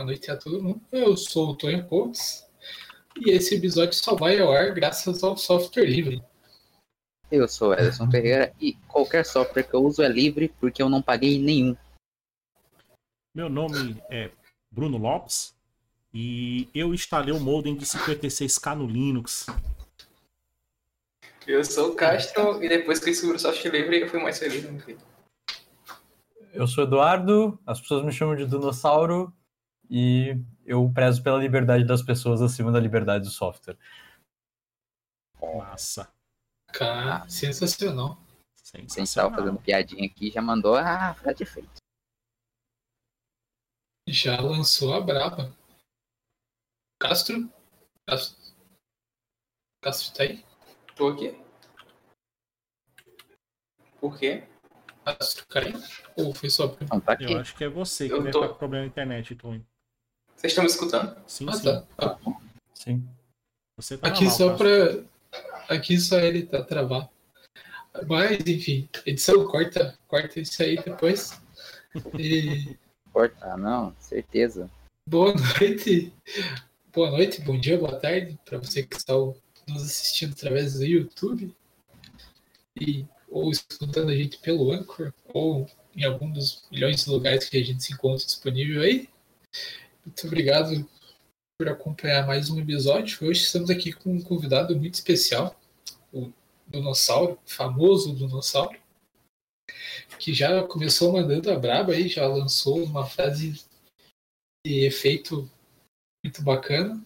boa noite a todo mundo. Eu sou o Tonho Pontes e esse episódio só vai ao ar graças ao software livre. Eu sou o Ederson Ferreira e qualquer software que eu uso é livre porque eu não paguei nenhum. Meu nome é Bruno Lopes e eu instalei o modem de 56K no Linux. Eu sou o Castro e depois que eu descobri o software livre eu fui mais feliz na minha vida. Eu sou Eduardo, as pessoas me chamam de Dinossauro e eu prezo pela liberdade das pessoas acima da liberdade do software. Massa. Cara, sensacional. A gente tava fazendo piadinha aqui e já mandou a frase de efeito. Já lançou a braba. Castro tá aí? Tô aqui. Por quê? Castro caiu? Ou foi só pra... Não, tá aqui. Eu acho que é você que Eu vai tô. estar com problema na internet, Tonho. Vocês estão me escutando? Sim, Ah, sim. tá. Sim. Você tá Aqui normal, só Castro. pra... Aqui só ele tá travado. Mas, enfim, edição corta isso aí depois. E Ah, não, certeza. boa noite, bom dia, boa tarde para você que está nos assistindo através do YouTube ou escutando a gente pelo Anchor ou em algum dos milhões de lugares que a gente se encontra disponível aí. Muito obrigado por acompanhar mais um episódio. Hoje estamos aqui com um convidado muito especial, o Dinossauro, o famoso Dinossauro, que já começou mandando a braba aí, já lançou uma frase de efeito muito bacana.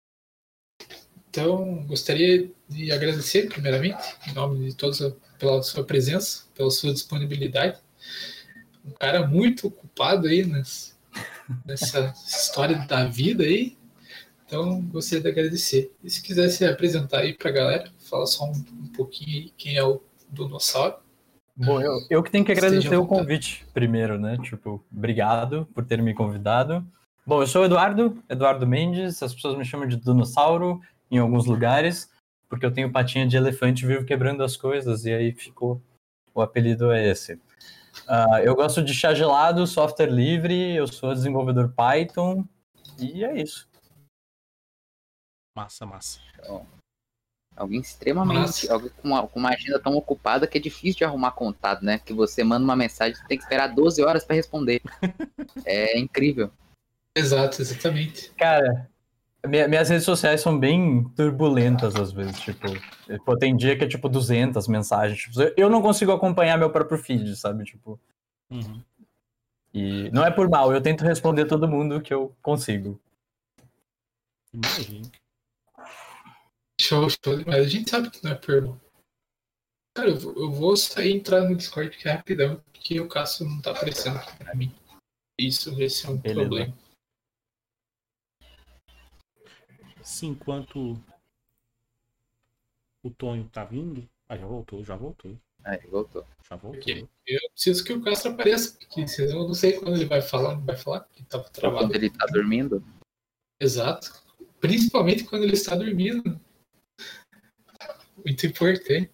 Então, gostaria de agradecer, primeiramente, em nome de todos, pela sua presença, pela sua disponibilidade. Um cara muito ocupado aí nessa história da vida aí. Então, gostaria de agradecer. E se quiser se apresentar aí pra galera, fala só um pouquinho aí quem é o Dinossauro. Bom, eu que tenho que agradecer Esteja à o vontade. convite primeiro, né? Tipo, obrigado por ter me convidado. Bom, eu sou o Eduardo Mendes, as pessoas me chamam de Dinossauro em alguns lugares, porque eu tenho patinha de elefante e vivo quebrando as coisas, e aí ficou, o apelido é esse. Eu gosto de chá gelado, software livre, eu sou desenvolvedor Python, e é isso. Massa. Então, alguém extremamente. Massa. Alguém com uma agenda tão ocupada que é difícil de arrumar contato, né? Que você manda uma mensagem, você tem que esperar 12 horas para responder. É incrível. Exato, exatamente. Cara, minhas redes sociais são bem turbulentas às vezes, tipo, tem dia que é tipo 200 mensagens, tipo, eu não consigo acompanhar meu próprio feed, sabe, tipo, Uhum. e não é por mal, eu tento responder todo mundo que eu consigo. Imagina. Show, mas a gente sabe que não é por... Cara, eu vou sair e entrar no Discord que é rapidão, porque o Cássio não tá aparecendo aqui pra mim. Esse é um Beleza. problema. Sim, enquanto o Tonho tá vindo... Ah, já voltou. Aí, voltou. Porque eu preciso que o Cássio apareça, porque senão eu não sei quando ele vai falar, não vai falar, porque tava Ou travado. quando ele tá dormindo. Exato. Principalmente quando ele está dormindo. Muito importante.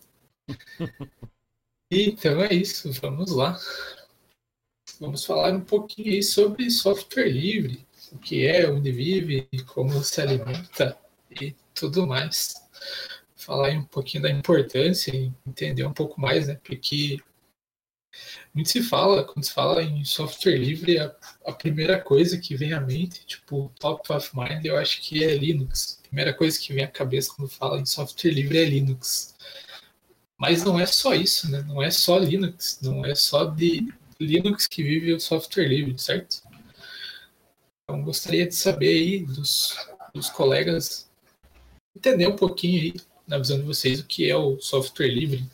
Então é isso, vamos lá. Vamos falar um pouquinho aí sobre software livre, o que é, onde vive, como se alimenta e tudo mais. Falar aí um pouquinho da importância e entender um pouco mais, né? Porque muito se fala, quando se fala em software livre, a primeira coisa que vem à mente, tipo, top of mind, eu acho que é Linux. A primeira coisa que vem à cabeça quando fala em software livre é Linux. Mas não é só isso, né? Não é só Linux, não é só de Linux que vive o software livre, certo? Então gostaria de saber aí dos colegas, entender um pouquinho aí, na visão de vocês, o que é o software livre.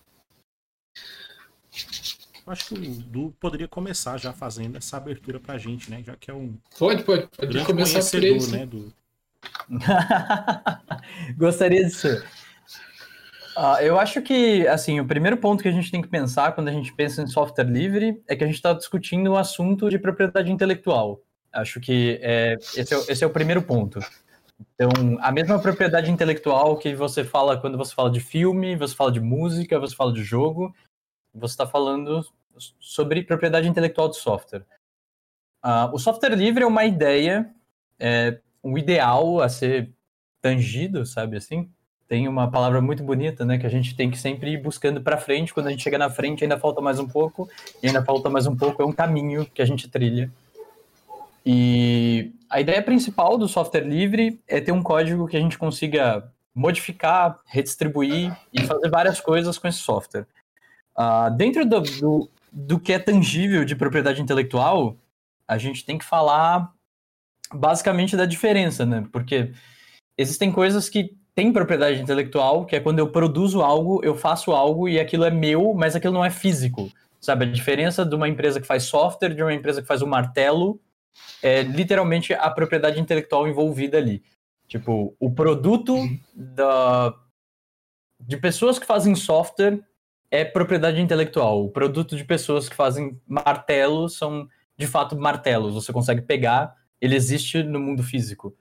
Acho que o Du poderia começar já fazendo essa abertura pra gente, né? Já que é um Pode grande começar por conhecedor, isso. né? Do... Gostaria de ser. Eu acho que, assim, o primeiro ponto que a gente tem que pensar quando a gente pensa em software livre é que a gente está discutindo o assunto de propriedade intelectual. Acho que esse é o primeiro ponto. Então, a mesma propriedade intelectual que você fala quando você fala de filme, você fala de música, você fala de jogo, você está falando sobre propriedade intelectual de software. O software livre é uma ideia, um ideal a ser tangido, sabe assim? Tem uma palavra muito bonita, né, que a gente tem que sempre ir buscando para frente. Quando a gente chega na frente, ainda falta mais um pouco, e ainda falta mais um pouco, é um caminho que a gente trilha. E a ideia principal do software livre é ter um código que a gente consiga modificar, redistribuir e fazer várias coisas com esse software. Dentro do que é tangível de propriedade intelectual, a gente tem que falar basicamente da diferença, né? Porque existem coisas que têm propriedade intelectual, que é quando eu produzo algo, eu faço algo e aquilo é meu, mas aquilo não é físico, sabe? A diferença de uma empresa que faz software, de uma empresa que faz um martelo, é literalmente a propriedade intelectual envolvida ali. Tipo, o produto de pessoas que fazem software é propriedade intelectual. O produto de pessoas que fazem martelos são, de fato, martelos. Você consegue pegar, ele existe no mundo físico.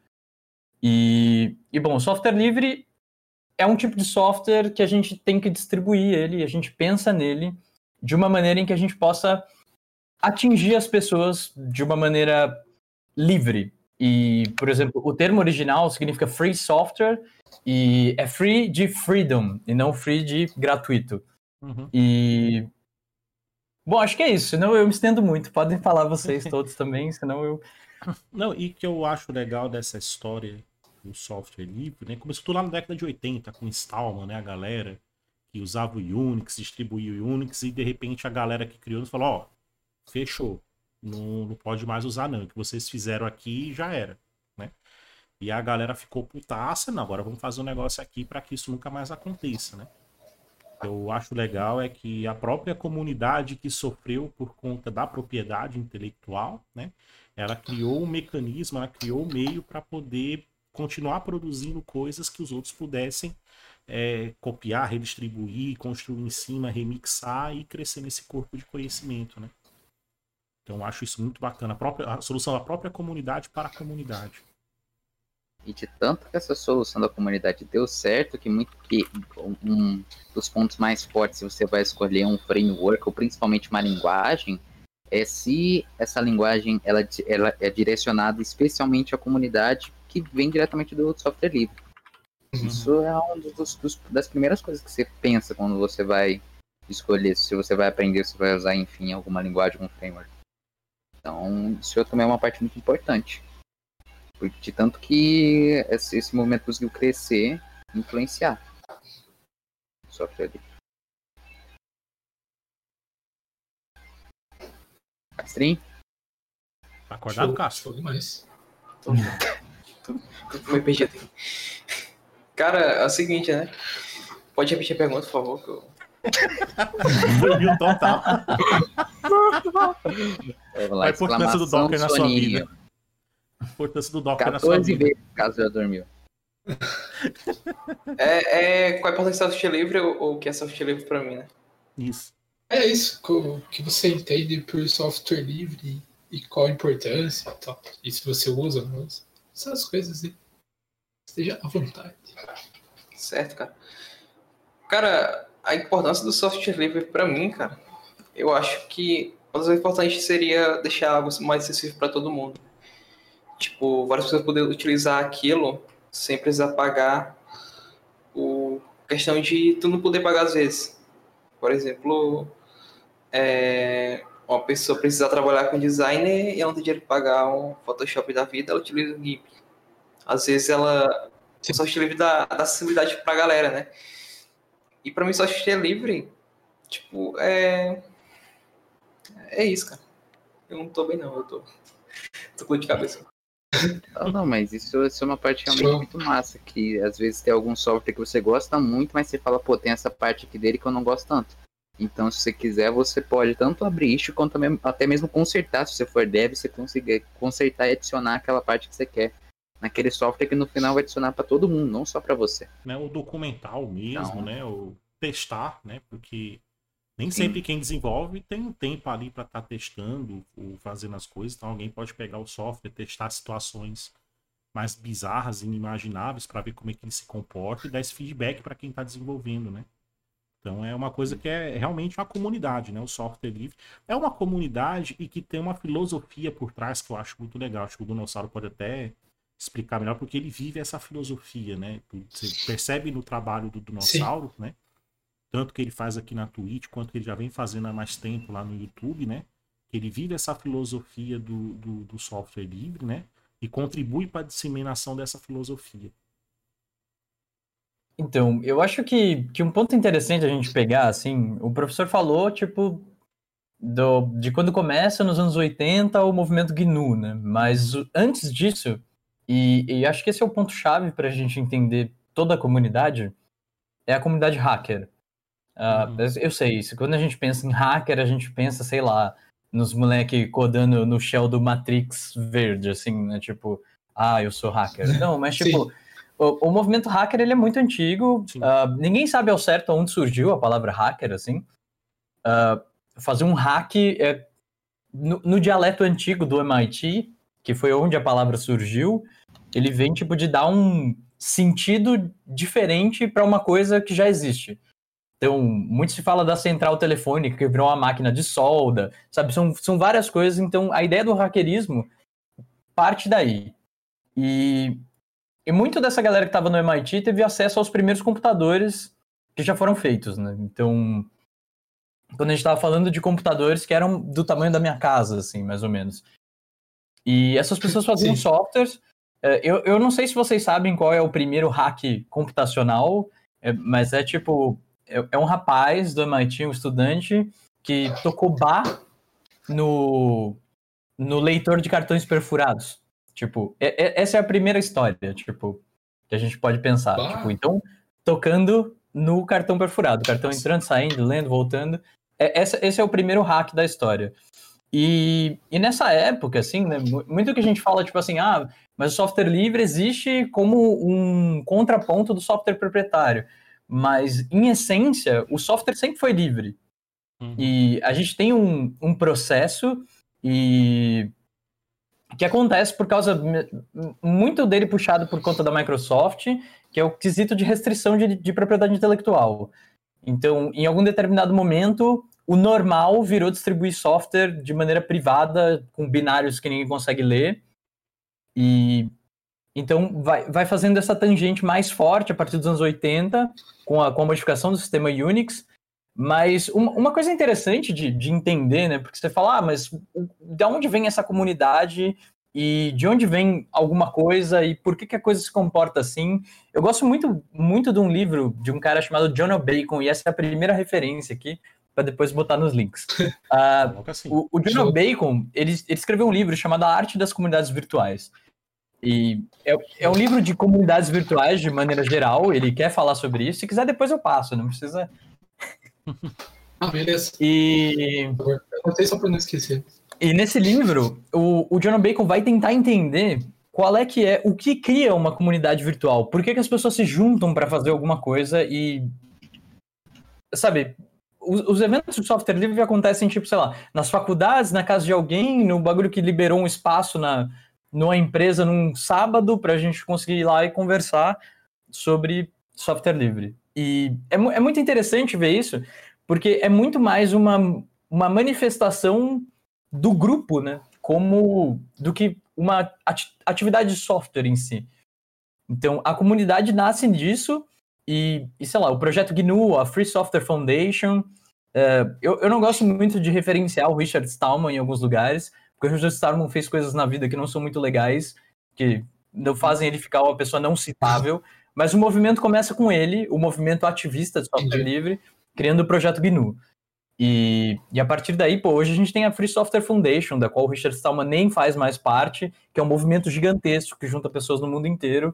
E bom, o software livre é um tipo de software que a gente tem que distribuir ele, a gente pensa nele de uma maneira em que a gente possa atingir as pessoas de uma maneira livre. E, por exemplo, o termo original significa free software, e é free de freedom, e não free de gratuito. Uhum. E... Bom, acho que é isso, senão eu me estendo muito. Podem falar vocês todos também, senão eu... Não, e que eu acho legal dessa história do software livre, né? Começou tudo lá na década de 80 com Stallman, né? A galera que usava o Unix, distribuía o Unix, e de repente a galera que criou falou, ó, fechou. Não pode mais usar não. O que vocês fizeram aqui já era, né? E a galera ficou putaça, não, agora vamos fazer um negócio aqui para que isso nunca mais aconteça, né? Eu acho legal é que a própria comunidade que sofreu por conta da propriedade intelectual, né? Ela criou um mecanismo, ela criou um meio para poder continuar produzindo coisas que os outros pudessem copiar, redistribuir, construir em cima, remixar e crescer nesse corpo de conhecimento, né? Então eu acho isso muito bacana. A solução da própria comunidade para a comunidade. E de tanto que essa solução da comunidade deu certo, que um dos pontos mais fortes, se você vai escolher um framework ou principalmente uma linguagem, é se essa linguagem ela é direcionada especialmente à comunidade que vem diretamente do software livre. Isso é uma das primeiras coisas que você pensa quando você vai escolher se você vai aprender, se vai usar, enfim, alguma linguagem, algum framework. Então, isso também é uma parte muito importante. De tanto que esse movimento conseguiu crescer e influenciar o software livre. Castrinho? Tá acordado, Castro? Show demais. Tô meio perdido. Cara, é o seguinte, né? Pode repetir a pergunta, por favor? Que eu... Dormiu total. Vamos lá, A importância do Docker na sua vida. A importância do Docker na sua 14 vida. vezes, caso já dormiu. qual é a importância do software livre ou o que é software livre pra mim, né? Isso. É isso que você entende por software livre e qual a importância e tal. E se você usa ou não usa. Essas coisas aí. Esteja à vontade. Certo, cara. Cara, a importância do software livre pra mim, cara, eu acho que uma das coisas importantes seria deixar algo mais acessível para todo mundo. Tipo, várias pessoas poderem utilizar aquilo sem precisar pagar. Questão de tu não poder pagar às vezes. Por exemplo, uma pessoa precisar trabalhar com designer e ela não tem dinheiro para pagar um Photoshop da vida, ela utiliza o GIMP. Às vezes ela software livre dá acessibilidade pra galera, né? E pra mim software livre, tipo, é isso, cara. Eu não tô bem não, eu tô com dor de cabeça. Não, mas isso é uma parte realmente muito massa, que às vezes tem algum software que você gosta muito, mas você fala, pô, tem essa parte aqui dele que eu não gosto tanto. Então, se você quiser, você pode tanto abrir isso, quanto até mesmo consertar, se você for dev, você conseguir consertar e adicionar aquela parte que você quer naquele software que no final vai adicionar para todo mundo, não só para você. Né, o documental mesmo, Então, né? O testar, né? Porque nem sim. sempre quem desenvolve tem um tempo ali para estar testando ou fazendo as coisas. Então alguém pode pegar o software, testar situações mais bizarras, inimagináveis, para ver como é que ele se comporta e dar esse feedback para quem está desenvolvendo, né? Então é uma coisa que é realmente uma comunidade, né? O software livre é uma comunidade e que tem uma filosofia por trás que eu acho muito legal. Acho que o Dinossauro pode até explicar melhor, porque ele vive essa filosofia, né? Você percebe no trabalho do Dinossauro, né? Tanto que ele faz aqui na Twitch, quanto que ele já vem fazendo há mais tempo lá no YouTube, né? Ele vive essa filosofia do software livre, né? E contribui para a disseminação dessa filosofia. Então, eu acho que um ponto interessante a gente pegar, assim, o professor falou, tipo, de quando começa nos anos 80 o movimento GNU, né? Mas antes disso, e acho que esse é o ponto-chave para a gente entender toda a comunidade, é a comunidade hacker. Eu sei isso. Quando a gente pensa em hacker, a gente pensa, sei lá, nos moleque codando no shell do Matrix verde, assim, né? Tipo, eu sou hacker. Não, mas tipo, o movimento hacker, ele é muito antigo. Ninguém sabe ao certo onde surgiu a palavra hacker, assim. Fazer um hack no dialeto antigo do MIT, que foi onde a palavra surgiu, ele vem, tipo, de dar um sentido diferente para uma coisa que já existe. Então, muito se fala da central telefônica, que virou uma máquina de solda, sabe? São várias coisas. Então, a ideia do hackerismo parte daí. E muito dessa galera que estava no MIT teve acesso aos primeiros computadores que já foram feitos, né? Então, quando a gente estava falando de computadores que eram do tamanho da minha casa, assim, mais ou menos. E essas pessoas faziam softwares. Eu não sei se vocês sabem qual é o primeiro hack computacional, mas é tipo... É um rapaz do MIT, um estudante, que tocou bar no leitor de cartões perfurados. Tipo, essa é a primeira história, tipo, que a gente pode pensar. Tipo, então, tocando no cartão perfurado. O cartão entrando, saindo, lendo, voltando. Esse é o primeiro hack da história. E nessa época, assim, né, muito que a gente fala, tipo assim, mas o software livre existe como um contraponto do software proprietário. Mas, em essência, o software sempre foi livre. E a gente tem um processo que acontece por causa... Muito dele puxado por conta da Microsoft, que é o quesito de restrição de propriedade intelectual. Então, em algum determinado momento, o normal virou distribuir software de maneira privada, com binários que ninguém consegue ler. Então, vai fazendo essa tangente mais forte a partir dos anos 80, com a modificação do sistema Unix. Mas uma coisa interessante de entender, né? Porque você fala, mas de onde vem essa comunidade e de onde vem alguma coisa e por que a coisa se comporta assim? Eu gosto muito, muito de um livro de um cara chamado John Bacon, e essa é a primeira referência aqui, para depois botar nos links. O John Bacon, ele escreveu um livro chamado A Arte das Comunidades Virtuais. E é um livro de comunidades virtuais de maneira geral, ele quer falar sobre isso. Se quiser, depois eu passo, não precisa... Beleza. Eu contei só para não esquecer. E nesse livro, o John Bacon vai tentar entender o que cria uma comunidade virtual. Por que as pessoas se juntam para fazer alguma coisa e... Sabe, os eventos de software livre acontecem, tipo, sei lá, nas faculdades, na casa de alguém, no bagulho que liberou um espaço numa empresa num sábado pra gente conseguir ir lá e conversar sobre software livre. E é muito interessante ver isso, porque é muito mais uma manifestação do grupo, né? Do que uma atividade de software em si. Então, a comunidade nasce disso e sei lá, o projeto GNU, a Free Software Foundation... Eu não gosto muito de referenciar o Richard Stallman em alguns lugares, porque o Richard Stallman fez coisas na vida que não são muito legais, que não fazem ele ficar uma pessoa não citável, mas o movimento começa com ele, o movimento ativista de software livre, criando o projeto GNU. E a partir daí, hoje a gente tem a Free Software Foundation, da qual o Richard Stallman nem faz mais parte, que é um movimento gigantesco que junta pessoas no mundo inteiro.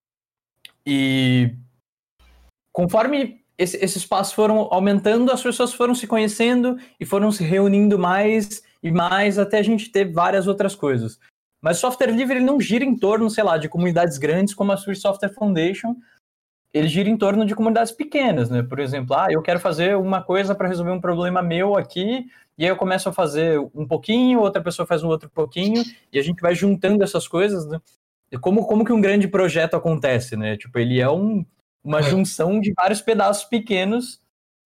E conforme esses espaços foram aumentando, as pessoas foram se conhecendo e foram se reunindo mais e mais até a gente ter várias outras coisas. Mas o software livre ele não gira em torno, sei lá, de comunidades grandes como a Free Software Foundation. Ele gira em torno de comunidades pequenas, né? Por exemplo, eu quero fazer uma coisa para resolver um problema meu aqui, e aí eu começo a fazer um pouquinho, outra pessoa faz um outro pouquinho, e a gente vai juntando essas coisas, né? Como que um grande projeto acontece, né? Tipo, ele é uma junção de vários pedaços pequenos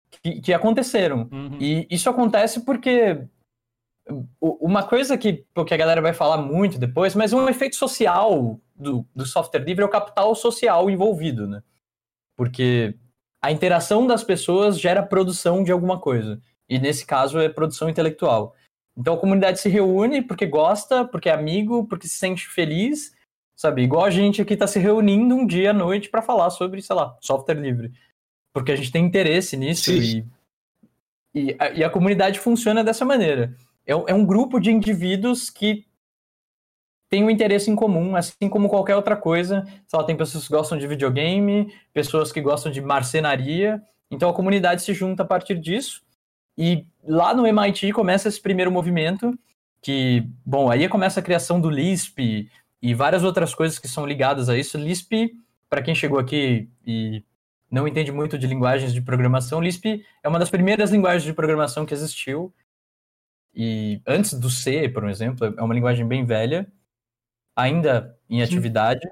que aconteceram. E isso acontece porque uma coisa que a galera vai falar muito depois, mas um efeito social do software livre é o capital social envolvido, né? Porque a interação das pessoas gera produção de alguma coisa. E nesse caso é produção intelectual. Então a comunidade se reúne porque gosta, porque é amigo, porque se sente feliz, sabe? Igual a gente aqui tá se reunindo um dia à noite para falar sobre, sei lá, software livre. Porque a gente tem interesse nisso e a comunidade funciona dessa maneira. É um grupo de indivíduos que tem um interesse em comum, assim como qualquer outra coisa. Sei lá, tem pessoas que gostam de videogame, pessoas que gostam de marcenaria. Então a comunidade se junta a partir disso. E lá no MIT começa esse primeiro movimento, que, bom, aí começa a criação do Lisp e várias outras coisas que são ligadas a isso. Lisp, para quem chegou aqui e não entende muito de linguagens de programação, Lisp é uma das primeiras linguagens de programação que existiu. E antes do C, por exemplo, é uma linguagem bem velha, ainda em atividade.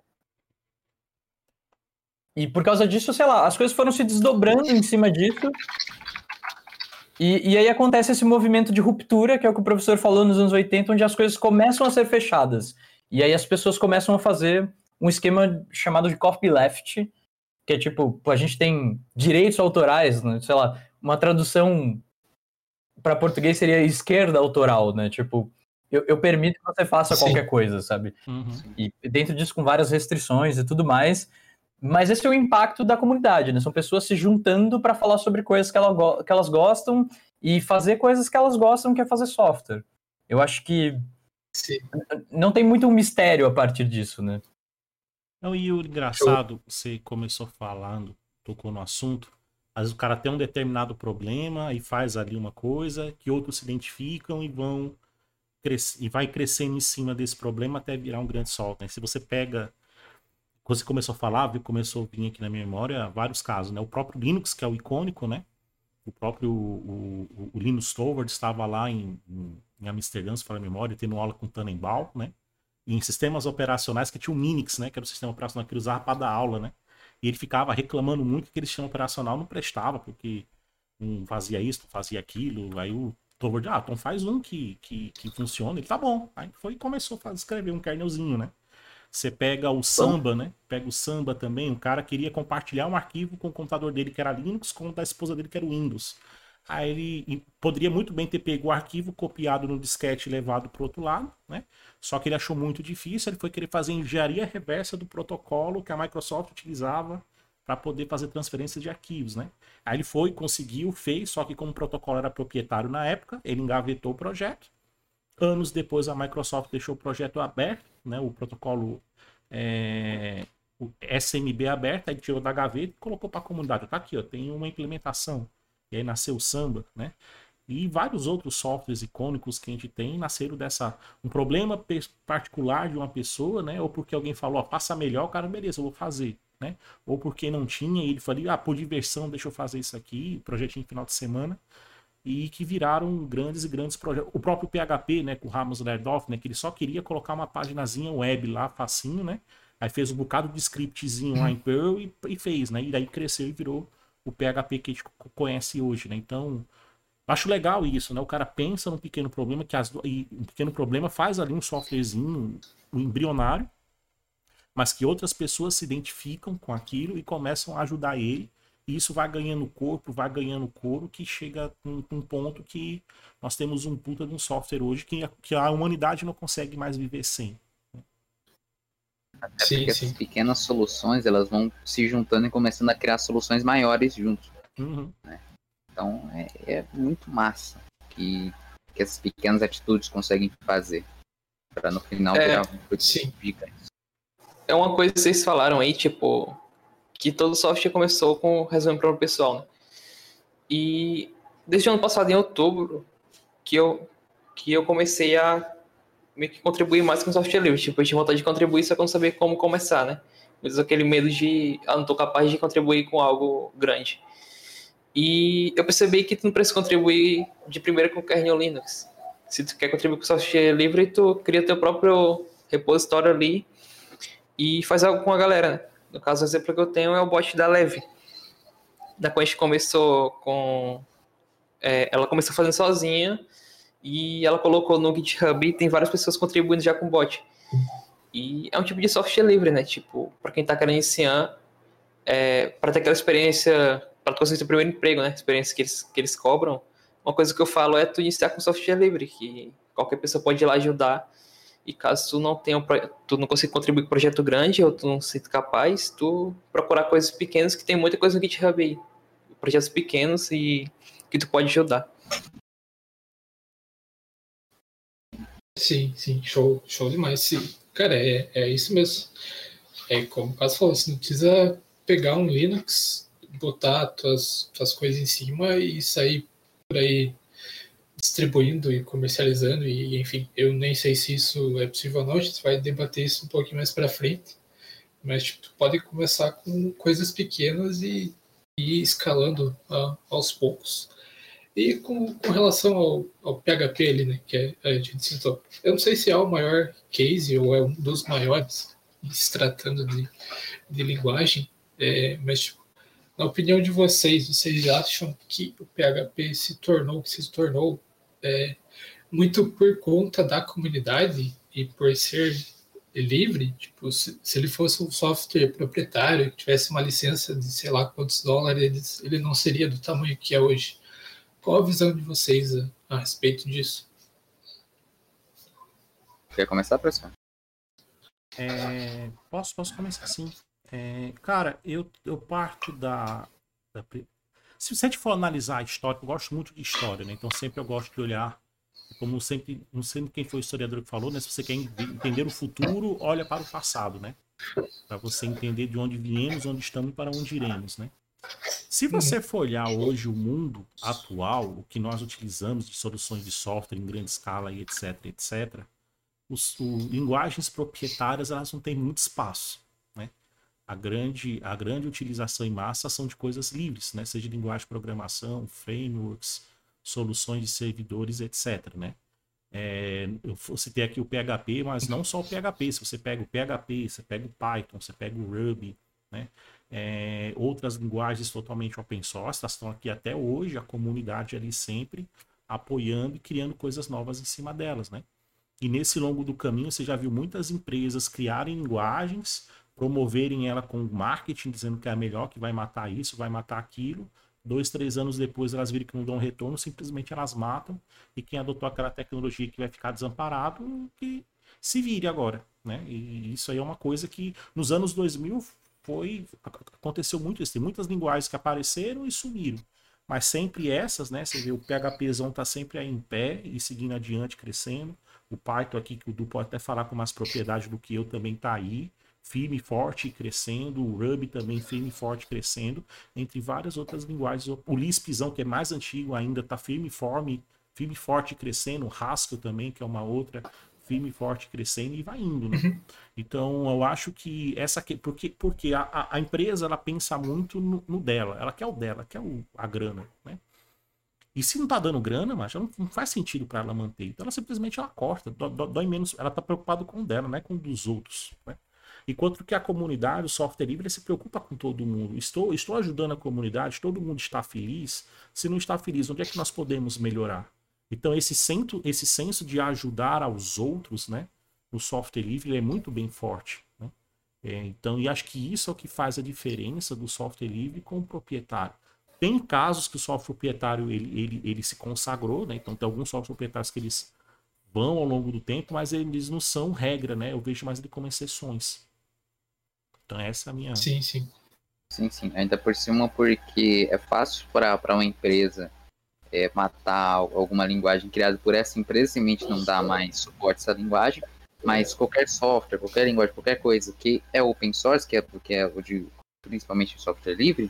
E por causa disso, sei lá, as coisas foram se desdobrando em cima disso. E aí acontece esse movimento de ruptura, que é o que o professor falou nos anos 80, onde as coisas começam a ser fechadas. E aí as pessoas começam a fazer um esquema chamado de copyleft, que é tipo, a gente tem direitos autorais, né? Sei lá, uma tradução para português seria esquerda autoral, né? Tipo, eu permito que você faça qualquer coisa, sabe? E dentro disso com várias restrições e tudo mais. Mas esse é o impacto da comunidade, né? São pessoas se juntando para falar sobre coisas que elas gostam e fazer coisas que elas gostam, que é fazer software. Eu acho que não tem muito um mistério a partir disso, né? Não, e o engraçado, você começou falando, tocou no assunto, às vezes o cara tem um determinado problema e faz ali uma coisa que outros se identificam e vai crescendo em cima desse problema até virar um grande software. Se você pega... Quando você começou a falar, começou a vir aqui na minha memória vários casos, né? O próprio Linux, que é o icônico, né? O próprio o Linus Torvalds estava lá em Amsterdã, se for a memória, tendo aula com Tannenbaum, né? E em sistemas operacionais que tinha o Minix, né? Que era o sistema operacional que ele usava para dar aula, né? E ele ficava reclamando muito que aquele sistema operacional não prestava, porque não fazia isso, não fazia aquilo. Aí o Torvalds, então faz um que funciona. Ele, tá bom. Aí foi e começou a escrever um kernelzinho, né? Você pega o Samba, né? Pega o Samba também. Um cara queria compartilhar um arquivo com o computador dele, que era Linux, com o da esposa dele, que era o Windows. Aí ele poderia muito bem ter pego o arquivo, copiado no disquete e levado para o outro lado, né? Só que ele achou muito difícil. Ele foi querer fazer engenharia reversa do protocolo que a Microsoft utilizava para poder fazer transferências de arquivos, né? Aí ele foi, conseguiu, fez, só que como o protocolo era proprietário na época, ele engavetou o projeto. Anos depois a Microsoft deixou o projeto aberto, né, o protocolo o SMB aberto, aí tirou da gaveta e colocou para a comunidade. Tá aqui, ó, tem uma implementação. E aí nasceu o Samba, né? E vários outros softwares icônicos que a gente tem nasceram um problema particular de uma pessoa, né? Ou porque alguém falou, ó, faça melhor, o cara, beleza, eu vou fazer, né? Ou porque não tinha e ele falou, por diversão, deixa eu fazer isso aqui, projetinho final de semana. E que viraram grandes e grandes projetos. O próprio PHP, né, com o Ramos Lerdoff, né, que ele só queria colocar uma paginazinha web lá, facinho, né? Aí fez um bocado de scriptzinho lá em Perl e fez, né? E daí cresceu e virou o PHP que a gente conhece hoje, né? Então, acho legal isso, né? O cara pensa num pequeno problema, e um pequeno problema faz ali um softwarezinho, um embrionário, mas que outras pessoas se identificam com aquilo e começam a ajudar ele. E isso vai ganhando corpo, vai ganhando couro, que chega num ponto que nós temos um puta de um software hoje que a humanidade não consegue mais viver sem. Até porque essas pequenas soluções, elas vão se juntando e começando a criar soluções maiores juntos. Né? Então é muito massa que essas pequenas atitudes conseguem fazer para no final virar uma coisa gigante. É uma coisa que vocês falaram aí, tipo, que todo software começou com resumo para o pessoal, né? E desde o ano passado, em outubro, que eu comecei a meio que contribuir mais com o software livre. Tipo, eu tinha vontade de contribuir, só que eu não sabia como começar, né? Mas aquele medo de não estou capaz de contribuir com algo grande. E eu percebi que tu não precisa contribuir de primeira com o kernel Linux. Se tu quer contribuir com software livre, tu cria teu próprio repositório ali e faz algo com a galera, né? No caso, o exemplo que eu tenho é o bot da Leve. Da qual a gente começou com... ela começou fazendo sozinha e ela colocou no GitHub e tem várias pessoas contribuindo já com bot. E é um tipo de software livre, né? Tipo, para quem tá querendo iniciar, para ter aquela experiência, para tu conseguir seu primeiro emprego, né? Experiência que eles cobram. Uma coisa que eu falo é tu iniciar com software livre, que qualquer pessoa pode ir lá ajudar. E caso tu não consiga contribuir com um projeto grande ou tu não se sinta capaz, tu procurar coisas pequenas, que tem muita coisa no GitHub aí. Projetos pequenos e que tu pode ajudar. Sim, show demais. Sim. Cara, é isso mesmo. Como o Caso falou, você não precisa pegar um Linux, botar tuas coisas em cima e sair por aí distribuindo e comercializando, e enfim, eu nem sei se isso é possível ou não, a gente vai debater isso um pouquinho mais para frente, mas tipo, tu pode começar com coisas pequenas e ir escalando aos poucos. E com relação ao PHP ali, né, que a gente citou, eu não sei se é o maior case ou é um dos maiores, se tratando de linguagem, mas tipo, na opinião de vocês acham que o PHP se tornou o que se tornou muito por conta da comunidade e por ser livre? Tipo, se ele fosse um software proprietário, que tivesse uma licença de sei lá quantos dólares, ele não seria do tamanho que é hoje. Qual a visão de vocês a respeito disso? Quer começar, professor? Posso começar sim. Cara, eu parto se você for analisar a história, eu gosto muito de história, né? Então sempre eu gosto de olhar, como sempre, não sei quem foi o historiador que falou, né? Se você quer entender o futuro, olha para o passado, né? Para você entender de onde viemos, onde estamos e para onde iremos, né? Se você for olhar hoje o mundo atual, o que nós utilizamos de soluções de software em grande escala e etc, linguagens proprietárias, elas não têm muito espaço, né? A grande utilização em massa são de coisas livres, né? Seja linguagem de programação, frameworks, soluções de servidores, etc, né? Eu citei aqui o PHP, mas não só o PHP. Se você pega o PHP, você pega o Python, você pega o Ruby, né? Outras linguagens totalmente open source, elas estão aqui até hoje, a comunidade ali sempre apoiando e criando coisas novas em cima delas, né? E nesse longo do caminho você já viu muitas empresas criarem linguagens, promoverem ela com marketing, dizendo que é a melhor, que vai matar isso, vai matar aquilo. 2, 3 anos depois elas viram que não dão retorno, simplesmente elas matam. E quem adotou aquela tecnologia que vai ficar desamparado, que se vire agora, né? E isso aí é uma coisa que nos anos 2000 aconteceu muito isso. Tem muitas linguagens que apareceram e sumiram. Mas sempre essas, né? Você vê o PHPzão tá sempre aí em pé e seguindo adiante, crescendo. O Python aqui, que o Du pode até falar com mais propriedade do que eu, também tá aí, firme e forte crescendo. O Ruby também firme e forte crescendo, entre várias outras linguagens. O Lispzão, que é mais antigo ainda, tá firme e forte crescendo. O Haskell também, que é uma outra, firme e forte crescendo, e vai indo, né? Então eu acho que porque a empresa, ela pensa muito no dela, ela quer o dela, quer a grana, né? E se não tá dando grana, mas não faz sentido para ela manter. Então ela simplesmente corta, dói menos, ela tá preocupada com o dela, não é com o dos outros, né? Enquanto que a comunidade, o software livre, se preocupa com todo mundo. Estou ajudando a comunidade, todo mundo está feliz. Se não está feliz, onde é que nós podemos melhorar? Então esse senso de ajudar aos outros, né, no software livre, ele é muito bem forte, né? Então, e acho que isso é o que faz a diferença do software livre com o proprietário. Tem casos que o software proprietário ele se consagrou, né? Então tem alguns softwares proprietários que eles vão ao longo do tempo, mas eles não são regra, né? Eu vejo mais ele como exceções. Então essa é a minha... Sim. Sim. Ainda por cima, porque é fácil para uma empresa matar alguma linguagem criada por essa empresa, simplesmente não dá mais suporte a essa linguagem, mas qualquer software, qualquer linguagem, qualquer coisa que é open source, que é o de principalmente software livre,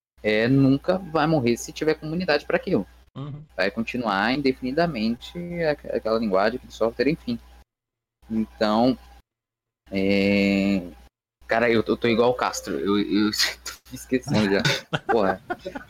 nunca vai morrer se tiver comunidade para aquilo. Uhum. Vai continuar indefinidamente aquela linguagem, aquele software, enfim. Então, cara, eu tô igual o Castro, eu tô esquecendo já. Porra.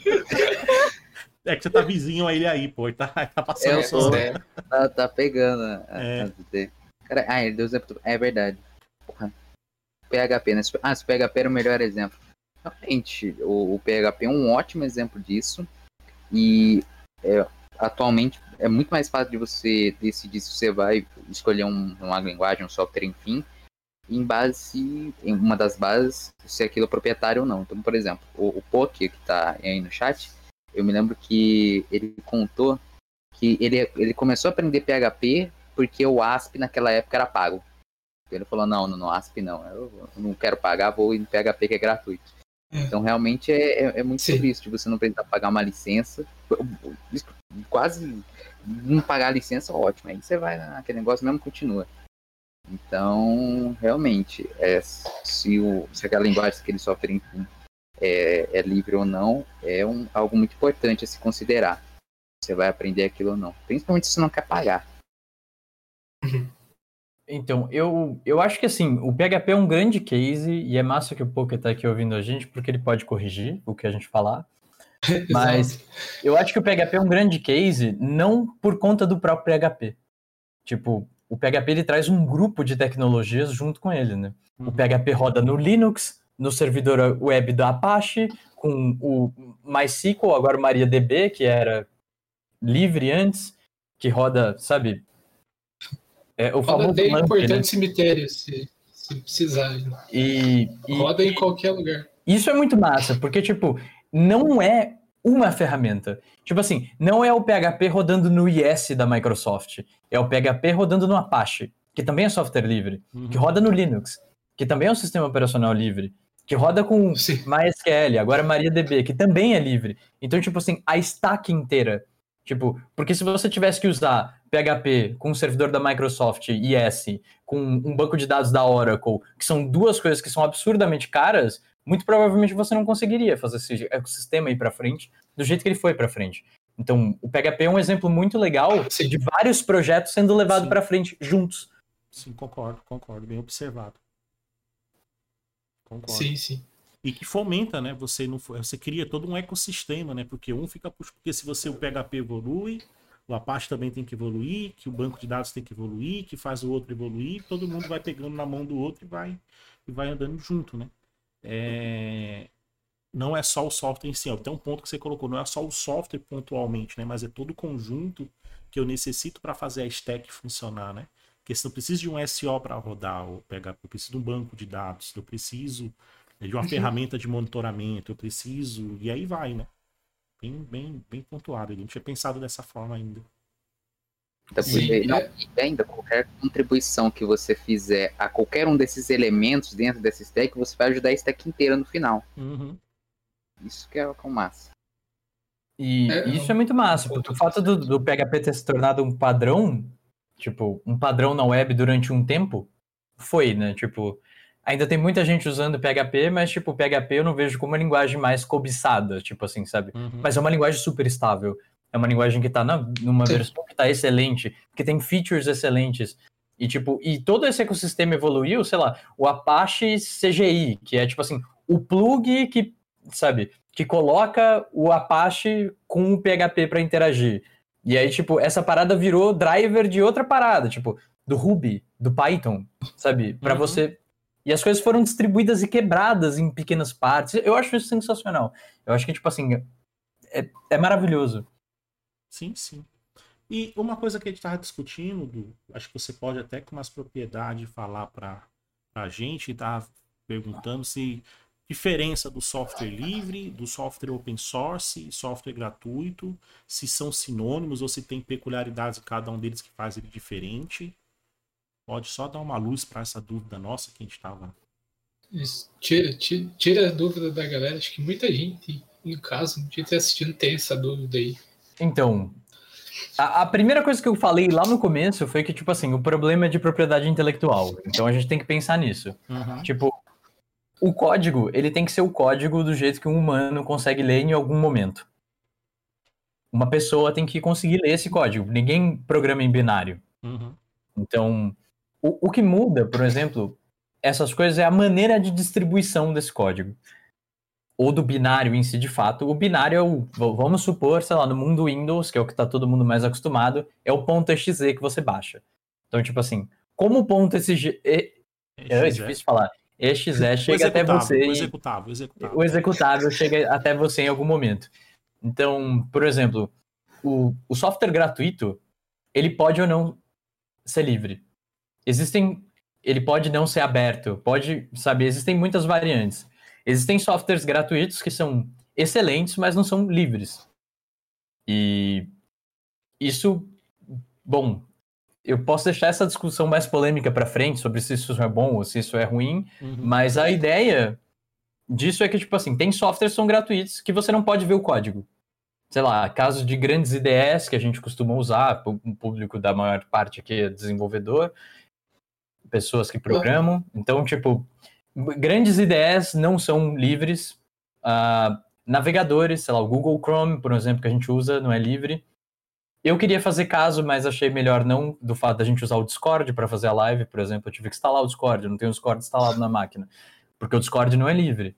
É que você tá vizinho a ele aí, pô, tá passando o som. Tá pegando as ideias. Cara, ele deu exemplo. É verdade. Porra. PHP, né? Se o PHP era o melhor exemplo. Realmente, o PHP é um ótimo exemplo disso. E atualmente é muito mais fácil de você decidir se você vai escolher uma linguagem, um software, enfim, em uma das bases, se aquilo é proprietário ou não. Então, por exemplo, o Poké, que está aí no chat, eu me lembro que ele contou que ele começou a aprender PHP porque o ASP naquela época era pago. Então ele falou, não, ASP não, eu não quero pagar, vou em PHP que é gratuito. Então realmente é muito sobre isso, de você não precisar pagar uma licença, quase não pagar a licença, ótimo, aí você vai naquele negócio mesmo, continua. Então, realmente, se aquela linguagem, se aquele software, enfim, é livre ou não, algo muito importante a se considerar. Você vai aprender aquilo ou não. Principalmente se você não quer pagar. Então, eu acho que assim, o PHP é um grande case, e é massa que o Poké tá aqui ouvindo a gente, porque ele pode corrigir o que a gente falar. Mas eu acho que o PHP é um grande case, não por conta do próprio PHP. Tipo, o PHP ele traz um grupo de tecnologias junto com ele, né? O PHP roda no Linux, no servidor web da Apache, com o MySQL, agora o MariaDB, que era livre antes, que roda, sabe? O famoso Roda LAMP, importante, né? cemitério, se precisar. E Roda em qualquer lugar. isso é muito massa, porque, tipo, não é uma ferramenta. Tipo assim, não é o PHP rodando no IS da Microsoft. É o PHP rodando no Apache, que também é software livre. Que roda no Linux, que também é um sistema operacional livre. Que roda com MySQL, agora MariaDB, que também é livre. Então, tipo assim, a stack inteira. Tipo, porque se você tivesse que usar PHP com um servidor da Microsoft IS, com um banco de dados da Oracle, que são duas coisas que são absurdamente caras, muito provavelmente você não conseguiria fazer esse ecossistema ir para frente do jeito que ele foi para frente. Então, o PHP é um exemplo muito legal de vários projetos sendo levados para frente juntos. Sim, concordo, bem observado. Concordo. Sim. E que fomenta, né? Você cria todo um ecossistema, né? Porque porque se o PHP evolui, o Apache também tem que evoluir, que o banco de dados tem que evoluir, que faz o outro evoluir, todo mundo vai pegando na mão do outro e vai andando junto, né? Não é só o software em si, tem um ponto que você colocou, não é só o software pontualmente, né? Mas é todo o conjunto que eu necessito para fazer a stack funcionar, né? Porque se eu preciso de um SO para rodar o PHP, eu preciso de um banco de dados, eu preciso de uma ferramenta de monitoramento, eu preciso, e aí vai, né? Bem pontuado, eu não tinha pensado dessa forma ainda. E ainda, qualquer contribuição que você fizer a qualquer um desses elementos dentro dessa stack, você vai ajudar a stack inteira no final. Isso que é o massa. E isso é muito massa, porque o fato do PHP ter se tornado um padrão, tipo, um padrão na web durante um tempo, foi, né? Tipo, ainda tem muita gente usando PHP, mas, tipo, PHP eu não vejo como uma linguagem mais cobiçada, tipo assim, sabe? Mas é uma linguagem super estável. É uma linguagem que tá numa versão que tá excelente, que tem features excelentes. E, tipo, todo esse ecossistema evoluiu, sei lá, o Apache CGI, que é, tipo assim, o plug que, sabe, que coloca o Apache com o PHP para interagir. E aí, tipo, essa parada virou driver de outra parada, tipo, do Ruby, do Python, sabe? Para você... E as coisas foram distribuídas e quebradas em pequenas partes. Eu acho isso sensacional. Eu acho que, tipo assim, é maravilhoso. Sim. E uma coisa que a gente estava discutindo, acho que você pode até com mais propriedade falar para a gente, tá perguntando se diferença do software livre, do software open source, software gratuito, se são sinônimos ou se tem peculiaridades em cada um deles que faz ele diferente. Pode só dar uma luz para essa dúvida nossa que a gente estava. Tira a dúvida da galera. Acho que muita gente, no caso, de ter assistindo, tem essa dúvida aí. Então, a primeira coisa que eu falei lá no começo foi que, tipo assim, o problema é de propriedade intelectual. Então a gente tem que pensar nisso. Tipo, o código, ele tem que ser o código do jeito que um humano consegue ler em algum momento. Uma pessoa tem que conseguir ler esse código. Ninguém programa em binário. Então, o que muda, por exemplo, essas coisas é a maneira de distribuição desse código. Ou do binário em si, de fato. O binário é vamos supor, sei lá, no mundo Windows, que é o que está todo mundo mais acostumado, é o .exe que você baixa. Então, tipo assim, como o .exe... É difícil falar. exe O chega até você. o executável. O executável chega até você em algum momento. Então, por exemplo, o software gratuito, ele pode ou não ser livre. Ele pode não ser aberto, existem muitas variantes. Existem softwares gratuitos que são excelentes, mas não são livres. E isso, bom, eu posso deixar essa discussão mais polêmica para frente sobre se isso é bom ou se isso é ruim, mas a ideia disso é que, tipo assim, tem softwares que são gratuitos que você não pode ver o código. Sei lá, casos de grandes IDEs que a gente costuma usar, o público da maior parte aqui é desenvolvedor, pessoas que programam. Então, tipo, grandes IDEs não são livres. Navegadores, sei lá, o Google Chrome, por exemplo, que a gente usa, não é livre. Eu queria fazer caso, mas achei melhor não, do fato da gente usar o Discord para fazer a live, por exemplo. Eu tive que instalar o Discord, eu não tenho o Discord instalado na máquina, porque o Discord não é livre.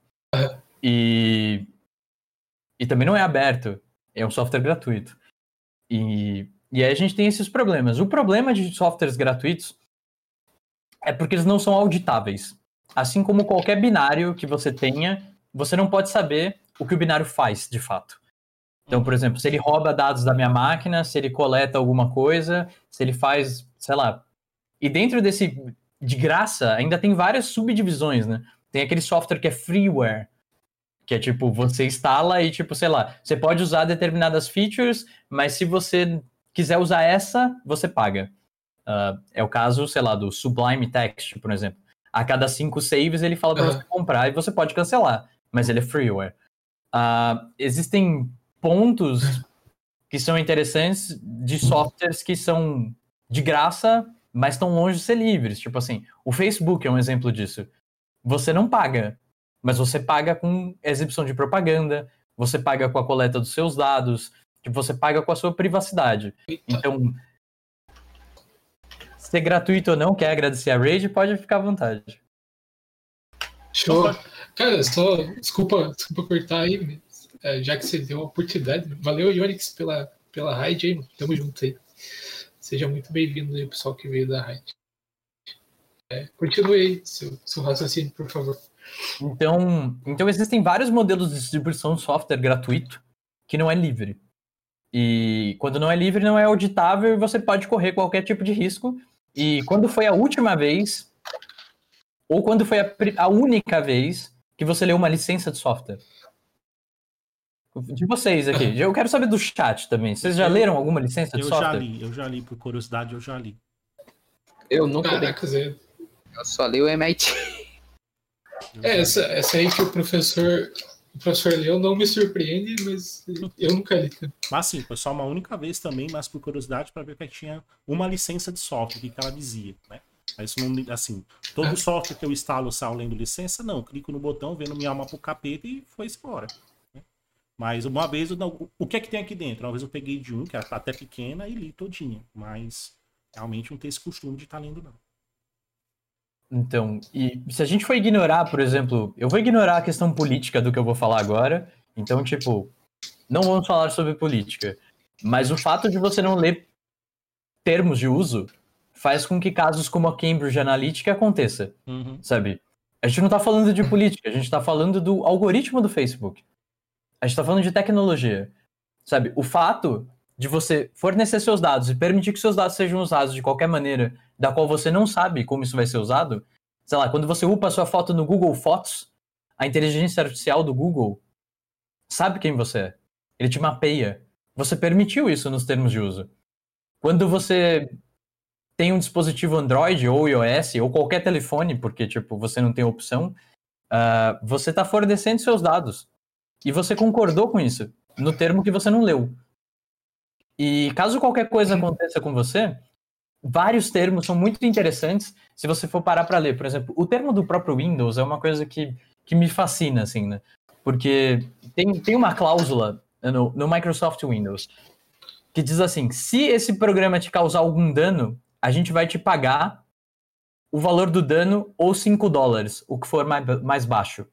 E também não é aberto, é um software gratuito. E aí a gente tem esses problemas. O problema de softwares gratuitos é porque eles não são auditáveis. Assim como qualquer binário que você tenha, você não pode saber o que o binário faz, de fato. Então, por exemplo, se ele rouba dados da minha máquina, se ele coleta alguma coisa, se ele faz, sei lá. E dentro desse, de graça, ainda tem várias subdivisões, né? Tem aquele software que é freeware, que é tipo, você instala e tipo, sei lá, você pode usar determinadas features, mas se você quiser usar essa, você paga. É o caso, sei lá, do Sublime Text, por exemplo. A cada 5 saves ele fala para você comprar e você pode cancelar, mas ele é freeware. Existem pontos que são interessantes de softwares que são de graça, mas estão longe de ser livres. Tipo assim, o Facebook é um exemplo disso. Você não paga, mas você paga com exibição de propaganda, você paga com a coleta dos seus dados, você paga com a sua privacidade. Então, ser gratuito ou não, quer agradecer a Raid, pode ficar à vontade. Show. Cara, só desculpa cortar aí, já que você deu a oportunidade. Valeu, Yonix, pela raid aí, mano. Tamo junto aí. Seja muito bem-vindo aí, pessoal que veio da raid. Continue aí seu raciocínio, por favor. Então existem vários modelos de distribuição de software gratuito que não é livre. E quando não é livre, não é auditável e você pode correr qualquer tipo de risco. E quando foi a última vez, ou quando foi a única vez que você leu uma licença de software? De vocês aqui. Eu quero saber do chat também. Vocês já leram alguma licença de software? Eu já li, por curiosidade, eu já li. Eu nunca li. Eu só li o MIT. Essa aí que o professor leu não me surpreende, mas eu nunca li. Mas sim, foi só uma única vez também, mas por curiosidade, para ver que tinha uma licença de software, o que ela dizia, né? Mas não, assim, todo software que eu instalo saio lendo licença, não. Clico no botão, vendo minha alma pro capeta e foi embora. Né? Mas uma vez, o que é que tem aqui dentro? Uma vez eu peguei de um, que era até pequena, e li todinha. Mas realmente não tem esse costume de estar lendo, não. Então, e se a gente for ignorar, por exemplo, eu vou ignorar a questão política do que eu vou falar agora, então, tipo, não vamos falar sobre política, mas o fato de você não ler termos de uso faz com que casos como a Cambridge Analytica aconteça, sabe? A gente não tá falando de política, a gente tá falando do algoritmo do Facebook. A gente tá falando de tecnologia, sabe? O fato de você fornecer seus dados e permitir que seus dados sejam usados de qualquer maneira, da qual você não sabe como isso vai ser usado, sei lá, quando você upa a sua foto no Google Fotos, a inteligência artificial do Google sabe quem você é. Ele te mapeia. Você permitiu isso nos termos de uso. Quando você tem um dispositivo Android ou iOS ou qualquer telefone, porque tipo, você não tem opção, você está fornecendo seus dados. E você concordou com isso, no termo que você não leu. E caso qualquer coisa aconteça com você, vários termos são muito interessantes se você for parar para ler. Por exemplo, o termo do próprio Windows é uma coisa que me fascina, assim, né? Porque tem uma cláusula no Microsoft Windows que diz assim, se esse programa te causar algum dano, a gente vai te pagar o valor do dano ou $5, o que for mais baixo.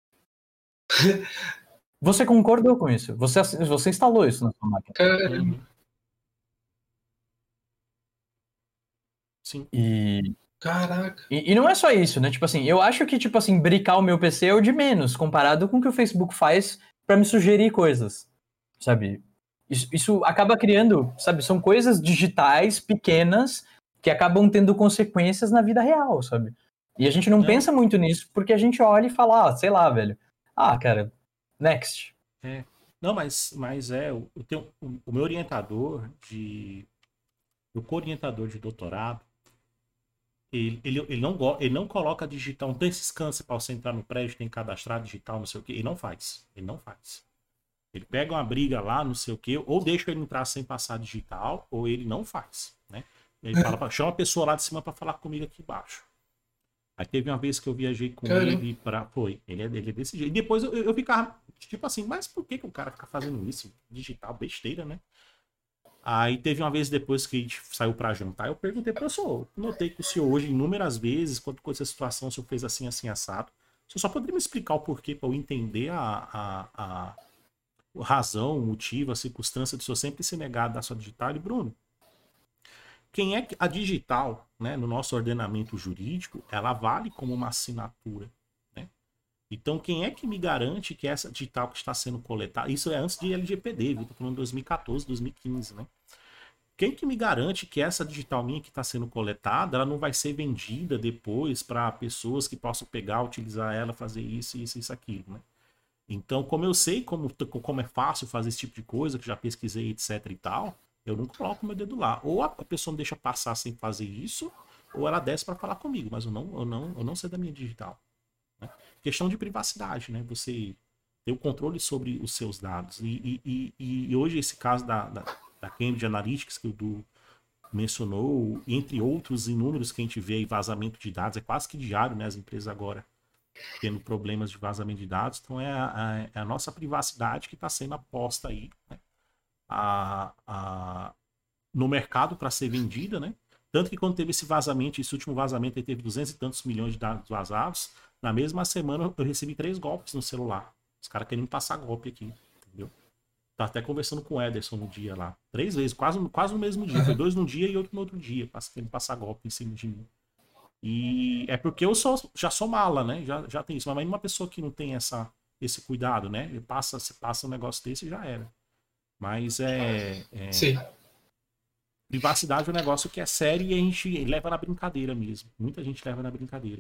Você concordou com isso? Você instalou isso na sua máquina? Caramba. Sim. E Caraca. E não é só isso, né? Tipo assim, eu acho que, tipo assim, bricar o meu PC é o de menos, comparado com o que o Facebook faz pra me sugerir coisas, sabe? Isso acaba criando, sabe? São coisas digitais, pequenas, que acabam tendo consequências na vida real, sabe? E a gente não pensa muito nisso, porque a gente olha e fala, sei lá, velho. Cara, next. Não, mas o meu orientador o co-orientador de doutorado, ele não coloca digital, não tem esse scan para você entrar no prédio, tem que cadastrar digital, não sei o que, ele não faz. Ele pega uma briga lá, não sei o que, ou deixa ele entrar sem passar digital, ou ele não faz, né? Ele fala, chama a pessoa lá de cima para falar comigo aqui embaixo. Aí teve uma vez que eu viajei com ele ele é desse jeito. E depois eu ficava, tipo assim, mas por que o cara fica fazendo isso? Digital, besteira, né? Aí teve uma vez depois que a gente saiu pra jantar, eu perguntei pro senhor, notei que o senhor hoje, inúmeras vezes, quando aconteceu essa situação, o senhor fez assim, assim, assado. O senhor só poderia me explicar o porquê pra eu entender a razão, o motivo, a circunstância do senhor sempre se negar da sua digital? E Bruno, quem é que a digital, né, no nosso ordenamento jurídico, ela vale como uma assinatura, né? Então, quem é que me garante que essa digital que está sendo coletada, isso é antes de LGPD, viu? Tô falando 2014, 2015, né? Quem que me garante que essa digital minha que está sendo coletada, ela não vai ser vendida depois para pessoas que possam pegar, utilizar ela, fazer isso, aquilo, né? Então, como eu sei como é fácil fazer esse tipo de coisa, que já pesquisei, etc e tal, eu não coloco meu dedo lá. Ou a pessoa não deixa passar sem fazer isso, ou ela desce para falar comigo, mas eu não sei da minha digital, né? Questão de privacidade, né? Você ter o controle sobre os seus dados. E hoje esse caso da Cambridge Analytics que o Du mencionou, entre outros inúmeros que a gente vê aí, vazamento de dados, é quase que diário, né? As empresas agora tendo problemas de vazamento de dados, então é a nossa privacidade que está sendo aposta aí, né? No mercado para ser vendida, né? Tanto que quando teve esse último vazamento, ele teve 200 e tantos milhões de dados vazados, na mesma semana eu recebi 3 golpes no celular. Os caras querendo passar golpe aqui, entendeu? Tá até conversando com o Ederson no dia lá. 3 vezes, quase no mesmo dia. Foi 2 num dia e outro no outro dia, querendo passar golpe em cima de mim. E é porque eu já sou mala, né? Já tem isso. Mas uma pessoa que não tem esse cuidado, né? Se passa um negócio desse, já era. Mas Sim. privacidade é um negócio que é sério e a gente leva na brincadeira mesmo. Muita gente leva na brincadeira.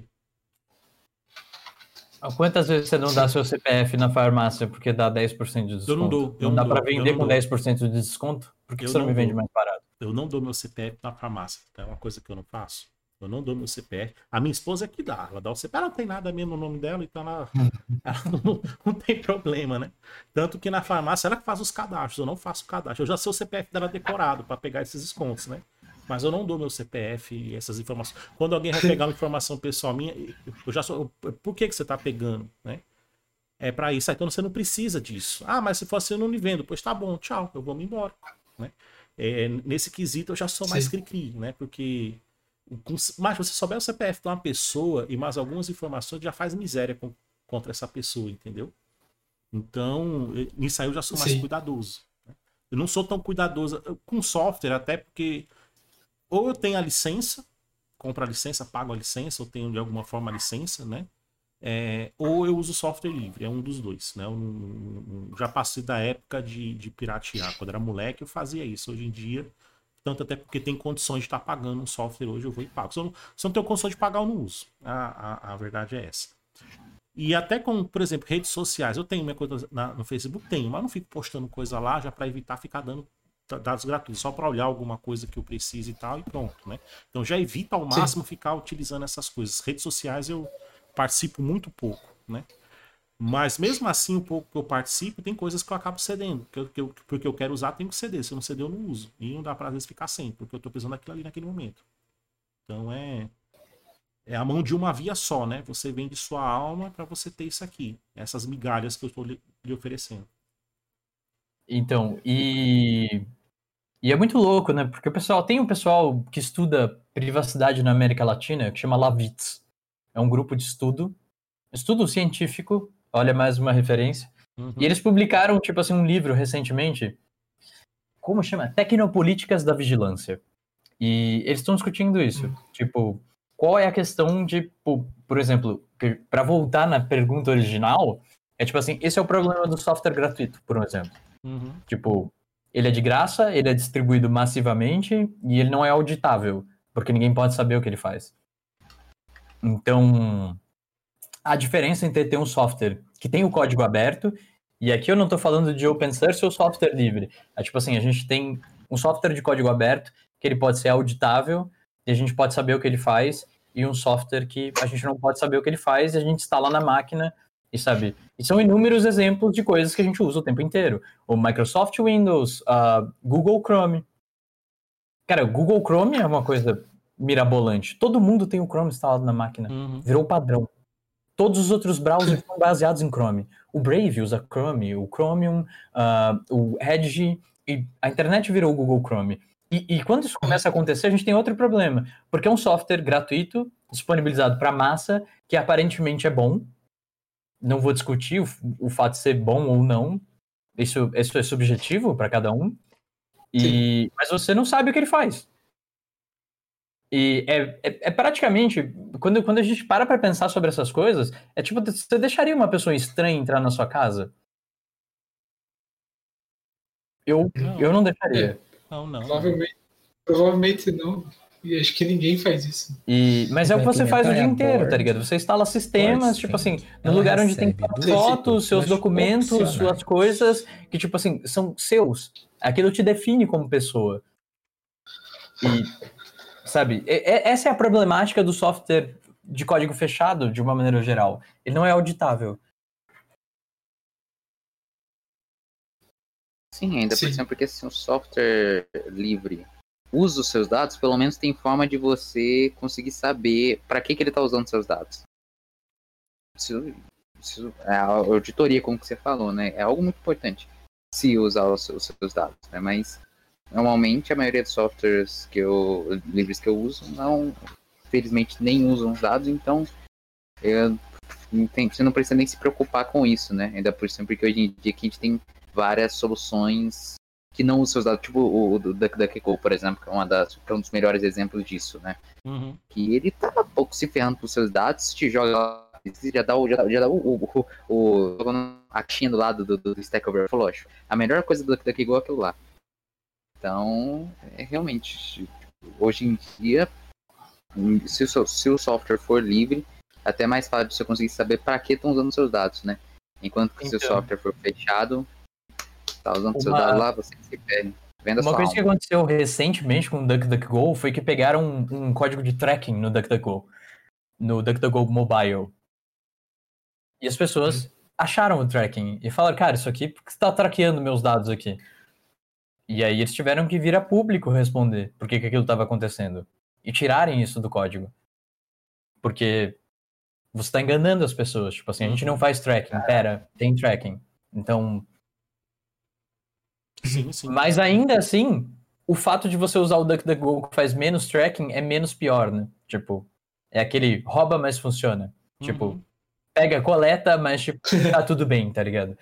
Quantas vezes você não dá seu CPF na farmácia porque dá 10% de desconto? Eu não dou. Não dá para vender com 10% de desconto? Por que você não me vende mais barato? Eu não dou meu CPF na farmácia. É uma coisa que eu não faço. Eu não dou meu CPF. A minha esposa é que dá. Ela dá o CPF. Ela não tem nada mesmo no nome dela, então ela não tem problema, né? Tanto que na farmácia ela que faz os cadastros. Eu não faço cadastro. Eu já sei o CPF dela decorado para pegar esses descontos, né? Mas eu não dou meu CPF e essas informações. Quando alguém vai pegar uma informação pessoal minha, eu já sou. Por que você está pegando, né? É para isso. Então você não precisa disso. Mas se for assim eu não lhe vendo. Pois tá bom, tchau. Eu vou me embora, né? Nesse quesito eu já sou mais cri-cri, né? Porque mas você souber o CPF de uma pessoa e mais algumas informações, já faz miséria contra essa pessoa, entendeu? Então, nisso aí eu já sou mais cuidadoso, né? Eu não sou tão cuidadoso com software, até porque ou eu tenho a licença, compro a licença, pago a licença, ou tenho de alguma forma a licença, né? Ou eu uso software livre, é um dos dois, né? Eu já passei da época de piratear. Quando era moleque eu fazia isso. Hoje em dia, tanto até porque tem condições de estar pagando um software hoje, eu vou e pago. Se eu não tenho condições de pagar, eu não uso. A verdade é essa. E até com, por exemplo, redes sociais. Eu tenho minha coisa no Facebook, tenho, mas não fico postando coisa lá já para evitar ficar dando dados gratuitos, só para olhar alguma coisa que eu precise e tal, e pronto, né? Então já evita ao máximo ficar utilizando essas coisas. Redes sociais eu participo muito pouco, né? Mas mesmo assim, o pouco que eu participo, tem coisas que eu acabo cedendo. Porque eu quero usar, tenho que ceder. Se eu não ceder, eu não uso. E não dá pra, às vezes, ficar sem, porque eu tô precisando daquilo ali naquele momento. Então é a mão de uma via só, né? Você vende sua alma pra você ter isso aqui. Essas migalhas que eu estou lhe oferecendo. Então, e é muito louco, né? Porque tem um pessoal que estuda privacidade na América Latina, que chama Lavitz. É um grupo de estudo científico, olha mais uma referência. Uhum. E eles publicaram, tipo assim, um livro recentemente, como chama? Tecnopolíticas da Vigilância. E eles estão discutindo isso. Tipo, qual é a questão de, por exemplo, para voltar na pergunta original, é tipo assim, esse é o problema do software gratuito, por um exemplo. Tipo, ele é de graça, ele é distribuído massivamente e ele não é auditável, porque ninguém pode saber o que ele faz. Então, a diferença entre ter um software que tem o código aberto, e aqui eu não estou falando de open source ou software livre. É tipo assim, a gente tem um software de código aberto, que ele pode ser auditável, e a gente pode saber o que ele faz, e um software que a gente não pode saber o que ele faz, e a gente instala na máquina, e sabe? E são inúmeros exemplos de coisas que a gente usa o tempo inteiro. O Microsoft Windows, Google Chrome. Cara, o Google Chrome é uma coisa mirabolante. Todo mundo tem o Chrome instalado na máquina. Virou padrão. Todos os outros browsers são baseados em Chrome. O Brave usa Chrome, o Chromium, o Edge, e a internet virou o Google Chrome. E quando isso começa a acontecer, a gente tem outro problema, porque é um software gratuito, disponibilizado para massa, que aparentemente é bom. Não vou discutir o fato de ser bom ou não, isso é subjetivo para cada um, mas você não sabe o que ele faz. E é praticamente, quando a gente para pensar sobre essas coisas, é tipo, você deixaria uma pessoa estranha entrar na sua casa? Eu não deixaria. Não. Provavelmente não. E acho que ninguém faz isso. Mas é o que você faz o dia inteiro, tá ligado? Você instala sistemas, tipo assim, no lugar onde tem fotos, seus documentos, suas coisas, que, tipo assim, são seus. Aquilo te define como pessoa. E, sabe, essa é a problemática do software de código fechado, de uma maneira geral. Ele não é auditável. Sim, ainda por exemplo, porque se um software livre usa os seus dados, pelo menos tem forma de você conseguir saber para que ele está usando seus dados. Isso é a auditoria, como que você falou, né? É algo muito importante se usar os seus dados, né? Mas normalmente a maioria dos softwares livres que eu uso não, felizmente, nem usam os dados, então você não precisa nem se preocupar com isso, né? Ainda por cima, porque hoje em dia que a gente tem várias soluções que não usam seus dados, tipo o do DuckDuckGo, por exemplo, que é um dos melhores exemplos disso, né? Que ele tá pouco se ferrando com os seus dados, te joga, já dá a caixinha do lado do Stack Overflow, lógico. A melhor coisa do DuckDuckGo é aquilo lá. Então, realmente, hoje em dia, se o software for livre, até é mais fácil de você conseguir saber para que estão usando seus dados, né? Enquanto que se o software for fechado, tá usando seus dados lá, você se perde. Uma coisa que aconteceu recentemente com o DuckDuckGo foi que pegaram um código de tracking no DuckDuckGo Mobile. E as pessoas acharam o tracking e falaram, cara, isso aqui, por que você tá traqueando meus dados aqui? E aí eles tiveram que vir a público responder por que aquilo estava acontecendo. E tirarem isso do código. Porque você tá enganando as pessoas. Tipo assim, a gente não faz tracking. Pera, tem tracking. Então... Sim. Mas ainda assim, o fato de você usar o DuckDuckGo que faz menos tracking é menos pior, né? Tipo, é aquele rouba, mas funciona. Tipo, pega, coleta, mas tipo, tá tudo bem, tá ligado?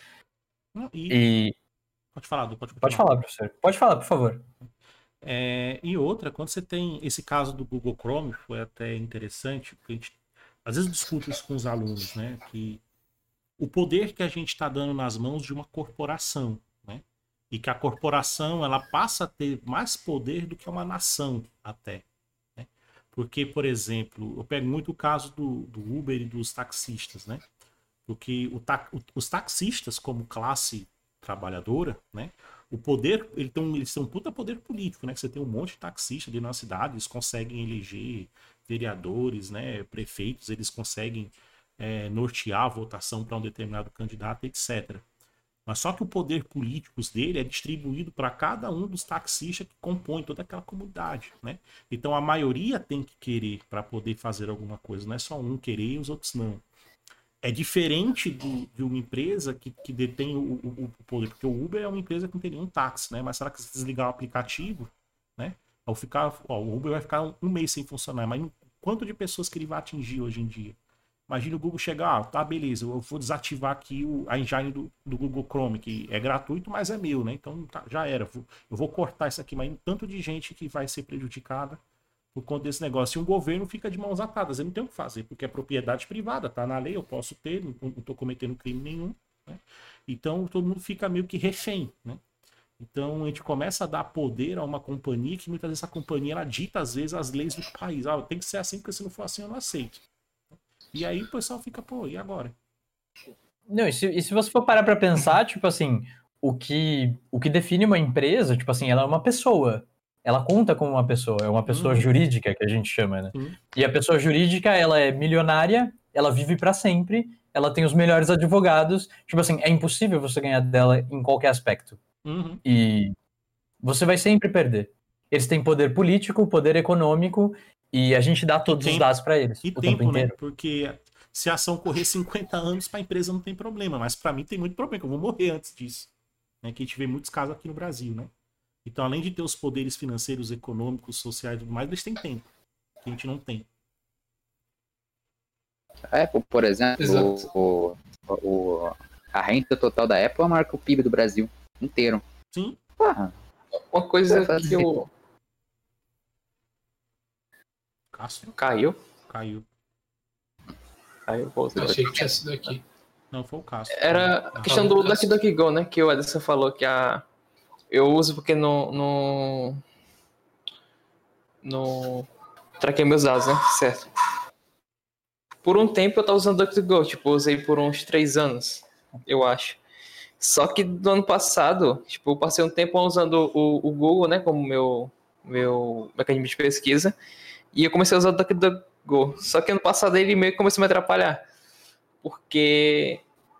Pode falar, Pode falar, professor. Pode falar, por favor. E outra, quando você tem esse caso do Google Chrome, foi até interessante, porque a gente às vezes discute isso com os alunos, né? Que o poder que a gente está dando nas mãos de uma corporação, né? E que a corporação ela passa a ter mais poder do que uma nação até. Né? Porque, por exemplo, eu pego muito o caso do Uber e dos taxistas, né? Porque os taxistas, como classe trabalhadora, né? O poder, eles têm um puta poder político, né? Que você tem um monte de taxistas ali na cidade, eles conseguem eleger vereadores, né? Prefeitos, eles conseguem nortear a votação para um determinado candidato, etc. Mas só que o poder político dele é distribuído para cada um dos taxistas que compõem toda aquela comunidade, né? Então a maioria tem que querer para poder fazer alguma coisa, não é só um querer e os outros não. É diferente de uma empresa que detém o poder, porque o Uber é uma empresa que não tem nenhum táxi, né? Mas será que se desligar o aplicativo, né? O Uber vai ficar um mês sem funcionar, mas quanto de pessoas que ele vai atingir hoje em dia? Imagina o Google chegar, tá, beleza, eu vou desativar aqui a engine do Google Chrome, que é gratuito, mas é meu, né? Então já era, eu vou cortar isso aqui, mas tanto de gente que vai ser prejudicada por conta desse negócio. E um governo fica de mãos atadas, ele não tem o que fazer, porque é propriedade privada, tá na lei, eu posso ter, não tô cometendo crime nenhum, né? Então todo mundo fica meio que refém, né? Então a gente começa a dar poder a uma companhia que muitas vezes essa companhia ela dita às vezes as leis do país. Ah, tem que ser assim, porque se não for assim eu não aceito. E aí o pessoal fica, pô, e agora? Não, e se você for parar pra pensar, tipo assim, o que define uma empresa, tipo assim, ela é uma pessoa. Ela conta como uma pessoa, é uma pessoa jurídica que a gente chama, né? E a pessoa jurídica, ela é milionária, ela vive pra sempre, ela tem os melhores advogados. Tipo assim, é impossível você ganhar dela em qualquer aspecto. E você vai sempre perder. Eles têm poder político, poder econômico, e a gente dá todos os dados pra eles E o tempo tempo, né? inteiro. Porque se a ação correr 50 anos, pra empresa não tem problema, mas pra mim tem muito problema, que eu vou morrer antes disso. Né? Que a gente vê muitos casos aqui no Brasil, né? Então, além de ter os poderes financeiros, econômicos, sociais e tudo mais, eles têm tempo, que a gente não tem. A Apple, por exemplo, a renda total da Apple é maior que o PIB do Brasil inteiro. Sim. Porra, Uma coisa que eu... Castro Caiu? caiu. Caiu, voltou. Achei que tinha sido aqui. Não, foi o Castro. Era a questão do DuckDuckGo, né? Que o Ederson falou que eu uso porque no traquei meus dados, né? Certo. Por um tempo eu tava usando o DuckDuckGo, tipo, eu usei por uns 3 anos, eu acho. Só que do ano passado, tipo, eu passei um tempo usando o Google, né, como meu mecanismo de pesquisa, e eu comecei a usar o DuckDuckGo. Só que ano passado ele meio que começou a me atrapalhar, porque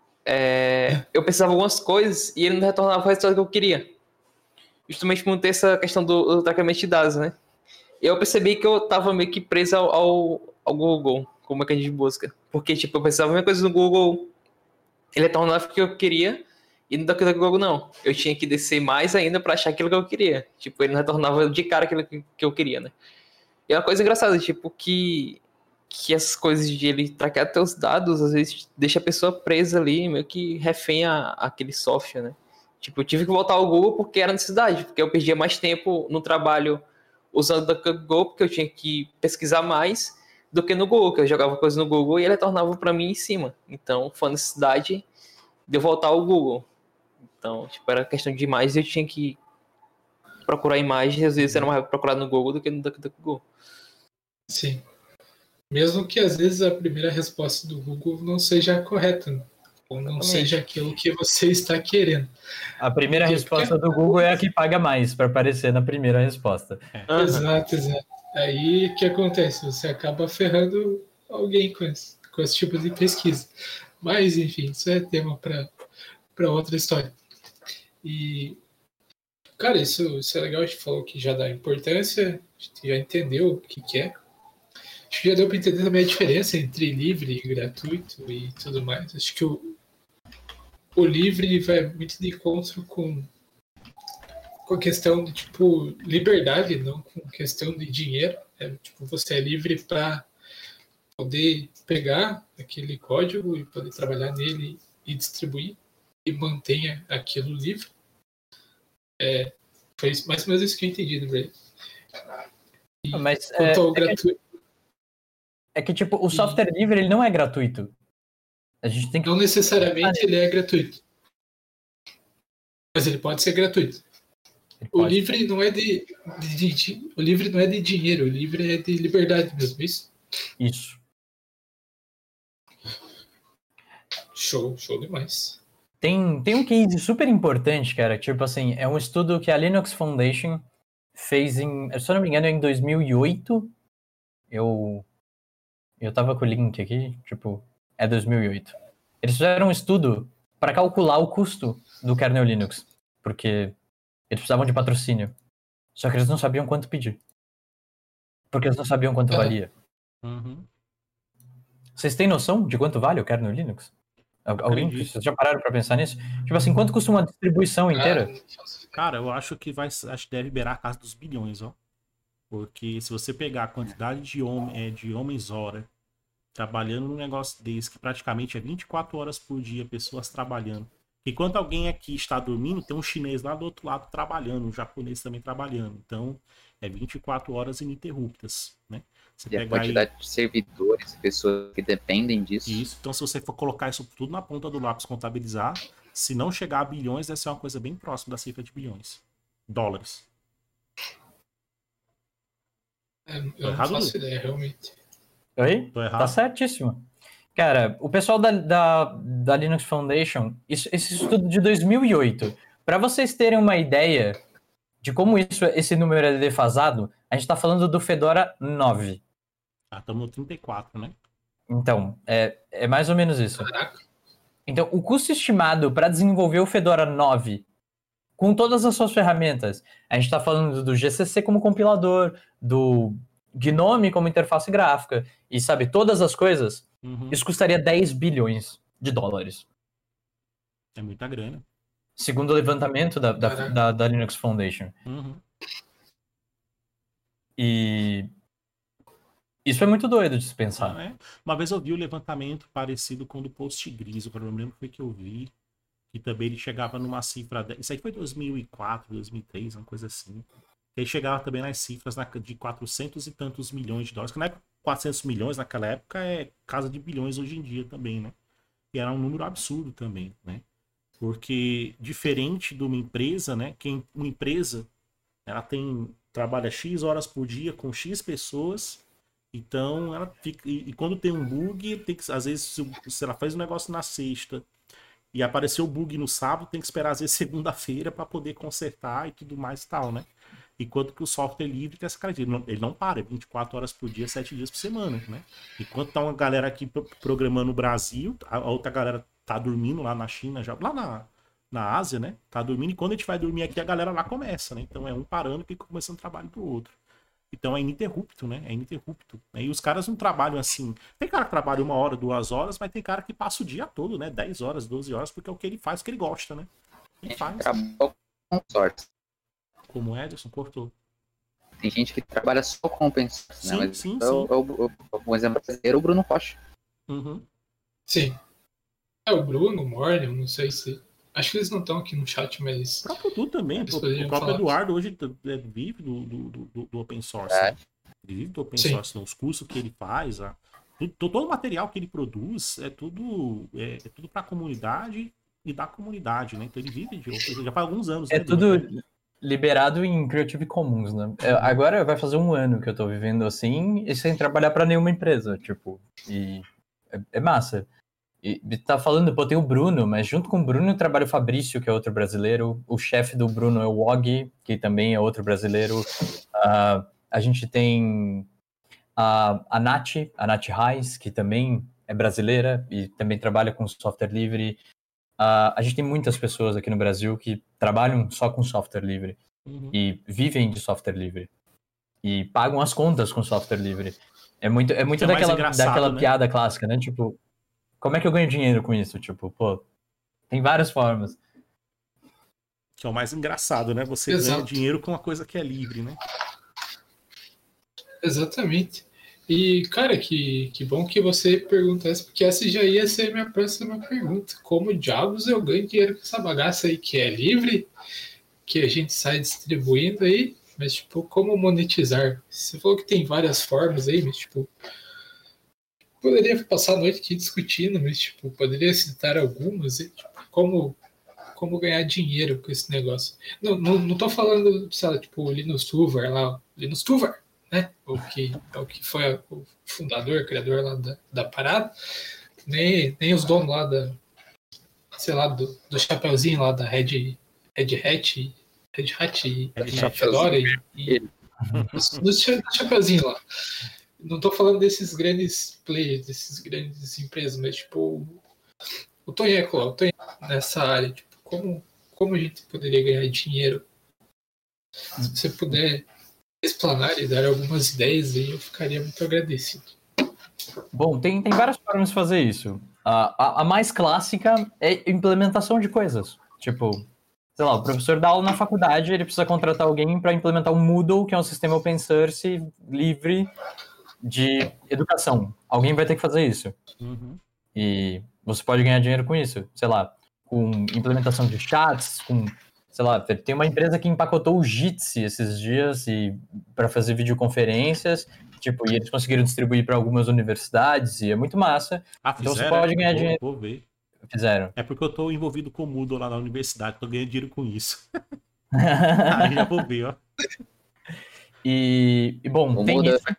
eu pensava algumas coisas e ele não retornava o resultado que eu queria. Justamente por ter essa questão do tratamento de dados, né? E eu percebi que eu tava meio que preso ao Google, como mecanismo de busca. Porque, tipo, eu pensava a mesma coisa no Google, ele retornava o que eu queria, e no DuckDuckGo não. Eu tinha que descer mais ainda pra achar aquilo que eu queria. Tipo, ele não retornava de cara aquilo que eu queria, né? E é uma coisa engraçada, tipo, que essas coisas de ele traquear teus dados, às vezes deixa a pessoa presa ali, meio que refém aquele software, né? Tipo, eu tive que voltar ao Google porque era necessidade, porque eu perdia mais tempo no trabalho usando o DuckDuckGo, porque eu tinha que pesquisar mais do que no Google, que eu jogava coisa no Google e ele retornava para mim em cima. Então, foi a necessidade de eu voltar ao Google. Então, tipo, era questão de imagens, eu tinha que procurar imagens, às vezes era mais procurar no Google do que no DuckDuckGo. Sim. Mesmo que às vezes a primeira resposta do Google não seja a correta, né? Ou não seja aquilo que você está querendo. A primeira resposta do Google é a que paga mais para aparecer na primeira resposta. Exato. Aí o que acontece? Você acaba ferrando alguém com esse tipo de pesquisa. Mas, enfim, isso é tema para outra história. E, cara, isso é legal. A gente falou que já dá importância, a gente já entendeu o que é. Acho que já deu para entender também a diferença entre livre e gratuito e tudo mais. Acho que o livre vai muito de encontro com a questão de, tipo, liberdade, não com questão de dinheiro. Tipo, você é livre para poder pegar aquele código e poder trabalhar nele e distribuir e mantenha aquilo livre. Foi mais ou menos isso que eu entendi do Bray. Mas quanto ao gratuito... É que, tipo, o software livre, ele não é gratuito. A gente tem que... Não necessariamente ele é gratuito. Mas ele pode ser gratuito. O livre não é o livre não é de dinheiro, o livre é de liberdade mesmo, isso? Isso. Show demais. Tem um case super importante, cara, tipo assim, é um estudo que a Linux Foundation fez se eu não me engano, em 2008. Eu tava com o link aqui, tipo, é 2008. Eles fizeram um estudo para calcular o custo do kernel Linux, porque eles precisavam de patrocínio. Só que eles não sabiam quanto pedir. Porque eles não sabiam quanto valia. Vocês têm noção de quanto vale o kernel Linux? Alguém? Vocês já pararam para pensar nisso? Tipo assim, quanto custa uma distribuição inteira? Cara, eu acho que deve beirar a casa dos bilhões, ó. Porque se você pegar a quantidade de homens-hora trabalhando num negócio desse, que praticamente é 24 horas por dia, pessoas trabalhando, Enquanto alguém aqui está dormindo, tem um chinês lá do outro lado trabalhando, um japonês também trabalhando. Então, é 24 horas ininterruptas, né? Você E a pegar quantidade de servidores, pessoas que dependem disso. isso. Então, se você for colocar isso tudo na ponta do lápis, contabilizar, se não chegar a bilhões, deve ser uma coisa bem próxima da cifra de bilhões. Dólares. Eu não faço ideia, realmente. Oi? Tô errado? Tá certíssimo. Cara, o pessoal da Linux Foundation, esse estudo de 2008, para vocês terem uma ideia de como esse número é defasado, a gente tá falando do Fedora 9. Ah, estamos no 34, né? Então, é mais ou menos isso. Caraca. Então, o custo estimado para desenvolver o Fedora 9 com todas as suas ferramentas, a gente está falando do GCC como compilador, do GNOME como interface gráfica, e sabe, todas as coisas, isso custaria 10 bilhões de dólares. É muita grana. Segundo o levantamento da Linux Foundation. Uhum. E isso é muito doido de se pensar. Ah, é. Uma vez eu vi um levantamento parecido com o do Postgres, eu não lembro o que eu vi, que também ele chegava numa cifra... Isso aí foi 2004, 2003, uma coisa assim. E aí chegava também nas cifras de 400 e tantos milhões de dólares, que na época 400 milhões naquela época é casa de bilhões hoje em dia também, né? E era um número absurdo também, né? Porque diferente de uma empresa, né? Uma empresa, ela trabalha X horas por dia com X pessoas, então ela fica... E quando tem um bug, tem que, às vezes, se ela faz um negócio na sexta e apareceu o bug no sábado, tem que esperar às vezes segunda-feira para poder consertar e tudo mais e tal, né? Enquanto que o software livre tem essa característica, ele não para, 24 horas por dia, 7 dias por semana, né? Enquanto tá uma galera aqui programando no Brasil, a outra galera tá dormindo lá na China, já lá na Ásia, né? Tá dormindo, e quando a gente vai dormir aqui, a galera lá começa, né? Então é um parando e fica começando o trabalho do outro. Então é ininterrupto, né? É ininterrupto. E os caras não trabalham assim. Tem cara que trabalha 1 hora, 2 horas, mas tem cara que passa o dia todo, né? 10 horas, 12 horas, porque é o que ele faz, o que ele gosta, né? Ele faz. Acabou com sorte. Como o Ederson cortou. Tem gente que trabalha só com open source, né? Mas Sim. um exemplo brasileiro é o Bruno Rocha. Uhum. Sim. O Bruno, o Morne, eu não sei se... Acho que eles não estão aqui no chat, mas... O próprio Edu também. O próprio falar. Eduardo hoje vive do open source. É. Né? Ele vive do open Sim. source. Né? Os cursos que ele faz, todo o material que ele produz é tudo para a comunidade e da comunidade, né? Então ele vive já faz alguns anos. É né, tudo liberado em Creative Commons, né? Agora vai fazer 1 ano que eu tô vivendo assim e sem trabalhar para nenhuma empresa, tipo, e é massa. E tá falando, pô, tem o Bruno, mas junto com o Bruno trabalha o Fabrício, que é outro brasileiro, o chefe do Bruno é o Og, que também é outro brasileiro, a gente tem a Nath Reis, que também é brasileira e também trabalha com software livre. A gente tem muitas pessoas aqui no Brasil que trabalham só com software livre e vivem de software livre e pagam as contas com software livre. É muito daquela né? piada clássica, né? Tipo, como é que eu ganho dinheiro com isso? Tipo, pô, tem várias formas. Que é o mais engraçado, né? Você Exato. ganha dinheiro com uma coisa que é livre, né? Exatamente. E, cara, que bom que você pergunta essa, porque essa já ia ser a minha próxima pergunta. Como diabos eu ganho dinheiro com essa bagaça aí que é livre, que a gente sai distribuindo aí, mas, tipo, como monetizar? Você falou que tem várias formas aí, mas, tipo, poderia passar a noite aqui discutindo, mas, tipo, poderia citar algumas, e, tipo, como ganhar dinheiro com esse negócio. Não tô falando, sei lá, tipo, o Linus Torvalds lá, Linus Torvalds, né? O que foi o fundador, criador lá da parada, nem os donos lá sei lá, do chapeuzinho lá da Red Hat e Fedora e do chapeuzinho lá. Não tô falando desses grandes players, desses grandes empresas, mas tipo o Tonheco nessa área, tipo, como a gente poderia ganhar dinheiro? Se você puder explanar e dar algumas ideias aí, eu ficaria muito agradecido. Bom, tem várias formas de fazer isso. A mais clássica é implementação de coisas. Tipo, sei lá, o professor dá aula na faculdade, ele precisa contratar alguém para implementar o Moodle, que é um sistema open source livre de educação. Alguém vai ter que fazer isso. Uhum. E você pode ganhar dinheiro com isso. Sei lá, com implementação de chats, com, sei lá, tem uma empresa que empacotou o Jitsi esses dias para fazer videoconferências, tipo, e eles conseguiram distribuir para algumas universidades, e é muito massa. Fizeram? Então você pode ganhar dinheiro. Vou ver. Fizeram. É porque eu tô envolvido com o Moodle lá na universidade, tô ganhando dinheiro com isso. Aí já vou ver, ó. E bom, O tem Moodle- isso.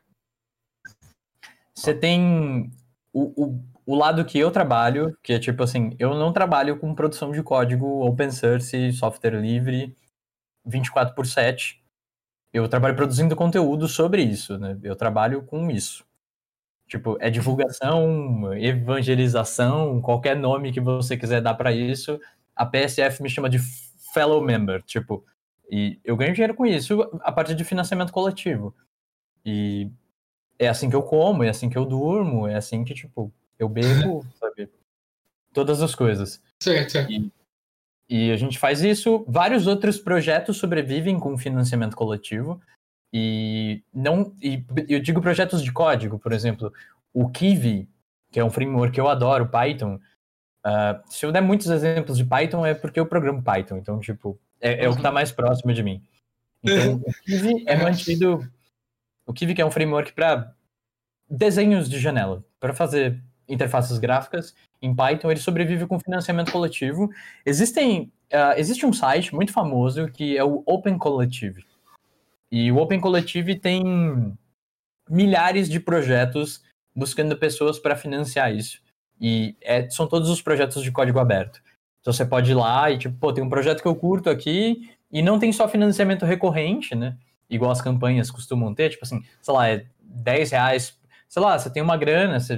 Você tem o lado que eu trabalho, que é tipo assim, eu não trabalho com produção de código open source, software livre, 24/7. Eu trabalho produzindo conteúdo sobre isso, né? Eu trabalho com isso. Tipo, é divulgação, evangelização, qualquer nome que você quiser dar para isso. A PSF me chama de fellow member, tipo, e eu ganho dinheiro com isso a partir de financiamento coletivo. E é assim que eu como, é assim que eu durmo, é assim que, tipo, eu bebo, sabe? Todas as coisas. Certo. E a gente faz isso. Vários outros projetos sobrevivem com financiamento coletivo. E eu digo projetos de código, por exemplo, o Kiwi, que é um framework que eu adoro, Python. Se eu der muitos exemplos de Python, é porque eu programo Python. Então, tipo, é o que está mais próximo de mim. Então, o Kiwi é mantido... O Kiwi que é um framework para desenhos de janela, para fazer interfaces gráficas em Python, ele sobrevive com financiamento coletivo. Existe um site muito famoso que é o Open Collective. E o Open Collective tem milhares de projetos buscando pessoas para financiar isso. E são todos os projetos de código aberto. Então você pode ir lá e, tipo, tem um projeto que eu curto aqui e não tem só financiamento recorrente, né? Igual as campanhas costumam ter, tipo assim, sei lá, é R$10, sei lá, você tem uma grana, você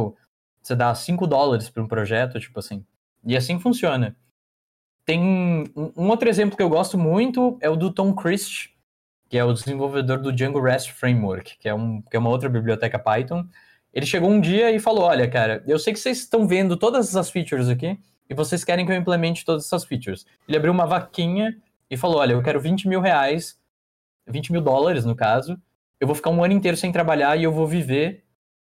dá $5 para um projeto, tipo assim. E assim funciona. Tem um outro exemplo que eu gosto muito, é o do Tom Christ, que é o desenvolvedor do Django REST Framework, que é uma outra biblioteca Python. Ele chegou um dia e falou, olha, cara, eu sei que vocês estão vendo todas essas features aqui, e vocês querem que eu implemente todas essas features. Ele abriu uma vaquinha e falou, olha, eu quero $20 mil, $20 mil no caso, eu vou ficar um ano inteiro sem trabalhar e eu vou viver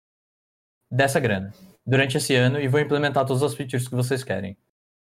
dessa grana durante esse ano e vou implementar todas as features que vocês querem.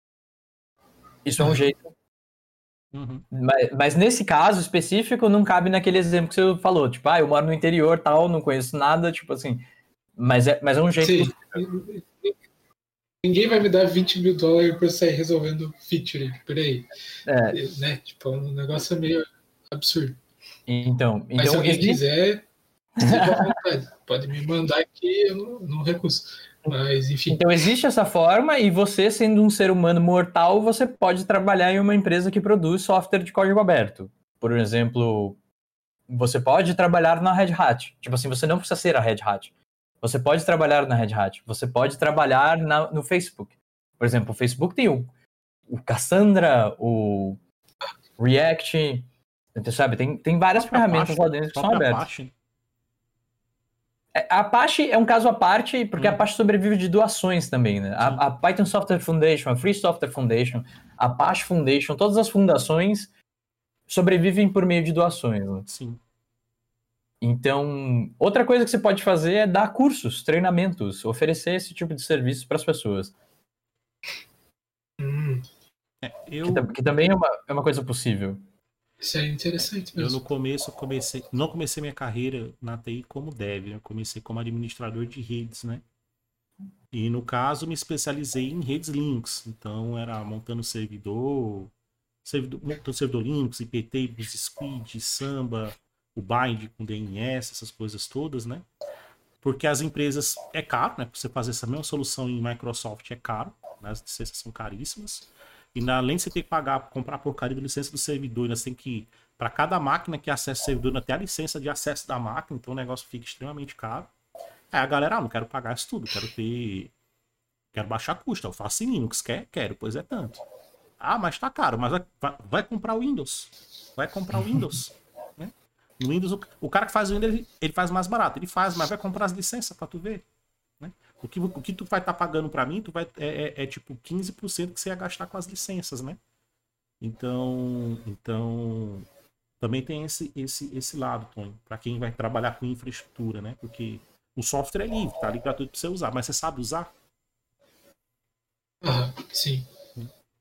Isso é um jeito. Uhum. Mas nesse caso específico não cabe naquele exemplo que você falou, tipo, eu moro no interior, tal, não conheço nada, tipo assim, mas é um jeito. Sim. Ninguém vai me dar $20 mil para eu sair resolvendo feature por aí. Né? Tipo, um negócio meio absurdo. Então Mas se alguém quiser, fique à vontade. Pode me mandar aqui, eu não recuso. Mas, enfim. Então existe essa forma, e você, sendo um ser humano mortal, você pode trabalhar em uma empresa que produz software de código aberto. Por exemplo, você pode trabalhar na Red Hat. Tipo assim, você não precisa ser a Red Hat. Você pode trabalhar na Red Hat. Você pode trabalhar no Facebook. Por exemplo, o Facebook tem o Cassandra, o React, sabe? Tem várias ferramentas lá dentro que são abertas. A Apache é um caso à parte, porque a Apache sobrevive de doações também, né? A Python Software Foundation, a Free Software Foundation, a Apache Foundation, todas as fundações sobrevivem por meio de doações, né? Sim. Então, outra coisa que você pode fazer é dar cursos, treinamentos, oferecer esse tipo de serviço para as pessoas. Que também é uma coisa possível. Isso é interessante mesmo. Eu no começo não comecei minha carreira na TI como dev, né? Eu comecei como administrador de redes, né? E no caso me especializei em redes Linux, então era montando servidor Linux, IPtables, Squid, Samba, o Bind com DNS, essas coisas todas, né? Porque as empresas é caro, né? Pra você fazer essa mesma solução em Microsoft é caro, né? As licenças são caríssimas. E além de você ter que comprar a porcaria da licença do servidor, ainda você tem que, para cada máquina que acessa o servidor, ainda tem a licença de acesso da máquina, então o negócio fica extremamente caro. Aí a galera, não quero pagar isso tudo, quero baixar custo, eu faço em Linux, quero, pois é tanto. Mas tá caro, mas vai comprar o Windows. Vai comprar o Windows. Né? No Windows, o cara que faz o Windows, ele faz mais barato, ele faz, mas vai comprar as licenças pra tu ver. Né? O que tu vai estar pagando pra mim, é tipo 15% que você ia gastar com as licenças, né? Então também tem esse lado, Tony, pra quem vai trabalhar com infraestrutura, né? Porque o software é livre, tá ali gratuito pra você usar, mas você sabe usar? Sim.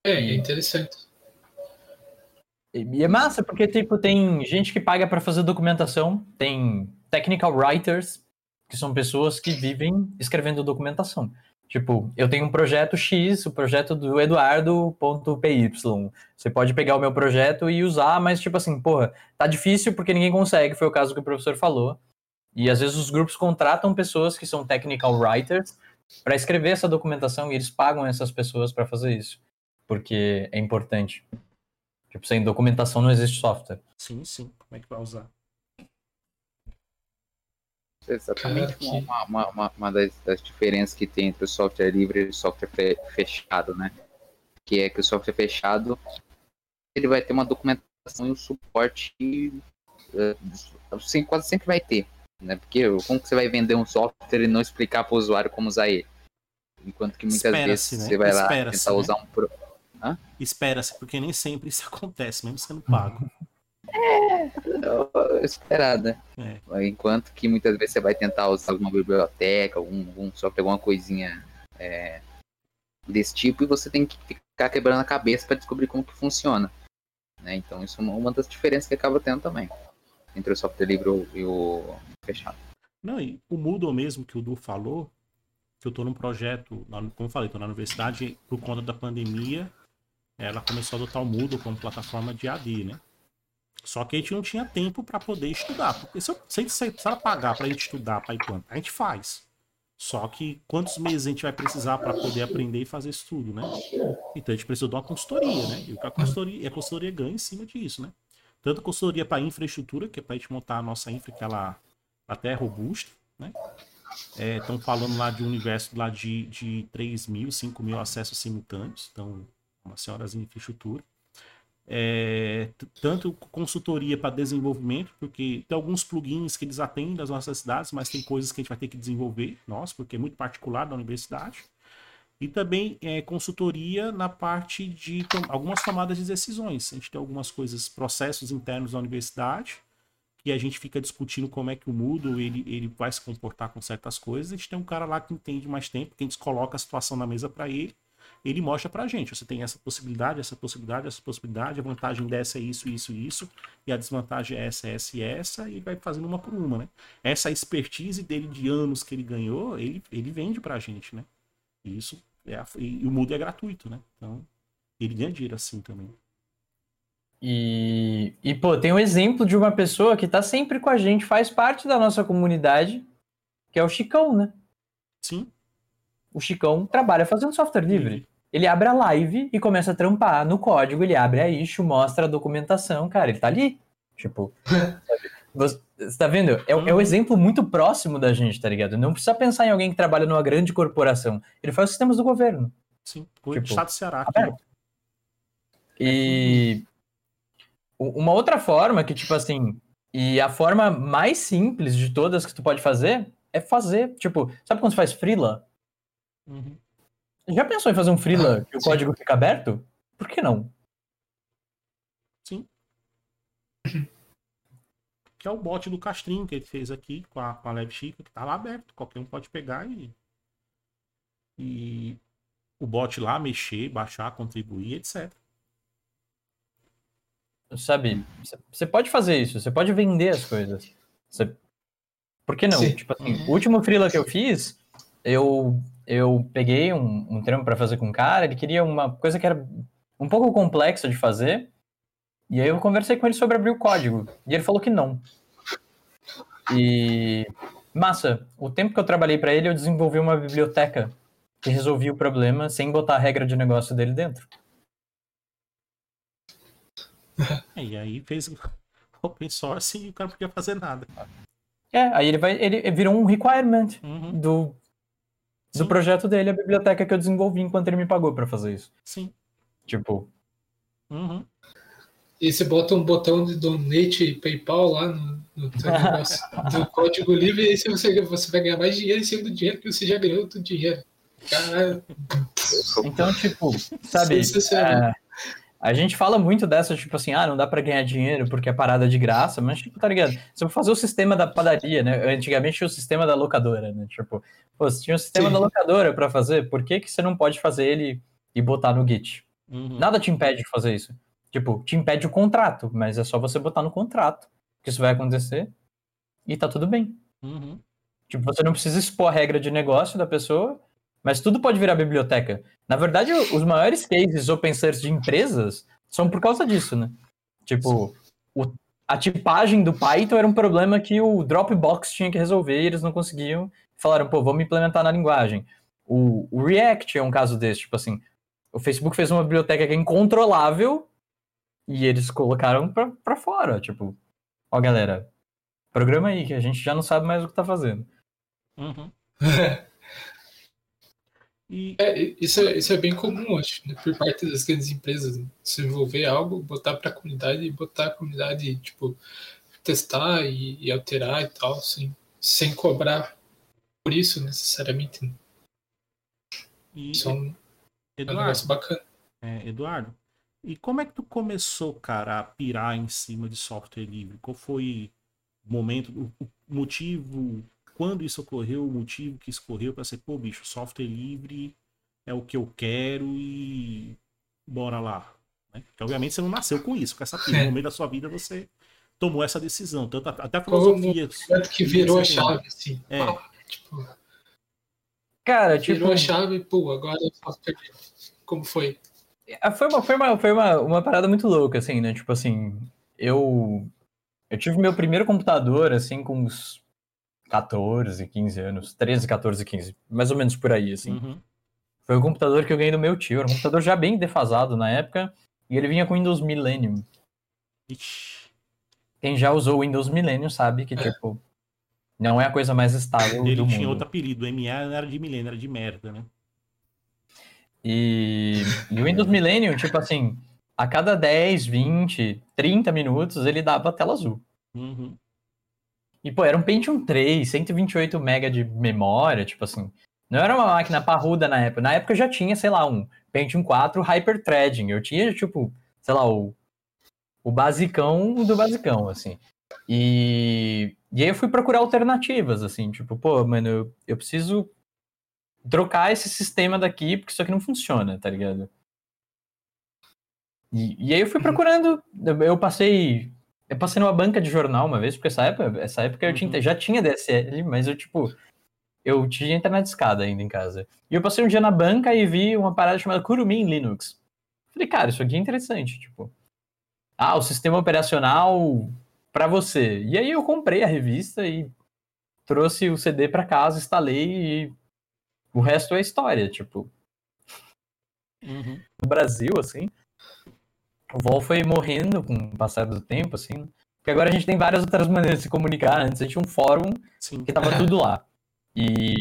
É interessante. E é massa, porque, tipo, tem gente que paga pra fazer documentação, tem technical writers, que são pessoas que vivem escrevendo documentação. Tipo, eu tenho um projeto X, o projeto do Eduardo.py. Você pode pegar o meu projeto e usar, mas, tipo assim, porra, tá difícil porque ninguém consegue, foi o caso que o professor falou. E, às vezes, os grupos contratam pessoas que são technical writers pra escrever essa documentação e eles pagam essas pessoas pra fazer isso, porque é importante. Tipo, sem documentação não existe software. Sim. Como é que vai usar? Exatamente Cara, uma das diferenças que tem entre o software livre e o software fechado, né? Que é que o software fechado ele vai ter uma documentação e um suporte quase sempre vai ter, né? Porque como que você vai vender um software e não explicar para o usuário como usar ele? Enquanto que muitas vezes você vai lá tentar usar um... Espera-se, porque nem sempre isso acontece, mesmo sendo pago. Esperado, né? Enquanto que muitas vezes você vai tentar usar alguma biblioteca, algum software, alguma coisinha desse tipo, e você tem que ficar quebrando a cabeça para descobrir como que funciona, né? Então isso é uma das diferenças que acaba tendo também entre o software livre e o fechado. Não, e o Moodle mesmo que o Du falou, que eu tô num projeto, como eu falei, tô na universidade, por conta da pandemia, ela começou a adotar o Moodle como plataforma de AD, né? Só que a gente não tinha tempo para poder estudar. Porque se ela pagar pra gente estudar, para ir quanto? A gente faz. Só que quantos meses a gente vai precisar para poder aprender e fazer isso tudo, né? Então a gente precisou de uma consultoria, né? E a consultoria ganha em cima disso, né? Tanto consultoria para infraestrutura, que é para a gente montar a nossa infra, que ela até é robusta, né? Estão falando lá de um universo lá de 3 mil, 5 mil acessos simultâneos. Então, uma senhorazinha infraestrutura. Tanto consultoria para desenvolvimento, porque tem alguns plugins que eles atendem das nossas necessidades, mas tem coisas que a gente vai ter que desenvolver, porque é muito particular da universidade. E também consultoria na parte de algumas tomadas de decisões. A gente tem algumas coisas, processos internos da universidade, que a gente fica discutindo como é que o Moodle ele vai se comportar com certas coisas. A gente tem um cara lá que entende mais tempo, que a gente coloca a situação na mesa para ele mostra pra gente, você tem essa possibilidade, a vantagem dessa é isso, e a desvantagem é essa, e vai fazendo uma por uma, né? Essa expertise dele de anos que ele ganhou, ele vende pra gente, né? E isso e o Moodle é gratuito, né? Então, ele ganha dinheiro assim também. E pô, tem um exemplo de uma pessoa que tá sempre com a gente, faz parte da nossa comunidade, que é o Chicão, né? Sim. O Chicão trabalha fazendo software livre. Ele abre a live e começa a trampar no código, ele abre a issue, mostra a documentação, cara, ele tá ali. Tipo, você tá vendo? É um exemplo muito próximo da gente, tá ligado? Não precisa pensar em alguém que trabalha numa grande corporação. Ele faz os sistemas do governo. Sim, o Estado do Ceará. E uma outra forma que, tipo assim, e a forma mais simples de todas que tu pode fazer é fazer, tipo, sabe quando você faz freela? Uhum. Já pensou em fazer um freela que o código fica aberto? Por que não? Sim. Que é o bot do Castrinho que ele fez aqui com a Leve Chica, que tá lá aberto. Qualquer um pode pegar e o bot lá mexer, baixar, contribuir, etc. Sabe, você pode fazer isso, você pode vender as coisas. Por que não? Sim. Tipo assim, o último freela que eu fiz, eu peguei um trampo pra fazer com um cara, ele queria uma coisa que era um pouco complexa de fazer, e aí eu conversei com ele sobre abrir o código, e ele falou que não. E, massa, o tempo que eu trabalhei pra ele, eu desenvolvi uma biblioteca que resolvia o problema sem botar a regra de negócio dele dentro. E aí fez open source e o cara não podia fazer nada. Aí ele virou um requirement do Sim. projeto dele, a biblioteca que eu desenvolvi enquanto ele me pagou pra fazer isso. Sim. Tipo. E você bota um botão de donate PayPal lá no teu negócio do código livre, e aí você vai ganhar mais dinheiro em cima do dinheiro que você já ganhou do dinheiro. Caralho. Então, tipo, sabe, a gente fala muito dessa, tipo assim, não dá pra ganhar dinheiro porque é parada de graça, mas, tipo, tá ligado? Você vai fazer o sistema da padaria, né? Antigamente tinha o sistema da locadora, né? Tipo, pô, você tinha o sistema da locadora pra fazer, por que você não pode fazer ele e botar no Git? Nada te impede de fazer isso. Tipo, te impede o contrato, mas é só você botar no contrato que isso vai acontecer e tá tudo bem. Tipo, você não precisa expor a regra de negócio da pessoa, mas tudo pode virar biblioteca. Na verdade, os maiores cases open source de empresas são por causa disso, né? Tipo, a tipagem do Python era um problema que o Dropbox tinha que resolver e eles não conseguiam. Falaram, pô, vamos implementar na linguagem. O React é um caso desse, tipo assim, o Facebook fez uma biblioteca que é incontrolável e eles colocaram pra fora, tipo, ó galera, programa aí que a gente já não sabe mais o que tá fazendo. Isso é bem comum, acho, né? Por parte das grandes empresas, né? Desenvolver algo, botar para a comunidade e botar a comunidade, tipo, testar e alterar e tal, sem cobrar por isso necessariamente. Né? Isso é um negócio bacana. Eduardo, e como é que tu começou, cara, a pirar em cima de software livre? Qual foi o momento, o motivo, quando isso ocorreu, o motivo que escorreu para ser, pô, bicho, software livre é o que eu quero e bora lá. Né? Porque, obviamente, você não nasceu com isso, com essa pira. No momento da sua vida, você tomou essa decisão. Tanto até a filosofia. Que virou a chave, assim. Tipo, cara, virou a chave, pô, agora é software livre. Como foi? Foi uma parada muito louca, assim, né? Tipo assim, eu tive meu primeiro computador, assim, com uns 14, 15 anos. 13, 14, 15. Mais ou menos por aí, assim. Foi o computador que eu ganhei do meu tio. Era um computador já bem defasado na época. E ele vinha com Windows Millennium. Ixi. Quem já usou o Windows Millennium sabe que, tipo, não é a coisa mais estável do mundo. Ele tinha outro apelido. O MA não era de milênio, era de merda, né? E o Windows Millennium, tipo assim, a cada 10, 20, 30 minutos ele dava tela azul. E, pô, era um Pentium 3, 128 MB de memória, tipo assim. Não era uma máquina parruda na época. Na época eu já tinha, sei lá, um Pentium 4 Hyperthreading. Eu tinha, tipo, sei lá, o basicão do basicão, assim. E aí eu fui procurar alternativas, assim, tipo, pô, mano, eu preciso trocar esse sistema daqui, porque isso aqui não funciona, tá ligado? E aí eu fui procurando, eu passei numa banca de jornal uma vez, porque essa época eu já tinha DSL, mas eu tinha internet escada ainda em casa. E eu passei um dia na banca e vi uma parada chamada Kurumin Linux. Falei, cara, isso aqui é interessante, tipo, o sistema operacional pra você. E aí eu comprei a revista e trouxe o CD pra casa, instalei e o resto é história, tipo. No Brasil, assim, o VOL foi morrendo com o passar do tempo, assim, porque agora a gente tem várias outras maneiras de se comunicar. Antes a gente tinha um fórum que tava tudo lá. E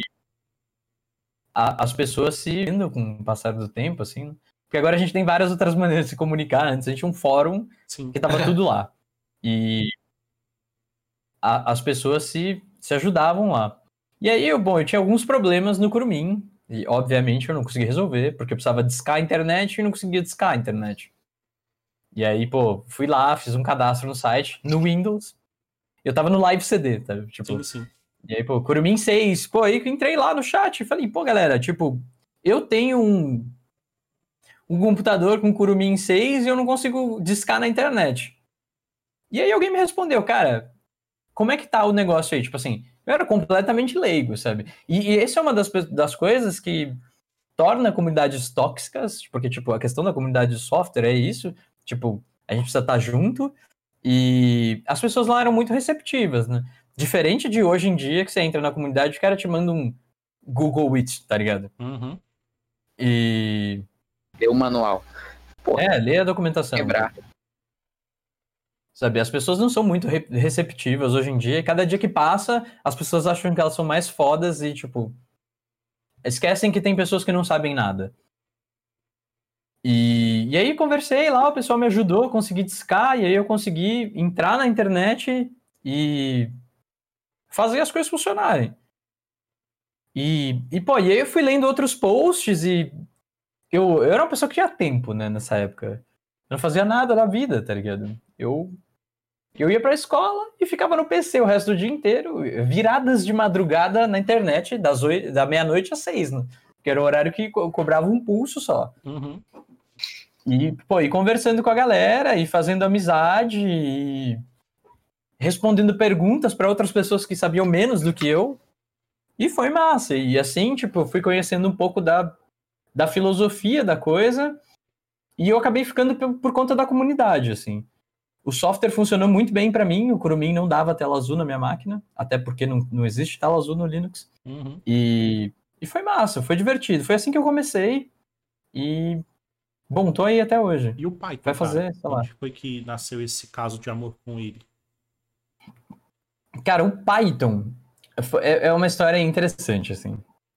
as pessoas se indo com o passar do tempo, assim, porque agora a gente tem várias outras maneiras de se comunicar. Antes a gente tinha um fórum que tava tudo lá. E as pessoas se ajudavam lá. E aí, eu tinha alguns problemas no Kurumin. E, obviamente, eu não consegui resolver, porque eu precisava discar a internet e não conseguia discar a internet. E aí, fui lá, fiz um cadastro no site, no Windows. Eu tava no Live CD, tá? Tipo, sim. E aí, Kurumin 6. Aí que eu entrei lá no chat e falei, galera, tipo, eu tenho um computador com Kurumin 6 e eu não consigo discar na internet. E aí alguém me respondeu, cara, como é que tá o negócio aí? Tipo assim, eu era completamente leigo, sabe? E essa é uma das coisas que torna comunidades tóxicas, porque, tipo, a questão da comunidade de software é isso, tipo, a gente precisa estar junto, e as pessoas lá eram muito receptivas, né? Diferente de hoje em dia, que você entra na comunidade e o cara te manda um Google It, tá ligado? E... Lê o manual. lê a documentação. Quebrar. Sabe, as pessoas não são muito receptivas hoje em dia, e cada dia que passa, as pessoas acham que elas são mais fodas e, tipo, esquecem que tem pessoas que não sabem nada. E aí conversei lá, o pessoal me ajudou a conseguir discar, e aí eu consegui entrar na internet e fazer as coisas funcionarem. E aí eu fui lendo outros posts e eu era uma pessoa que tinha tempo, né, nessa época. Eu não fazia nada da vida, tá ligado? Eu ia pra escola e ficava no PC o resto do dia inteiro, viradas de madrugada na internet, da meia-noite às 6, né? Que era o horário que cobrava um pulso só. E conversando com a galera, e fazendo amizade, e respondendo perguntas para outras pessoas que sabiam menos do que eu. E foi massa. E assim, tipo, fui conhecendo um pouco da filosofia da coisa, e eu acabei ficando por conta da comunidade, assim. O software funcionou muito bem para mim, o Kurumin não dava tela azul na minha máquina, até porque não existe tela azul no Linux. E foi massa, foi divertido. Foi assim que eu comecei, e, bom, tô aí até hoje. E o Python, Vai fazer, cara? sei lá. Onde foi que nasceu esse caso de amor com ele? Cara, o Python é uma história interessante, assim.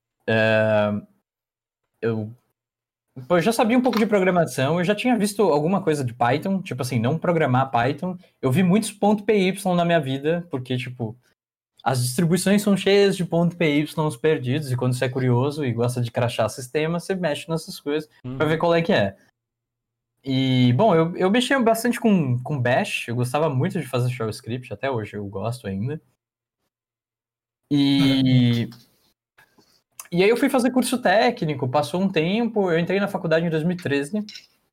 Eu já sabia um pouco de programação, eu já tinha visto alguma coisa de Python, tipo assim, não programar Python. Eu vi muitos .py na minha vida, porque, tipo, as distribuições são cheias de .py perdidos, e quando você é curioso e gosta de crachar sistema, você mexe nessas coisas pra ver qual é que é. E, bom, eu mexia bastante com Bash, eu gostava muito de fazer shell script, até hoje eu gosto ainda. E aí eu fui fazer curso técnico, passou um tempo, eu entrei na faculdade em 2013,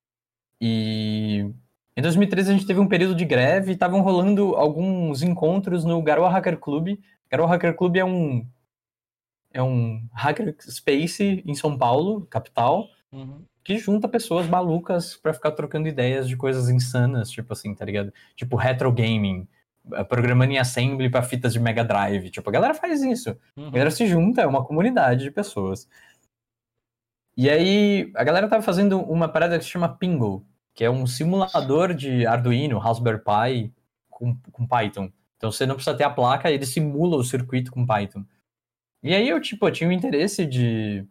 e em 2013 a gente teve um período de greve, e estavam rolando alguns encontros no Garoa Hacker Club. Garoa Hacker Club é um hacker space em São Paulo, capital, que junta pessoas malucas pra ficar trocando ideias de coisas insanas, tipo assim, tá ligado? Tipo retro gaming, programando em assembly pra fitas de Mega Drive. Tipo, a galera faz isso. A galera se junta, é uma comunidade de pessoas. E aí, a galera tava fazendo uma parada que se chama Pingo, que é um simulador de Arduino, Raspberry Pi com Python. Então você não precisa ter a placa, ele simula o circuito com Python. E aí eu tinha um interesse de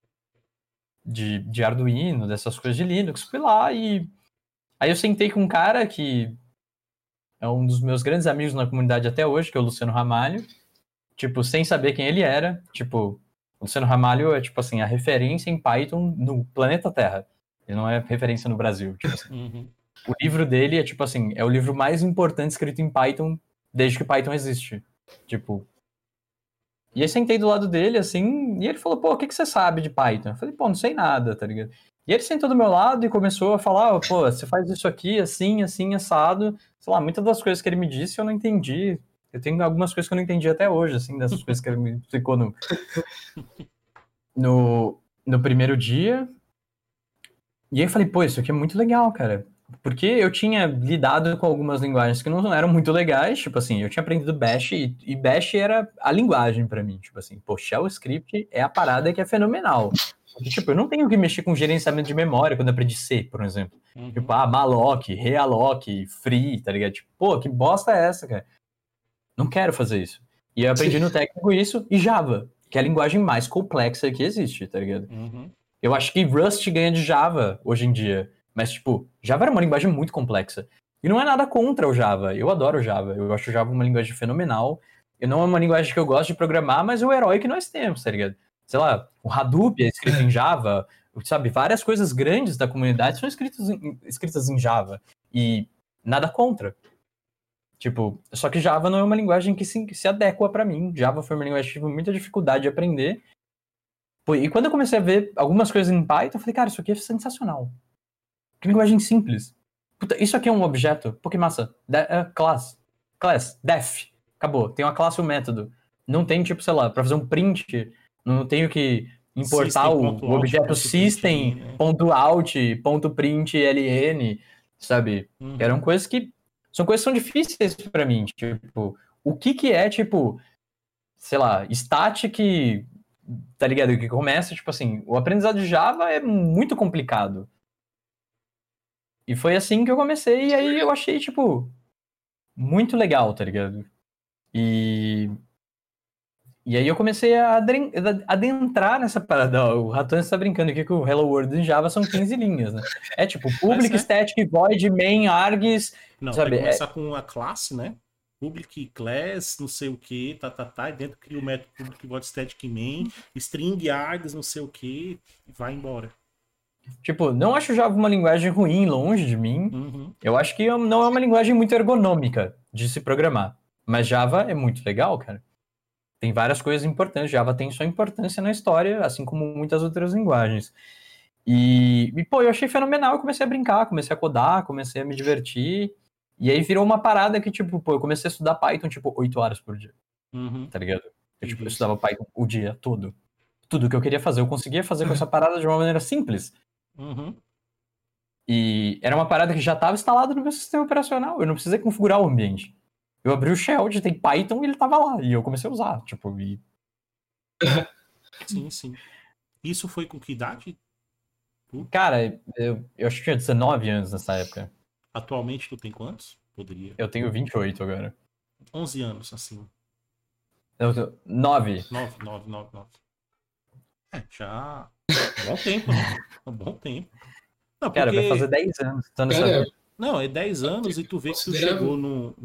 Arduino, dessas coisas de Linux, fui lá e aí eu sentei com um cara que é um dos meus grandes amigos na comunidade até hoje, que é o Luciano Ramalho, tipo, sem saber quem ele era, tipo, o Luciano Ramalho é, tipo assim, a referência em Python no planeta Terra, ele não é referência no Brasil, tipo assim. O livro dele é, tipo assim, é o livro mais importante escrito em Python desde que Python existe, tipo. E aí sentei do lado dele, assim, e ele falou, pô, o que você sabe de Python? Eu falei, pô, não sei nada, tá ligado? E ele sentou do meu lado e começou a falar, pô, você faz isso aqui, assim, assim, assado. Sei lá, muitas das coisas que ele me disse eu não entendi. Eu tenho algumas coisas que eu não entendi até hoje, assim, dessas coisas que ele me explicou no primeiro dia. E aí eu falei, pô, isso aqui é muito legal, cara. Porque eu tinha lidado com algumas linguagens que não eram muito legais, tipo assim, eu tinha aprendido Bash, e Bash era a linguagem pra mim, tipo assim, pô, Shell Script é a parada que é fenomenal. Porque, tipo, eu não tenho que mexer com gerenciamento de memória quando eu aprendi C, por exemplo. Tipo, malloc, realloc, free, tá ligado? Tipo, pô, que bosta é essa, cara? Não quero fazer isso. E eu aprendi no técnico isso, e Java, que é a linguagem mais complexa que existe, tá ligado? Eu acho que Rust ganha de Java hoje em dia. Mas, tipo, Java era uma linguagem muito complexa. E não é nada contra o Java. Eu adoro o Java. Eu acho o Java uma linguagem fenomenal. E não é uma linguagem que eu gosto de programar, mas é o herói que nós temos, tá ligado? Sei lá, o Hadoop é escrito em Java. Sabe, várias coisas grandes da comunidade são escritas em Java. E nada contra. Tipo, só que Java não é uma linguagem que se adequa pra mim. Java foi uma linguagem que tive muita dificuldade de aprender. E quando eu comecei a ver algumas coisas em Python, eu falei, cara, isso aqui é sensacional. Que linguagem simples. Puta, isso aqui é um objeto. Pô, que massa. Class, def. Acabou. Tem uma classe e um método. Não tem, tipo, sei lá, pra fazer um print, não tenho que importar o objeto system.out.println, sabe? Eram coisas que... São coisas que são difíceis pra mim. Tipo, o que é, tipo, sei lá, static, tá ligado? Que começa, tipo assim, o aprendizado de Java é muito complicado. E foi assim que eu comecei, e aí eu achei, tipo, muito legal, tá ligado? E aí eu comecei a adentrar nessa parada. Ó, o Ratões está brincando aqui que o Hello World em Java são 15 linhas, né? É tipo, public, static, void, main, args... Não, sabe? Tem que começar com a classe, né? Public, class, não sei o que, e dentro cria o método public, void, static, main, string, args, não sei o que, e vai embora. Tipo, não acho Java uma linguagem ruim, longe de mim. Eu acho que não é uma linguagem muito ergonômica de se programar. Mas Java é muito legal, cara. Tem várias coisas importantes. Java tem sua importância na história, assim como muitas outras linguagens. Pô, eu achei fenomenal, eu comecei a brincar, comecei a codar, comecei a me divertir. E aí virou uma parada que, tipo, pô, eu comecei a estudar Python, tipo, 8 horas por dia, tá ligado? Eu, tipo, eu estudava Python o dia todo. Tudo que eu queria fazer, eu conseguia fazer com essa parada de uma maneira simples. E era uma parada que já estava instalada no meu sistema operacional. Eu não precisei configurar o ambiente. Eu abri o shell, tem Python e ele tava lá. E eu comecei a usar, tipo, e... Sim. Isso foi com que idade? Cara, eu acho que tinha 19 anos nessa época. Atualmente tu tem quantos? Poderia. Eu tenho 28 agora. 11 anos, assim. 9. 9. Já. Um bom tempo, né? Um bom tempo. Não, Cara, porque... vai fazer 10 anos. Tô nessa... Cara, Não, é 10 anos e tu vê que tu Considerável. chegou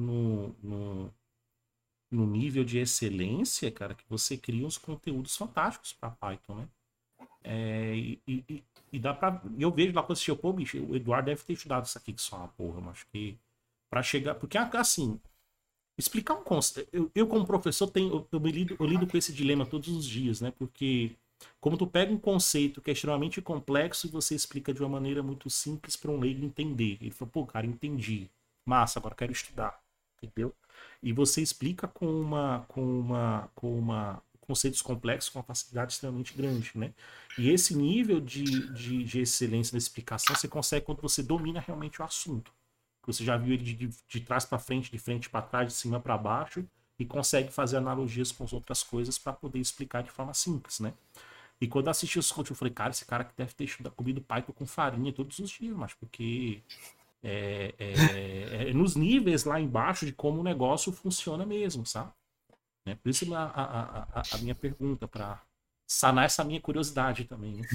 no nível de excelência, cara, que você cria uns conteúdos fantásticos pra Python, né? E dá pra... Eu vejo lá quando assistiu, pô, bicho, o Eduardo deve ter estudado isso aqui que só uma porra, mas acho que pra chegar... Porque, assim, explicar um conceito... Eu como professor, eu lido com esse dilema todos os dias, né? Porque como tu pega um conceito que é extremamente complexo e você explica de uma maneira muito simples para um leigo entender. Ele fala, pô, cara, entendi. Massa, agora quero estudar. Entendeu? E você explica com conceitos complexos com uma facilidade extremamente grande, né? E esse nível de excelência na explicação você consegue quando você domina realmente o assunto. Você já viu ele de trás para frente, de frente para trás, de cima para baixo e consegue fazer analogias com as outras coisas para poder explicar de forma simples, né? E quando eu assisti os conteúdos, eu falei, cara, esse cara que deve ter comido Python com farinha todos os dias, mas porque nos níveis lá embaixo de como o negócio funciona mesmo, sabe? Por isso a minha pergunta, para sanar essa minha curiosidade também. Né?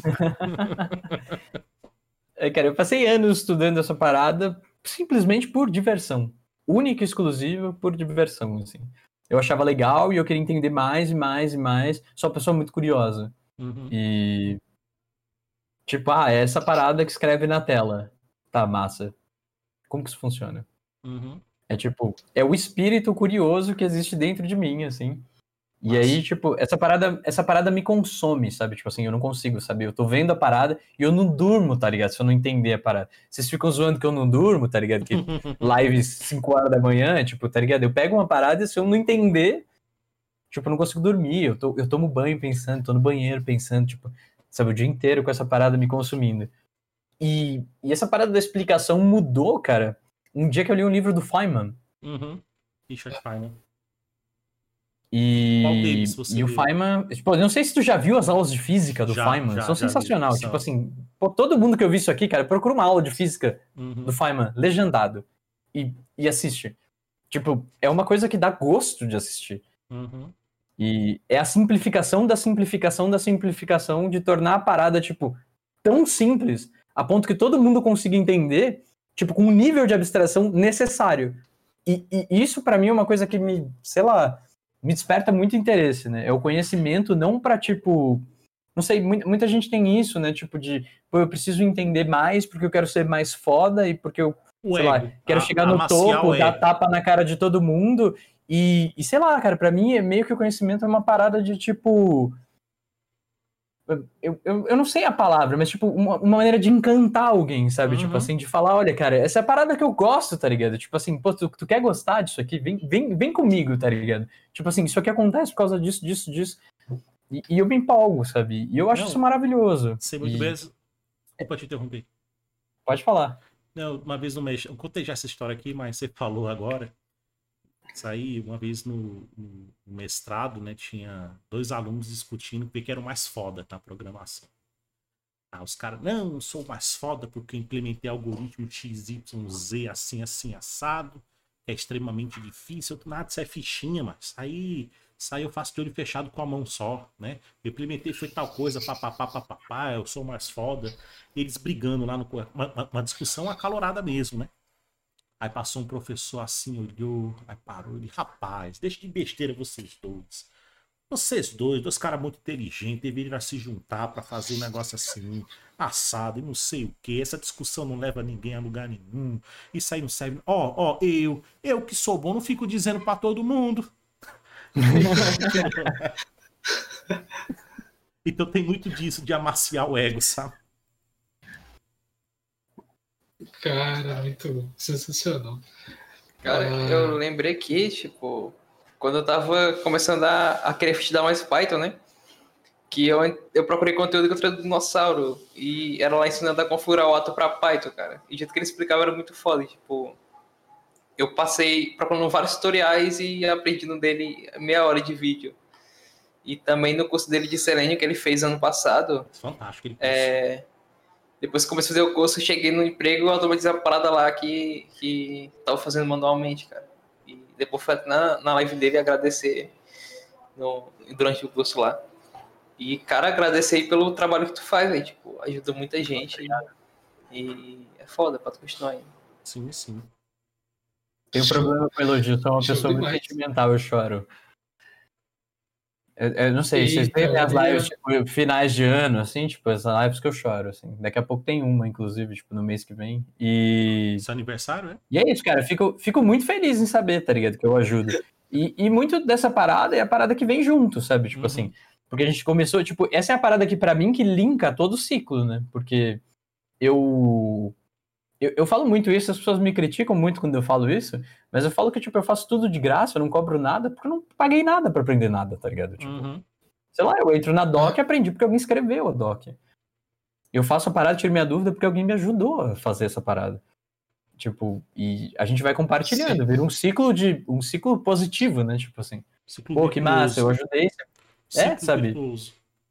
Cara, eu passei anos estudando essa parada simplesmente por diversão. Única e exclusiva por diversão, assim. Eu achava legal e eu queria entender mais e mais e mais. Sou uma pessoa muito curiosa. E... Tipo, é essa parada que escreve na tela. Tá, massa. Como que isso funciona? É tipo, é o espírito curioso que existe dentro de mim, assim. E aí, tipo, essa parada me consome, sabe? Tipo assim, eu não consigo, sabe? Eu tô vendo a parada e eu não durmo, tá ligado? Se eu não entender a parada. Vocês ficam zoando que eu não durmo, tá ligado? Que live 5 horas da manhã, tipo, tá ligado? Eu pego uma parada e se eu não entender, tipo, eu não consigo dormir. Eu tomo banho pensando, tô no banheiro pensando, tipo, sabe? O dia inteiro com essa parada me consumindo. E essa parada da explicação mudou, cara. Um dia que eu li um livro do Feynman. Richard Feynman. E, Qual deles você e o viu? Feynman... Tipo, eu não sei se tu já viu as aulas de física do Feynman. São sensacional. Vi, tipo assim, pô, todo mundo que eu vi isso aqui, cara, procura uma aula de física do Feynman, legendado. E assiste. Tipo, é uma coisa que dá gosto de assistir. E é a simplificação da simplificação da simplificação de tornar a parada, tipo, tão simples, a ponto que todo mundo consiga entender, tipo, com um nível de abstração necessário. E isso, pra mim, é uma coisa que me, sei lá, me desperta muito interesse, né? É o conhecimento não pra, tipo... Não sei, muita gente tem isso, né? Tipo de, pô, eu preciso entender mais porque eu quero ser mais foda e porque eu, sei lá, quero chegar no topo, dar tapa na cara de todo mundo. E sei lá, cara, pra mim é meio que o conhecimento é uma parada de, tipo... Eu não sei a palavra, mas, tipo, uma maneira de encantar alguém, sabe? Tipo assim, de falar, olha, cara, essa é a parada que eu gosto, tá ligado? Tipo assim, pô, tu quer gostar disso aqui? Vem comigo, tá ligado? Tipo assim, isso aqui acontece por causa disso. E eu me empolgo, sabe? E eu acho isso maravilhoso. Sei muito bem. Desculpa te interromper. Pode falar. Não, uma vez no mês, eu contei já essa história aqui, mas você falou agora. Saí uma vez no mestrado, né? Tinha 2 alunos discutindo o que era o mais foda, tá? Programação. Os caras, não, eu sou o mais foda porque eu implementei algoritmo XYZ assim, assado. É extremamente difícil. Nada, isso é fichinha, mas aí eu faço de olho fechado com a mão só, né? Eu implementei, foi tal coisa, papapá, eu sou o mais foda. E eles brigando lá, uma discussão acalorada mesmo, né? Aí passou um professor assim, olhou, aí parou, ele, rapaz, deixa de besteira vocês dois. Vocês dois caras muito inteligentes, deveriam se juntar pra fazer um negócio assim, assado e não sei o que. Essa discussão não leva ninguém a lugar nenhum. Isso aí não serve. Eu que sou bom, não fico dizendo pra todo mundo. Então tem muito disso, de amaciar o ego, sabe? Cara, muito sensacional. Cara, eu lembrei que, tipo, quando eu tava começando a querer estudar mais Python, né? Que eu procurei conteúdo contra o dinossauro e era lá ensinando a configurar o ato pra Python, cara. E o jeito que ele explicava era muito foda, tipo... Eu passei procurando vários tutoriais e aprendi no dele meia hora de vídeo. E também no curso dele de Selenium que ele fez ano passado, Fantástico aquele curso. depois que comecei a fazer o curso, cheguei no emprego e automatizei a parada lá que tava fazendo manualmente, cara. E depois fui na live dele agradecer durante o curso lá. E, cara, agradecer aí pelo trabalho que tu faz aí, tipo, ajuda muita gente. E é foda pra tu continuar aí. Sim, sim. Tenho problema com elogio, sou uma Show pessoa muito demais. sentimental, eu choro. Eu não sei, vocês Eita, veem minhas olha. lives, tipo, finais de ano, assim, tipo, as lives que eu choro, assim. Daqui a pouco tem uma, inclusive, tipo, no mês que vem. Seu aniversário, né? E é isso, cara, fico muito feliz em saber, tá ligado, que eu ajudo. E muito dessa parada é a parada que vem junto, sabe? Tipo assim, porque a gente começou, tipo, essa é a parada que pra mim que linka todo o ciclo, né? Porque eu falo muito isso, as pessoas me criticam muito quando eu falo isso, mas eu falo que, tipo, eu faço tudo de graça, eu não cobro nada, porque eu não paguei nada pra aprender nada, tá ligado? Tipo, sei lá, eu entro na doc e aprendi porque alguém escreveu a doc. Eu faço a parada, tiro minha dúvida porque alguém me ajudou a fazer essa parada. Tipo, e a gente vai compartilhando, vira um ciclo positivo, né? Tipo assim, Ciclo pô, que massa, eu virtuoso. ajudei. Ciclo Sabe? virtuoso.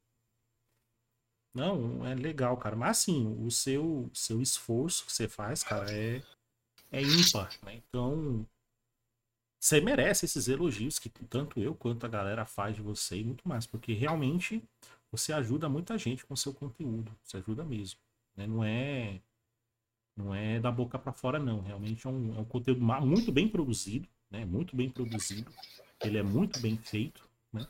Não, é legal, cara. Mas assim, o seu esforço que você faz, cara, é ímpar, né? Então, você merece esses elogios que tanto eu quanto a galera faz de você e muito mais, porque realmente você ajuda muita gente com o seu conteúdo. Você ajuda mesmo, né? Não é da boca para fora, não. Realmente é um conteúdo muito bem produzido, né? Muito bem produzido. Ele é muito bem feito, né?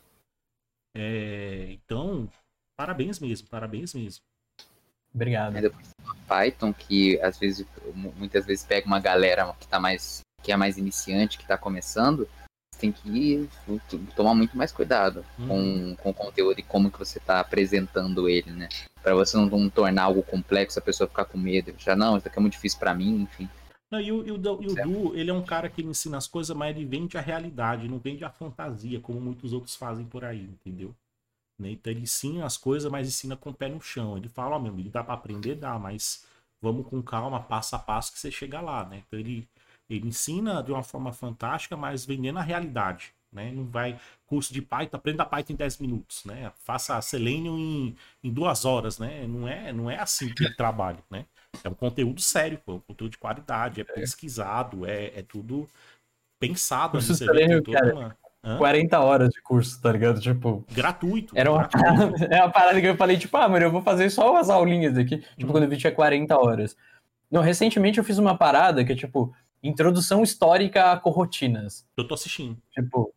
Então, parabéns mesmo, parabéns mesmo. Obrigado. Ainda por cima, Python, que às vezes, muitas vezes pega uma galera que é mais iniciante, que está começando, você tem que tomar muito mais cuidado com o conteúdo e como que você está apresentando ele, né? Para você não tornar algo complexo, a pessoa ficar com medo. Já não, isso aqui é muito difícil para mim, enfim. Não, e o Du, ele é um cara que ensina as coisas, mas ele vende a realidade, não vende a fantasia, como muitos outros fazem por aí, entendeu? Né? Então ele ensina as coisas, mas ensina com o pé no chão. Ele fala, ó, meu amigo, dá pra aprender? Dá, mas vamos com calma, passo a passo que você chega lá, né? Então ele ensina de uma forma fantástica, mas vendendo a realidade, né? Não vai curso de Python, aprenda Python em 10 minutos, né? Faça Selenium em 2 horas, né? Não é assim que ele trabalha, né? É um conteúdo sério, pô, um conteúdo de qualidade, é pesquisado, é tudo pensado ali, Curso você vê, tem Selenium, toda cara, uma... 40 horas de curso, tá ligado? Tipo, Gratuito. era uma parada que eu falei, tipo, mano, eu vou fazer só umas aulinhas aqui. Tipo, quando eu vi tinha 40 horas. Não, recentemente eu fiz uma parada que é, tipo, introdução histórica a corrotinas. Eu tô assistindo. Tipo,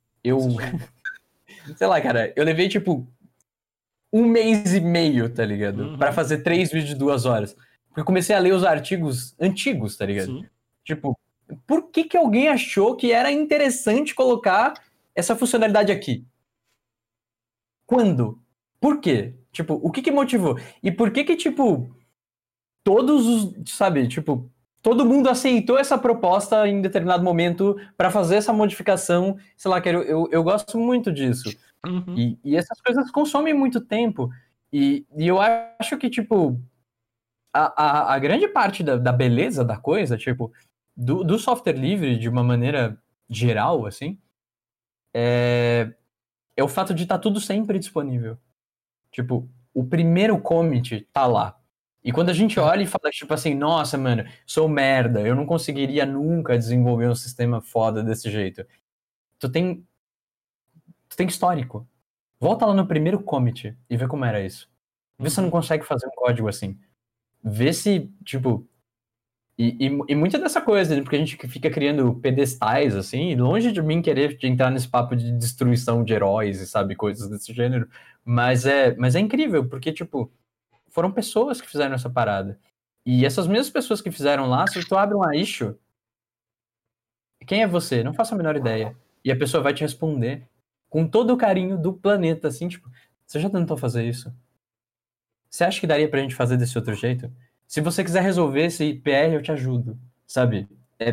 sei lá, cara, eu levei, tipo, 1 mês e meio, tá ligado? Pra fazer 3 vídeos de 2 horas. Porque eu comecei a ler os artigos antigos, tá ligado? Sim. Tipo, por que alguém achou que era interessante colocar essa funcionalidade aqui? Quando? Por quê? Tipo, o que motivou? E por que tipo, todos os, sabe, tipo, todo mundo aceitou essa proposta em determinado momento pra fazer essa modificação? Sei lá, eu gosto muito disso. E essas coisas consomem muito tempo. E eu acho que, tipo, a grande parte da beleza da coisa, tipo, do software livre, de uma maneira geral, assim, é o fato de estar tudo sempre disponível. Tipo, o primeiro commit tá lá. E quando a gente olha e fala, tipo assim, nossa, mano, sou merda, eu não conseguiria nunca desenvolver um sistema foda desse jeito. Tu tem histórico. Volta lá no primeiro commit e vê como era isso. Vê se você não consegue fazer um código assim. Vê se, tipo... E muita dessa coisa, né? Porque a gente fica criando pedestais, assim, longe de mim querer entrar nesse papo de destruição de heróis e, sabe, coisas desse gênero. Mas é incrível, porque, tipo, foram pessoas que fizeram essa parada. E essas mesmas pessoas que fizeram lá, se tu abre um issue, quem é você? Não faço a menor ideia. E a pessoa vai te responder com todo o carinho do planeta, assim, tipo, você já tentou fazer isso? Você acha que daria pra gente fazer desse outro jeito? Se você quiser resolver esse PR, eu te ajudo, sabe?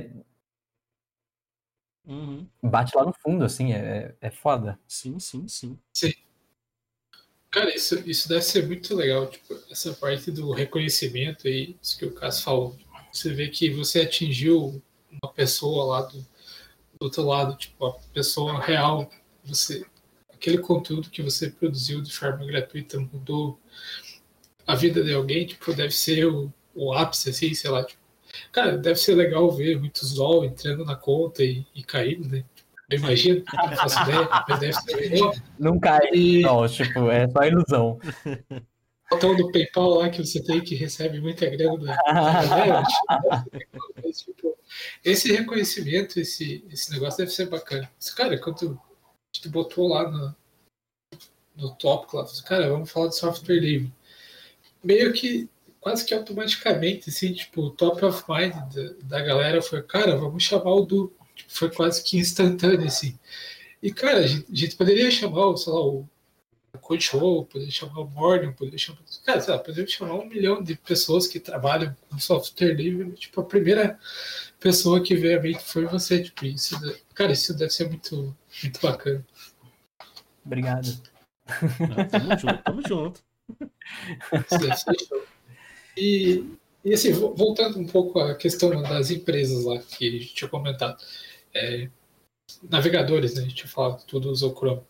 Uhum. Bate lá no fundo, assim, é foda. Sim, sim, sim. Sim. Cara, isso deve ser muito legal, tipo, essa parte do reconhecimento aí, isso que o Cássio falou. Você vê que você atingiu uma pessoa lá do outro lado, tipo, a pessoa real, aquele conteúdo que você produziu de forma gratuita mudou a vida de alguém, tipo, deve ser o ápice, assim, sei lá. Tipo, cara, deve ser legal ver muitos LOL entrando na conta e caindo, né? Eu imagino, não faço ideia, mas deve ser legal. Não cai. E Não, tipo, é só ilusão. o botão do PayPal lá que você tem que recebe muita grana da galera, mas, tipo, esse reconhecimento, esse negócio deve ser bacana. Cara, quando tu botou lá no tópico lá, cara, vamos falar de software livre. Meio que quase que automaticamente, assim, tipo, o top of mind da galera foi, cara, vamos chamar o Du. Tipo, foi quase que instantâneo, assim. E, cara, a gente poderia chamar, sei lá, o Code Show, poderia chamar o Morgan, poderia chamar. Cara, sei lá, poderia chamar 1 milhão de pessoas que trabalham com software livre. Tipo, a primeira pessoa que veio à mente foi você. Tipo, isso, cara, isso deve ser muito, muito bacana. Obrigado. Tamo junto, tamo junto. Isso deve ser show. E assim, voltando um pouco à questão das empresas lá que a gente tinha comentado. Navegadores, né? A gente tinha falado, tudo usou Chrome.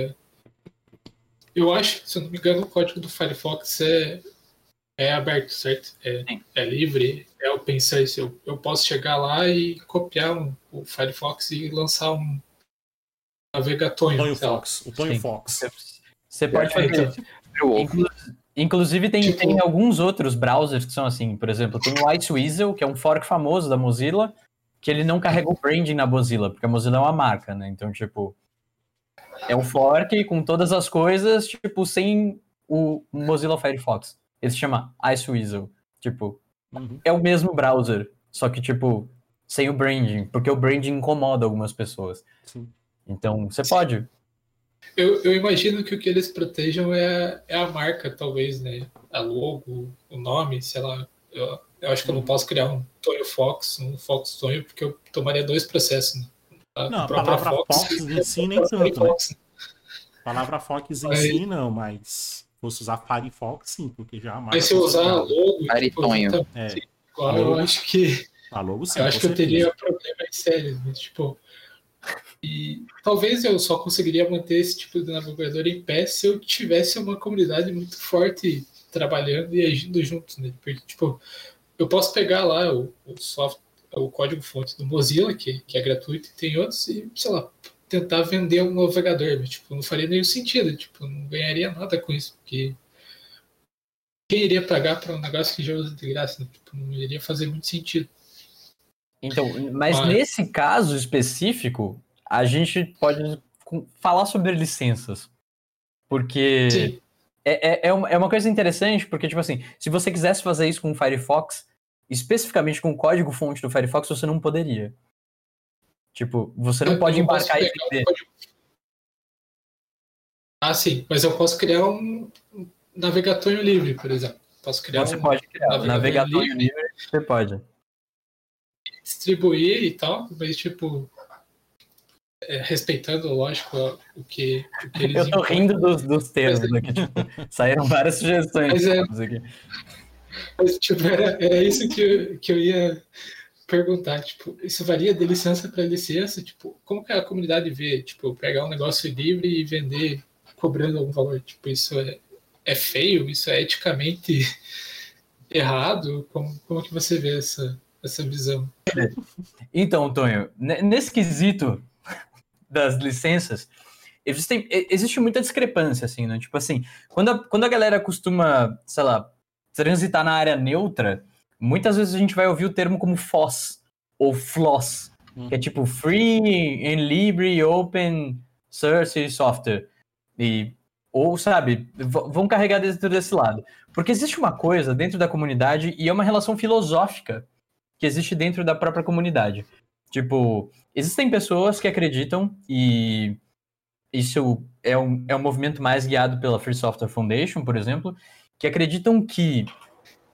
Eu acho, se eu não me engano, o código do Firefox é aberto, certo? É livre, é open source. Eu posso chegar lá e copiar o Firefox e lançar um navegatório. Tonho Fox, o Tonho Sim. Fox. Você pode fazer. Inclusive tem alguns outros browsers que são assim. Por exemplo, tem o Iceweasel, que é um fork famoso da Mozilla, que ele não carrega o branding na Mozilla, porque a Mozilla é uma marca, né? Então, tipo, é um fork com todas as coisas, tipo, sem o Mozilla Firefox. Ele se chama Iceweasel. Tipo, é o mesmo browser, só que, tipo, sem o branding, porque o branding incomoda algumas pessoas. Sim. Então, você pode. Eu imagino que o que eles protejam é a marca, talvez, né? A logo, o nome, sei lá. Eu acho que eu não posso criar um Tonho Fox, um Fox Tonho, porque eu tomaria 2 processos, né? Não, a palavra Fox em si nem tanto, né? A palavra Fox em si não, mas fosse usar Firefox sim, porque já a marca. Mas se eu usar logo, Firetonho. Igual, eu acho que a logo sim, eu acho que eu teria problemas sérios, né? Tipo, e talvez eu só conseguiria manter esse tipo de navegador em pé se eu tivesse uma comunidade muito forte trabalhando e agindo juntos, né? Porque, tipo, eu posso pegar lá o código-fonte do Mozilla, que é gratuito, e tem outros, e, sei lá, tentar vender um navegador, mas, tipo, não faria nenhum sentido, tipo, não ganharia nada com isso, porque quem iria pagar para um negócio que já usa de graça, né? Tipo, não iria fazer muito sentido. Então, mas nesse caso específico, a gente pode falar sobre licenças. Porque é uma coisa interessante, porque, tipo assim, se você quisesse fazer isso com o Firefox, especificamente com o código-fonte do Firefox, você não poderia. Tipo, você não pode embarcar e vender. Ah, sim, mas eu posso criar um navegatório livre, por exemplo. Posso criar você pode criar um navegatório livre, você pode. Distribuir e tal, mas, tipo, respeitando, lógico, o que eles eu tô rindo dos termos aqui, tipo, saíram várias sugestões. Mas, tipo, era isso que eu ia perguntar, tipo, isso varia de licença para licença, tipo, como que a comunidade vê, tipo, pegar um negócio livre e vender cobrando algum valor, tipo, isso é feio, isso é eticamente errado, como que você vê essa visão? Então, Tonho, nesse quesito das licenças, existe muita discrepância, assim, né? Tipo assim, quando a galera costuma, sei lá, transitar na área neutra, muitas vezes a gente vai ouvir o termo como FOSS, ou FLOSS, que é tipo Free and Libre Open Source Software. Ou, sabe, vão carregar dentro desse lado. Porque existe uma coisa dentro da comunidade e é uma relação filosófica que existe dentro da própria comunidade. Tipo, existem pessoas que acreditam, e isso é um movimento mais guiado pela Free Software Foundation, por exemplo, que acreditam que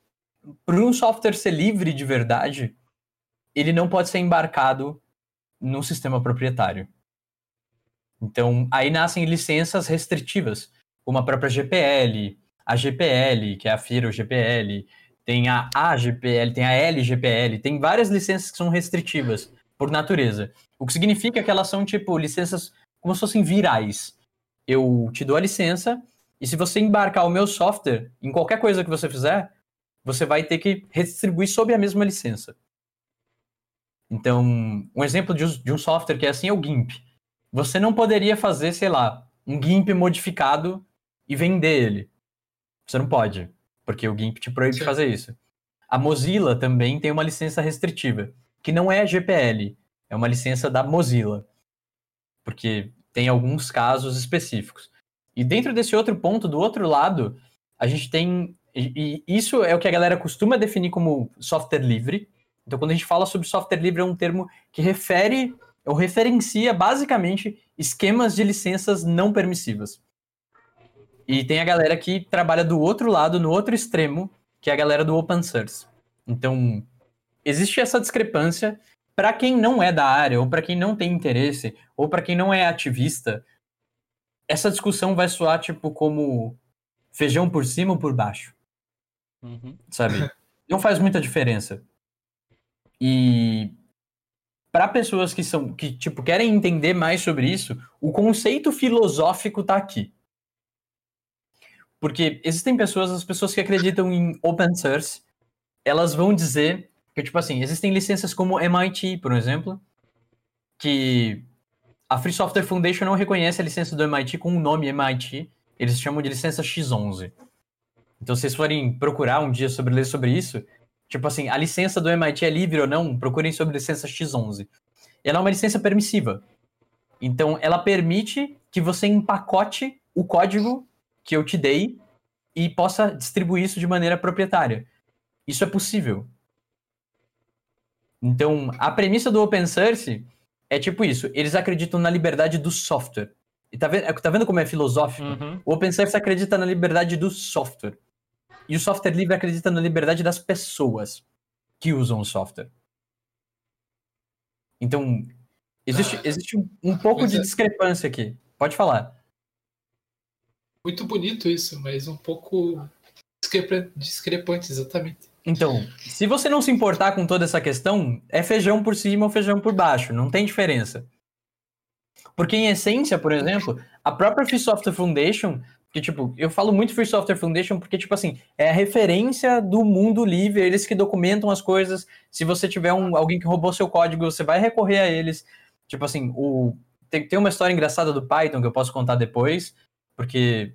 para um software ser livre de verdade, ele não pode ser embarcado num sistema proprietário. Então, aí nascem licenças restritivas, como a própria GPL, a GPL, que é a FIRA, o GPL, tem a AGPL, tem a LGPL, tem várias licenças que são restritivas por natureza. O que significa que elas são, tipo, licenças como se fossem virais. Eu te dou a licença, e se você embarcar o meu software em qualquer coisa que você fizer, você vai ter que redistribuir sob a mesma licença. Então, um exemplo de um software que é assim é o GIMP. Você não poderia fazer, sei lá, um GIMP modificado e vender ele. Você não pode, porque o GIMP te proíbe de fazer isso. A Mozilla também tem uma licença restritiva, que não é a GPL, é uma licença da Mozilla, porque tem alguns casos específicos. E dentro desse outro ponto, do outro lado, a gente tem... E isso é o que a galera costuma definir como software livre. Então, quando a gente fala sobre software livre, é um termo que refere ou referencia, basicamente, esquemas de licenças não permissivas. E tem a galera que trabalha do outro lado, no outro extremo, que é a galera do open source. Então, existe essa discrepância. Para quem não é da área, ou para quem não tem interesse, ou para quem não é ativista, essa discussão vai soar tipo como feijão por cima ou por baixo. Sabe? Não faz muita diferença. E para pessoas que tipo, querem entender mais sobre isso, o conceito filosófico tá aqui. Porque existem as pessoas que acreditam em open source, elas vão dizer que, tipo assim, existem licenças como MIT, por exemplo, que a Free Software Foundation não reconhece a licença do MIT com o nome MIT, eles chamam de licença X11. Então, se vocês forem procurar um dia ler sobre isso, tipo assim, a licença do MIT é livre ou não, procurem sobre licença X11. Ela é uma licença permissiva. Então, ela permite que você empacote o código que eu te dei e possa distribuir isso de maneira proprietária. Isso é possível. Então, a premissa do open source é tipo isso. Eles acreditam na liberdade do software. E tá vendo como é filosófico? O open source acredita na liberdade do software. E o software livre acredita na liberdade das pessoas que usam o software. Então, existe um pouco de discrepância aqui. Pode falar. Muito bonito isso, mas um pouco discrepante, exatamente. Então, se você não se importar com toda essa questão, é feijão por cima ou feijão por baixo, não tem diferença. Porque, em essência, por exemplo, a própria Free Software Foundation, que, tipo, eu falo muito Free Software Foundation porque, tipo assim, é a referência do mundo livre, eles que documentam as coisas. Se você tiver alguém que roubou seu código, você vai recorrer a eles. Tipo assim, tem uma história engraçada do Python que eu posso contar depois, porque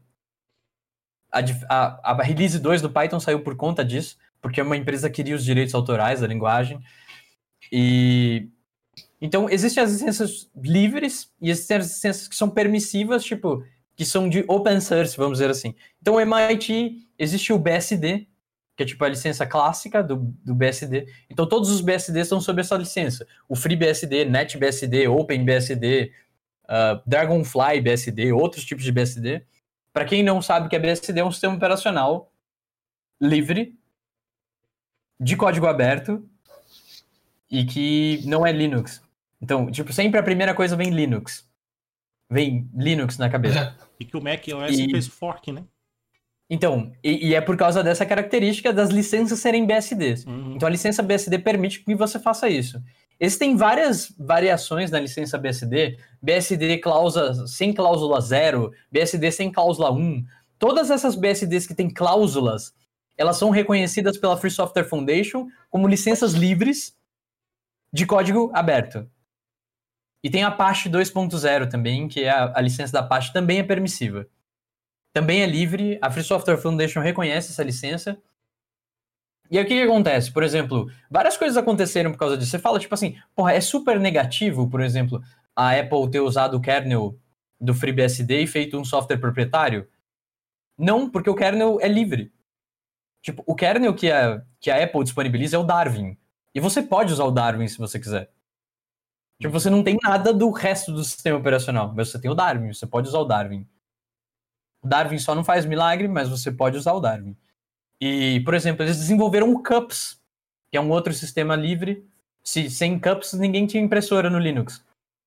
a release 2 do Python saiu por conta disso, porque uma empresa queria os direitos autorais da linguagem. E então existem as licenças livres e existem as licenças que são permissivas, tipo, que são de open source, vamos dizer assim. Então o MIT, existe o BSD, que é tipo a licença clássica do BSD. Então todos os BSDs estão sob essa licença. O FreeBSD, NetBSD, OpenBSD, Dragonfly BSD, outros tipos de BSD. Para quem não sabe o que é BSD, é um sistema operacional livre, de código aberto, e que não é Linux. Então, tipo, sempre a primeira coisa vem Linux. Vem Linux na cabeça. E que o Mac OS fez fork, né? Então, e é por causa dessa característica das licenças serem BSDs. Então, a licença BSD permite que você faça isso. Existem várias variações na licença BSD. BSD sem cláusula 0, BSD sem cláusula 1. Todas essas BSDs que têm cláusulas, elas são reconhecidas pela Free Software Foundation como licenças livres de código aberto. E tem a Apache 2.0 também, que é a licença da Apache, também é permissiva. Também é livre, a Free Software Foundation reconhece essa licença. E aí o que acontece? Por exemplo, várias coisas aconteceram por causa disso. Você fala, tipo assim, porra, é super negativo, por exemplo, a Apple ter usado o kernel do FreeBSD e feito um software proprietário? Não, porque o kernel é livre. Tipo, o kernel que a Apple disponibiliza é o Darwin. E você pode usar o Darwin se você quiser. Tipo, você não tem nada do resto do sistema operacional, mas você tem o Darwin, você pode usar o Darwin. O Darwin só não faz milagre, mas você pode usar o Darwin. E, por exemplo, eles desenvolveram o CUPS, que é um outro sistema livre. Sem CUPS, ninguém tinha impressora no Linux.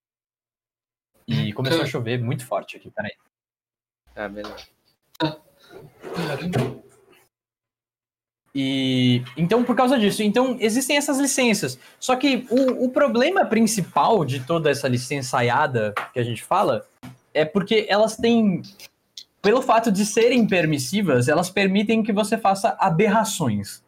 E começou a chover muito forte aqui, peraí. Tá, beleza. Caramba. E então, por causa disso, então existem essas licenças. Só que o problema principal de toda essa licenciada que a gente fala é porque elas têm, pelo fato de serem permissivas, elas permitem que você faça aberrações.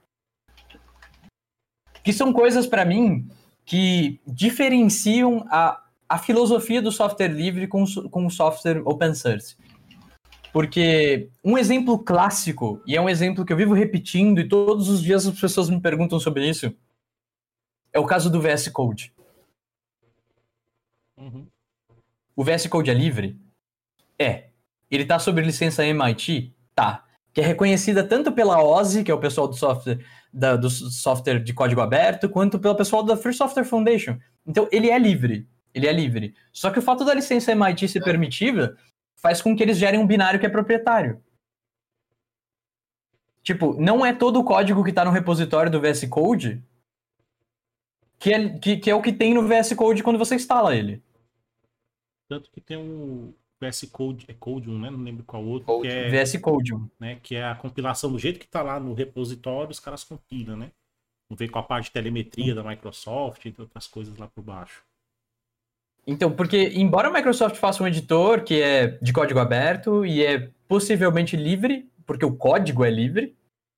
Que são coisas, para mim, que diferenciam a filosofia do software livre com o software open source. Porque um exemplo clássico, e é um exemplo que eu vivo repetindo, e todos os dias as pessoas me perguntam sobre isso, é o caso do VS Code. Uhum. O VS Code é livre? É. Ele está sob licença MIT? Tá. Que é reconhecida tanto pela OSI, que é o pessoal do software de código aberto, quanto pelo pessoal da Free Software Foundation. Então, ele é livre. Ele é livre. Só que o fato da licença MIT ser permitida faz com que eles gerem um binário que é proprietário. Tipo, não é todo o código que está no repositório do VS Code que é o que tem no VS Code quando você instala ele. Tanto que tem o VS Code, é Codium, né? Não lembro qual outro, Code. que é, VS Codium. né, que é a compilação do jeito que tá lá no repositório, os caras compilam, né? Não vem com a parte de telemetria da Microsoft, entre outras coisas lá por baixo. Então, porque embora a Microsoft faça um editor que é de código aberto e é possivelmente livre, porque o código é livre,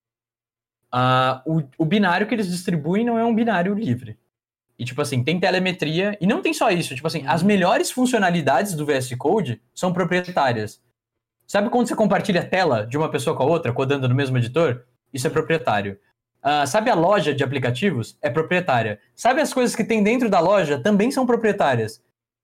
o binário que eles distribuem não é um binário livre. E, tipo assim, tem telemetria, e não tem só isso, tipo assim, as melhores funcionalidades do VS Code são proprietárias. Sabe quando você compartilha a tela de uma pessoa com a outra, codando no mesmo editor? Isso é proprietário. Sabe a loja de aplicativos? É proprietária. Sabe as coisas que tem dentro da loja? Também são proprietárias.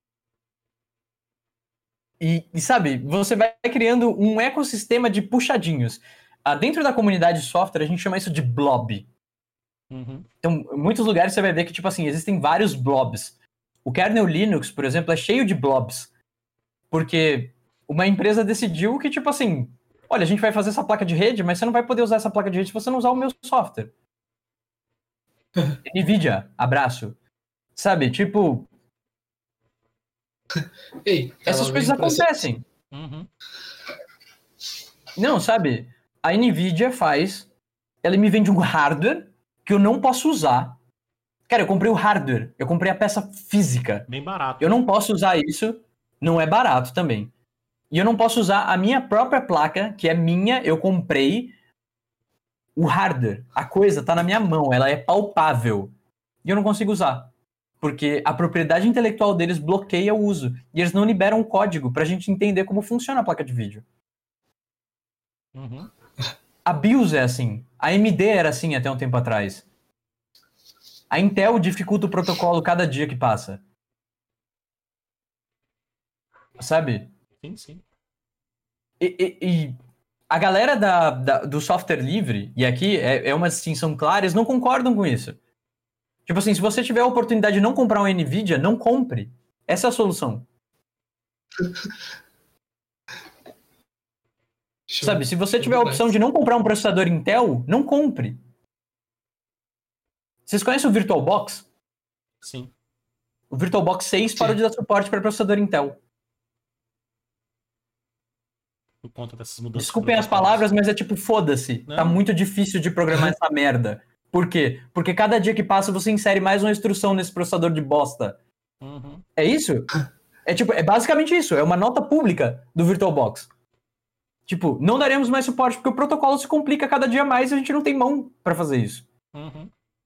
E sabe, você vai criando um ecossistema de puxadinhos. Dentro da comunidade de software, a gente chama isso de blob. Uhum. Então, em muitos lugares você vai ver que, tipo assim, existem vários blobs. O kernel Linux, por exemplo, é cheio de blobs. Porque uma empresa decidiu que, tipo assim, olha, a gente vai fazer essa placa de rede, mas você não vai poder usar essa placa de rede se você não usar o meu software. NVIDIA, abraço. Sabe, tipo... Ei, essas coisas acontecem. Uhum. Não, sabe? A NVIDIA ela me vende um hardware que eu não posso usar. Cara, eu comprei o hardware, eu comprei a peça física. Bem barato. Eu não posso usar isso, não é barato também. E eu não posso usar a minha própria placa, que é minha, eu comprei o hardware. A coisa tá na minha mão, ela é palpável. E eu não consigo usar. Porque a propriedade intelectual deles bloqueia o uso. E eles não liberam o código pra gente entender como funciona a placa de vídeo. Uhum. A BIOS é assim. A AMD era assim até um tempo atrás. A Intel dificulta o protocolo cada dia que passa. Sabe? Sim, sim. E a galera do software livre, e aqui é uma distinção clara, eles não concordam com isso. Tipo assim, se você tiver a oportunidade de não comprar um NVIDIA, não compre. Essa é a solução. Sabe, se você tiver a opção de não comprar um processador Intel, não compre. Vocês conhecem o VirtualBox? Sim. O VirtualBox 6 parou de dar suporte para processador Intel. Por conta dessas mudanças. Desculpem as palavras, mas é tipo, foda-se. Não. Tá muito difícil de programar essa merda. Por quê? Porque cada dia que passa você insere mais uma instrução nesse processador de bosta. Uhum. É isso? É basicamente isso. É uma nota pública do VirtualBox. Tipo, não daremos mais suporte porque o protocolo se complica cada dia mais e a gente não tem mão pra fazer isso. Uhum.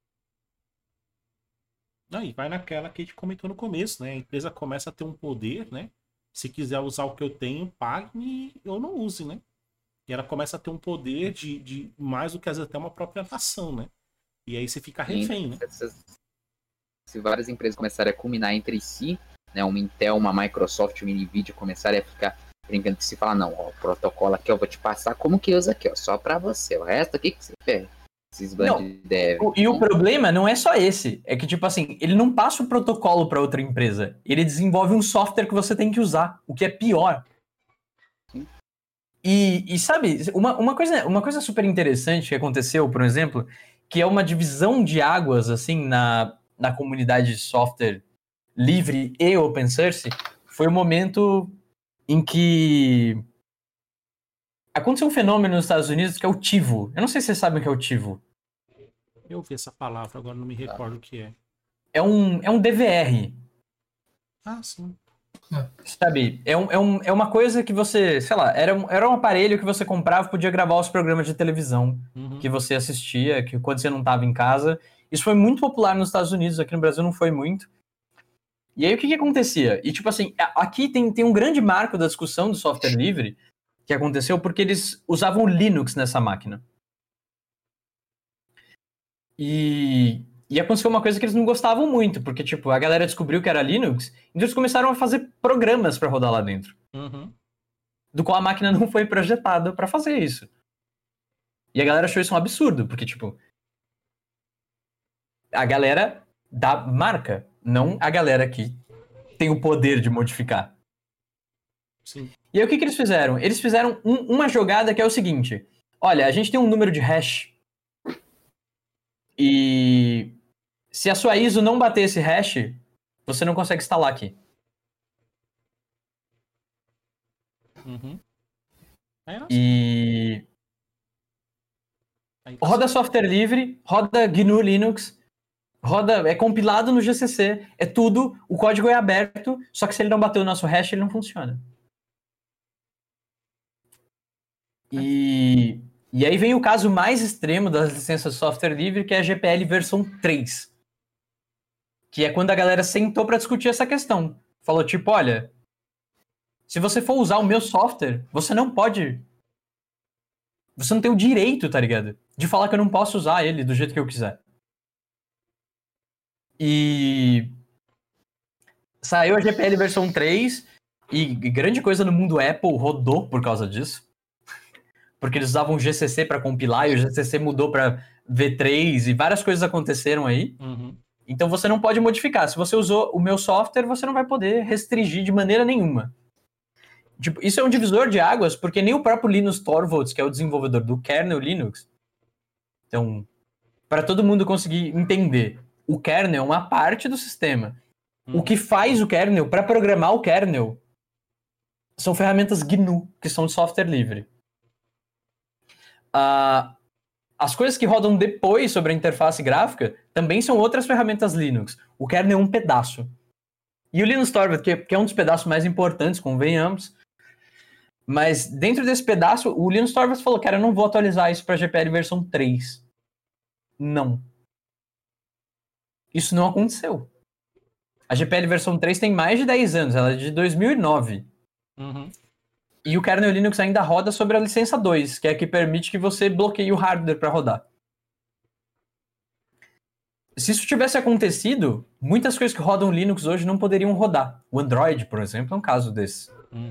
Aí vai naquela que a gente comentou no começo, né? A empresa começa a ter um poder, né? Se quiser usar o que eu tenho, pague ou não use, né? E ela começa a ter um poder de mais do que às vezes até uma própria nação, né? E aí você fica refém, né? Se várias empresas começarem a combinar entre si, né? Uma Intel, uma Microsoft, uma Nvidia começarem a ficar brincando de se falar, não, ó, o protocolo aqui eu vou te passar como que usa aqui, ó, só pra você. O resto aqui que você pega. Esses bandos devem. E o problema não é só esse. É que, tipo assim, ele não passa o protocolo pra outra empresa. Ele desenvolve um software que você tem que usar, o que é pior. Sim. E sabe, uma coisa super interessante que aconteceu, por exemplo, que é uma divisão de águas, assim, na comunidade de software livre e open source, foi o momento em que aconteceu um fenômeno nos Estados Unidos que é o TiVo. Eu não sei se vocês sabem o que é o TiVo. Eu ouvi essa palavra, agora não me recordo o que é. É um DVR. Ah, sim. Sabe, é uma coisa que você, sei lá, era um aparelho que você comprava e podia gravar os programas de televisão que você assistia, que quando você não estava em casa. Isso foi muito popular nos Estados Unidos, aqui no Brasil não foi muito. E aí o que acontecia? E tipo assim, aqui tem um grande marco da discussão do software livre que aconteceu porque eles usavam Linux nessa máquina. E aconteceu uma coisa que eles não gostavam muito, porque, tipo, a galera descobriu que era Linux, então eles começaram a fazer programas para rodar lá dentro. Do qual a máquina não foi projetada para fazer isso. E a galera achou isso um absurdo, porque, tipo, a galera da marca, não a galera que tem o poder de modificar. Sim. E aí o que eles fizeram? Eles fizeram uma jogada que é o seguinte: olha, a gente tem um número de hash e se a sua ISO não bater esse hash, você não consegue instalar aqui. E roda software livre, roda GNU Linux, é compilado no GCC, é tudo, o código é aberto, só que se ele não bater o nosso hash, ele não funciona. E aí vem o caso mais extremo das licenças de software livre, que é a GPL versão 3. Que é quando a galera sentou para discutir essa questão. Falou tipo, olha, se você for usar o meu software, você não tem o direito, tá ligado? De falar que eu não posso usar ele do jeito que eu quiser. E saiu a GPL versão 3 e grande coisa no mundo Apple rodou por causa disso. Porque eles usavam o GCC para compilar e o GCC mudou para V3 e várias coisas aconteceram aí. Então você não pode modificar. Se você usou o meu software, você não vai poder restringir de maneira nenhuma. Tipo, isso é um divisor de águas, porque nem o próprio Linus Torvalds, que é o desenvolvedor do kernel Linux. Então, para todo mundo conseguir entender, o kernel é uma parte do sistema. O que faz o kernel, para programar o kernel, são ferramentas GNU, que são de software livre. As coisas que rodam depois sobre a interface gráfica também são outras ferramentas Linux. O kernel é um pedaço. E o Linus Torvalds, que é um dos pedaços mais importantes, convenhamos, mas dentro desse pedaço, o Linus Torvalds falou, cara, eu não vou atualizar isso para GPL versão 3. Não. Isso não aconteceu. A GPL versão 3 tem mais de 10 anos, ela é de 2009. E o kernel Linux ainda roda sobre a licença 2, que é a que permite que você bloqueie o hardware para rodar. Se isso tivesse acontecido, muitas coisas que rodam Linux hoje não poderiam rodar. O Android, por exemplo, é um caso desse.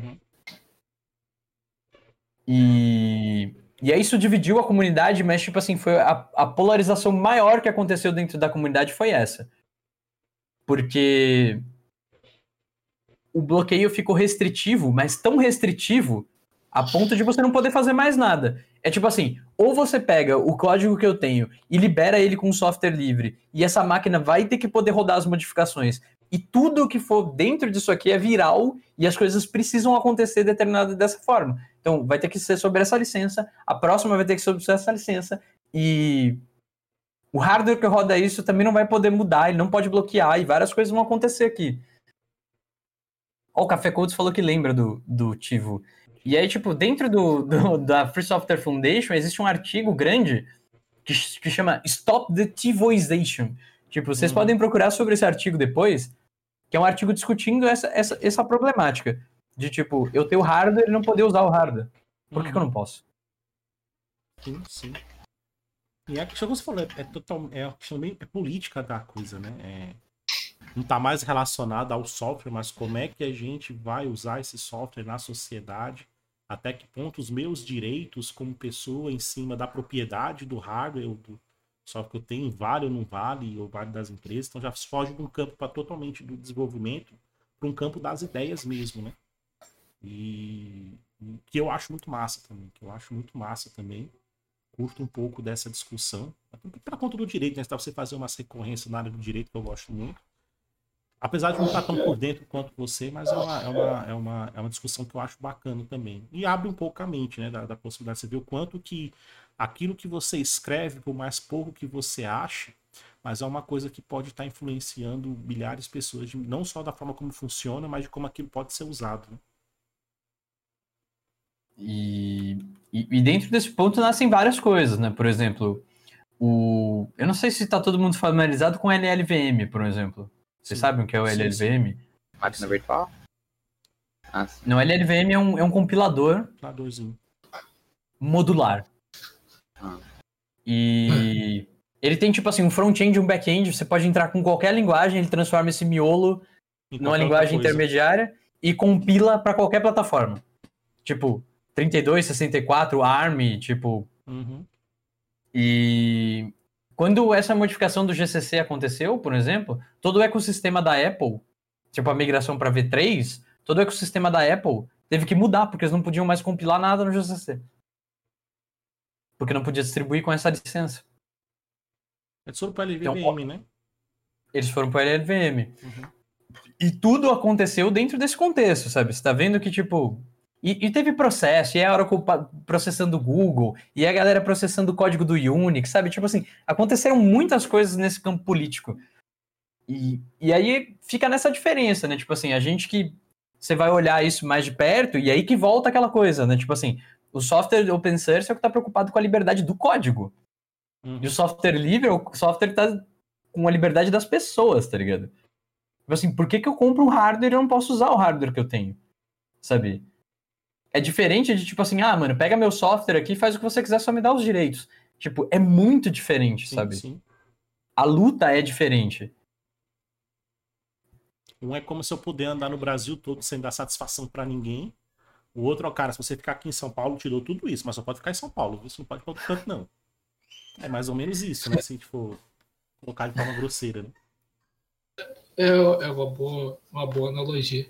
E aí isso dividiu a comunidade, mas tipo assim, foi a polarização maior que aconteceu dentro da comunidade foi essa. Porque o bloqueio ficou restritivo, mas tão restritivo a ponto de você não poder fazer mais nada. É tipo assim, ou você pega o código que eu tenho e libera ele com software livre, e essa máquina vai ter que poder rodar as modificações, e tudo que for dentro disso aqui é viral, e as coisas precisam acontecer determinada dessa forma. Então, vai ter que ser sobre essa licença, a próxima vai ter que ser sobre essa licença, e o hardware que roda isso também não vai poder mudar, ele não pode bloquear, e várias coisas vão acontecer aqui. Ó, o Café Codes falou que lembra do TiVo. E aí, tipo, dentro da Free Software Foundation existe um artigo grande que chama Stop the TiVoization. Tipo, vocês podem procurar sobre esse artigo depois, que é um artigo discutindo essa problemática. De, tipo, eu ter o hardware e não poder usar o hardware. Por que eu não posso? Sim. E a questão que você falou é a questão bem política da coisa, né? Não está mais relacionada ao software, mas como é que a gente vai usar esse software na sociedade, até que ponto os meus direitos como pessoa em cima da propriedade do hardware, do software que eu tenho, vale ou não vale, ou vale das empresas. Então já foge de um campo totalmente do desenvolvimento para um campo das ideias mesmo, né? E que eu acho muito massa também. Curto um pouco dessa discussão. Pela conta do direito, né? Pra você fazer umas recorrências na área do direito que eu gosto muito. Apesar de não estar tão por dentro quanto você, mas é uma discussão que eu acho bacana também. E abre um pouco a mente, né? Da possibilidade de você ver o quanto que aquilo que você escreve, por mais pouco que você ache, mas é uma coisa que pode estar influenciando milhares de pessoas, não só da forma como funciona, mas de como aquilo pode ser usado, né? E dentro desse ponto nascem várias coisas, né? Por exemplo, eu não sei se está todo mundo familiarizado com LLVM, por exemplo. Vocês sabem o que é o LLVM? Máquina virtual? Não, LLVM é um compilador modular. E ele tem, tipo assim, um front-end e um back-end. Você pode entrar com qualquer linguagem, ele transforma esse miolo numa linguagem intermediária e compila para qualquer plataforma. Tipo, 32, 64, ARM, tipo... E quando essa modificação do GCC aconteceu, por exemplo, todo o ecossistema da Apple, tipo a migração para V3, todo o ecossistema da Apple teve que mudar, porque eles não podiam mais compilar nada no GCC. Porque não podia distribuir com essa licença. Eles foram para o LLVM, né? Eles foram para o LLVM. E tudo aconteceu dentro desse contexto, sabe? Você tá vendo que, tipo... E teve processo, e a Oracle processando o Google, e a galera processando o código do Unix, sabe? Tipo assim, aconteceram muitas coisas nesse campo político. E aí fica nessa diferença, né? Tipo assim, a gente que... Você vai olhar isso mais de perto, e aí que volta aquela coisa, né? Tipo assim, o software open source é o que tá preocupado com a liberdade do código. E o software livre, o software tá com a liberdade das pessoas, tá ligado? Tipo assim, por que eu compro um hardware e eu não posso usar o hardware que eu tenho? Sabe? É diferente de, tipo assim, mano, pega meu software aqui e faz o que você quiser, só me dá os direitos. Tipo, é muito diferente, sabe? Sim. A luta é diferente. Um é como se eu puder andar no Brasil todo sem dar satisfação pra ninguém. O outro, cara, se você ficar aqui em São Paulo, tirou tudo isso, mas só pode ficar em São Paulo, viu? Você não pode ir pra outro canto, não. É mais ou menos isso, né? Se a gente for colocar de forma grosseira, né? É uma boa analogia.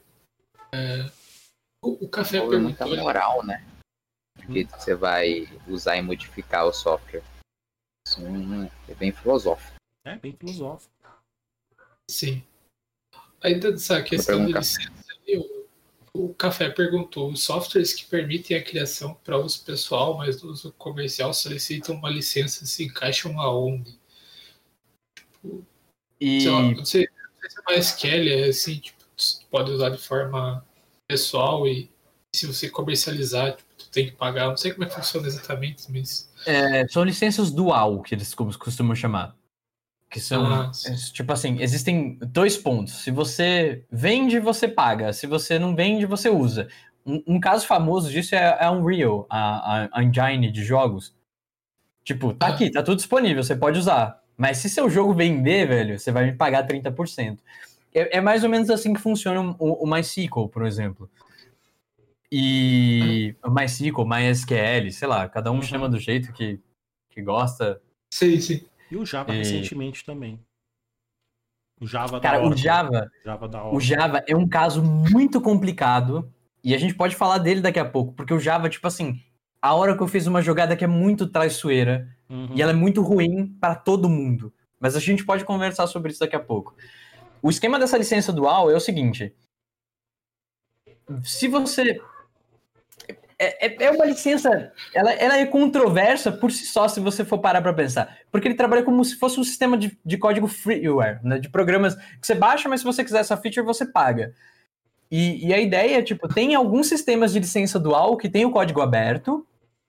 O Café perguntou... muita moral, né? Que você vai usar e modificar o software. Isso é bem filosófico. É, bem filosófico. Sim. Ainda dessa questão de licença, o Café perguntou: os softwares que permitem a criação para uso pessoal, mas do uso comercial, solicitam uma licença, se encaixam aonde? Tipo, sei lá, não sei se é mais Kelly, assim, tipo, pode usar de forma pessoal e se você comercializar, tipo, tu tem que pagar. Não sei como é que funciona exatamente, mas... São licenças dual, que eles costumam chamar. Que são, tipo assim, existem 2 pontos. Se você vende, você paga. Se você não vende, você usa. Um caso famoso disso é a Unreal, a engine de jogos. Tipo, tá aqui, tá tudo disponível, você pode usar. Mas se seu jogo vender, velho, você vai me pagar 30%. É mais ou menos assim que funciona o MySQL, por exemplo. E o MySQL, MySQL, sei lá, cada um chama do jeito que gosta. Sim. E o Java recentemente também. O Java Cara, da Oracle. O Java é um caso muito complicado e a gente pode falar dele daqui a pouco, porque o Java, tipo assim, a Oracle fez uma jogada que é muito traiçoeira e ela é muito ruim para todo mundo. Mas a gente pode conversar sobre isso daqui a pouco. O esquema dessa licença dual é o seguinte: se você... É uma licença, ela é controversa por si só, se você for parar para pensar. Porque ele trabalha como se fosse um sistema de código freeware, né, de programas que você baixa, mas se você quiser essa feature, você paga. E a ideia é, tipo, tem alguns sistemas de licença dual que tem o código aberto.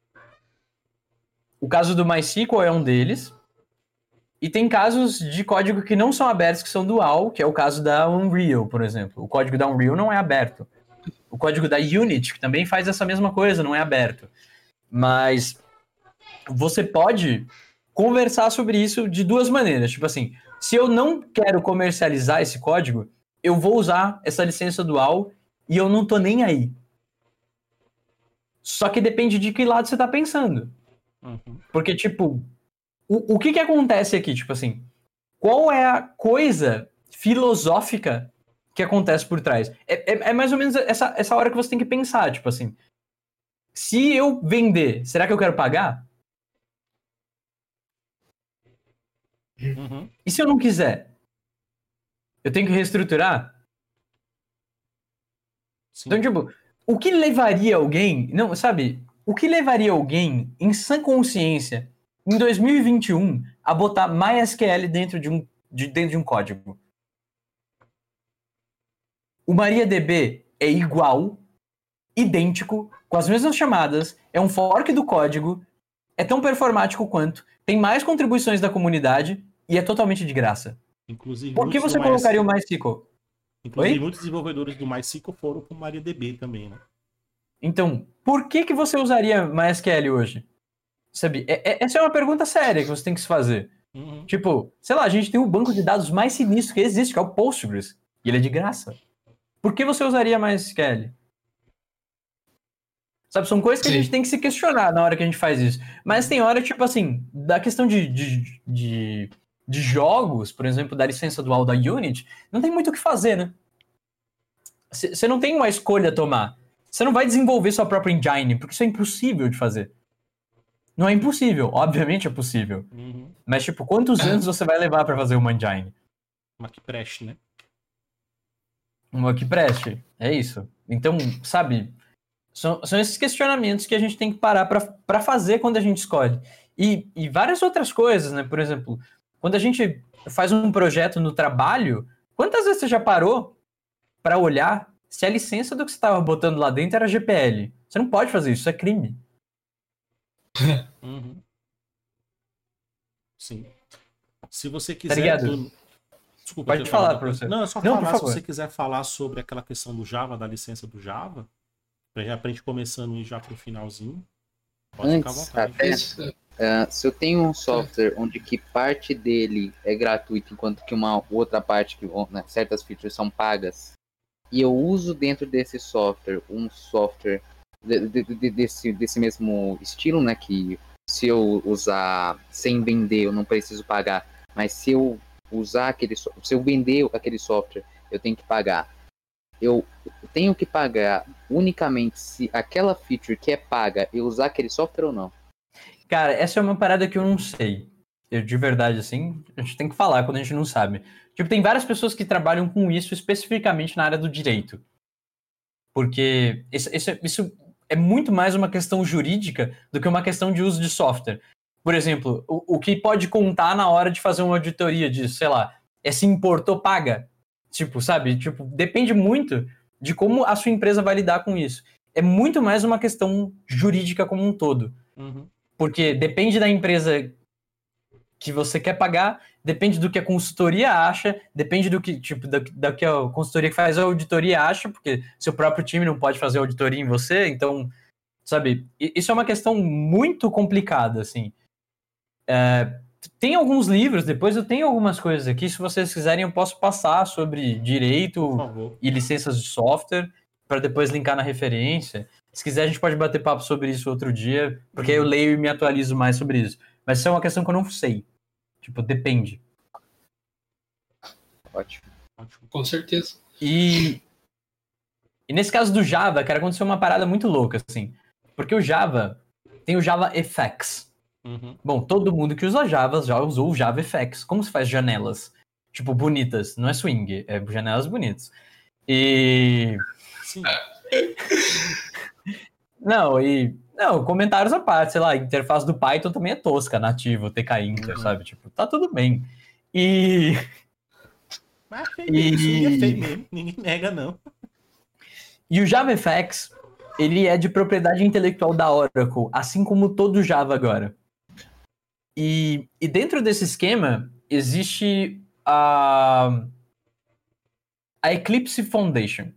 O caso do MySQL é um deles. E tem casos de código que não são abertos, que são dual, que é o caso da Unreal, por exemplo. O código da Unreal não é aberto. O código da Unity, que também faz essa mesma coisa, não é aberto. Mas você pode conversar sobre isso de 2 maneiras. Tipo assim, se eu não quero comercializar esse código, eu vou usar essa licença dual e eu não tô nem aí. Só que depende de que lado você tá pensando. Porque, tipo, o que acontece aqui? Tipo assim, qual é a coisa filosófica que acontece por trás. É mais ou menos essa hora que você tem que pensar, tipo assim, se eu vender, será que eu quero pagar? Uhum. E se eu não quiser? Eu tenho que reestruturar? Sim. Então, tipo, o que levaria alguém... Não, sabe? O que levaria alguém, em sã consciência, em 2021, a botar MySQL dentro de um código? O MariaDB é igual, idêntico, com as mesmas chamadas, é um fork do código, é tão performático quanto, tem mais contribuições da comunidade e é totalmente de graça. Inclusive, Por que muitos você do colocaria o MySQL, MySQL? inclusive Oi? muitos desenvolvedores do MySQL foram para o MariaDB também, né? Então, por que você usaria MySQL hoje? Sabe, essa é uma pergunta séria que você tem que se fazer. Uhum. Tipo, sei lá, a gente tem o banco de dados mais sinistro que existe, que é o Postgres. E ele é de graça. Por que você usaria MySQL? Sabe, são coisas que a gente tem que se questionar na hora que a gente faz isso. Mas tem hora, tipo assim, da questão de jogos, por exemplo, da licença dual da Unity, não tem muito o que fazer, né? Você não tem uma escolha a tomar. Você não vai desenvolver sua própria engine, porque isso é impossível de fazer. Não é impossível, obviamente é possível. Uhum. Mas, tipo, quantos anos você vai levar pra fazer uma engine? Uma que preste, né? Uma que preste. É isso. Então, sabe, são esses questionamentos que a gente tem que parar pra fazer quando a gente escolhe. E várias outras coisas, né? Por exemplo, quando a gente faz um projeto no trabalho, quantas vezes você já parou pra olhar se a licença do que você estava botando lá dentro era GPL? Você não pode fazer isso é crime. Uhum. Sim. Se você Tá quiser. ligado? Desculpa, eu Pode tenho falar, falado. professor. Não, é só Não, por falar, se favor. você quiser falar sobre aquela questão do Java, da licença do Java, pra gente começando e já pro finalzinho. Pode ficar à Antes, vontade. até, se eu tenho um software onde que parte dele é gratuito, enquanto que uma outra parte, né, certas features são pagas, e eu uso dentro desse software um software desse mesmo estilo, né, que se eu usar sem vender eu não preciso pagar, mas se eu usar se eu vender aquele software eu tenho que pagar. Eu tenho que pagar unicamente se aquela feature que é paga eu usar aquele software ou não? Cara, essa é uma parada que eu não sei. Eu, de verdade, assim, a gente tem que falar quando a gente não sabe. Tipo, tem várias pessoas que trabalham com isso especificamente na área do direito. Porque isso é muito mais uma questão jurídica do que uma questão de uso de software. Por exemplo, o que pode contar na hora de fazer uma auditoria disso, sei lá, é se importou, paga. Tipo, sabe? Tipo, depende muito de como a sua empresa vai lidar com isso. É muito mais uma questão jurídica como um todo. Uhum. Porque depende da empresa que você quer pagar, depende do que a consultoria acha, depende do que, tipo, da que a consultoria que faz a auditoria acha, porque seu próprio time não pode fazer auditoria em você, então, sabe, isso é uma questão muito complicada, assim. Tem alguns livros, depois eu tenho algumas coisas aqui, se vocês quiserem eu posso passar sobre Por direito favor. e licenças de software, para depois linkar na referência. Se quiser a gente pode bater papo sobre isso outro dia, porque aí eu leio e me atualizo mais sobre isso. Mas isso é uma questão que eu não sei. Tipo, depende. Ótimo. Ótimo. Com certeza. E nesse caso do Java, cara, aconteceu uma parada muito louca, assim. Porque o Java tem o JavaFX. Uhum. Bom, todo mundo que usa Java já usou o JavaFX. Como se faz janelas? Tipo, bonitas. Não é swing, é janelas bonitas. E... Sim. Não, comentários à parte, sei lá, a interface do Python também é tosca, nativo, TK Inter, sabe? Tipo, tá tudo bem. Mas é feio mesmo, swing é feio mesmo. Ninguém nega, não. E o JavaFX, ele é de propriedade intelectual da Oracle, assim como todo o Java agora. E dentro desse esquema, existe a Eclipse Foundation.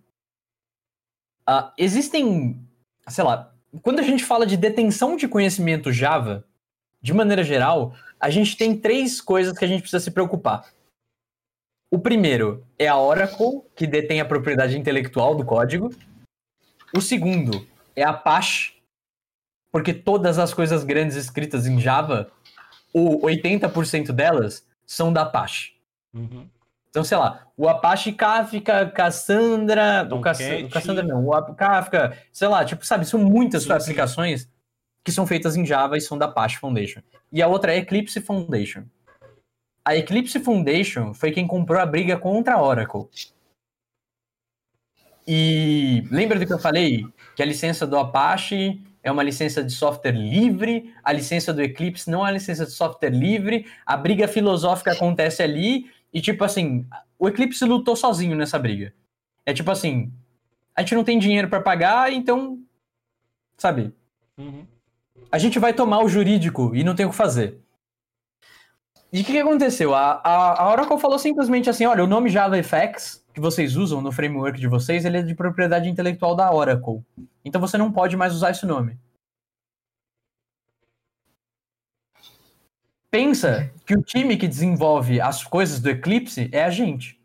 Existem, sei lá, quando a gente fala de detenção de conhecimento Java, de maneira geral, a gente tem 3 coisas que a gente precisa se preocupar. O primeiro é a Oracle, que detém a propriedade intelectual do código. O segundo é a Apache, porque todas as coisas grandes escritas em Java, o 80% delas são da Apache. Uhum. Então, sei lá, o Apache Kafka, Cassandra... O Tomcat. Cassandra não, o Kafka, sei lá, tipo, sabe, são muitas Sim, aplicações que são feitas em Java e são da Apache Foundation. E a outra é Eclipse Foundation. A Eclipse Foundation foi quem comprou a briga contra a Oracle. E lembra do que eu falei? Que a licença do Apache é uma licença de software livre, a licença do Eclipse não é uma licença de software livre, a briga filosófica acontece ali, e tipo assim, o Eclipse lutou sozinho nessa briga. É tipo assim, a gente não tem dinheiro para pagar, então, sabe, Uhum. a gente vai tomar o jurídico e não tem o que fazer. E o que aconteceu? A Oracle falou simplesmente assim, olha, o nome JavaFX que vocês usam no framework de vocês, ele é de propriedade intelectual da Oracle. Então você não pode mais usar esse nome. Pensa que o time que desenvolve as coisas do Eclipse é a gente.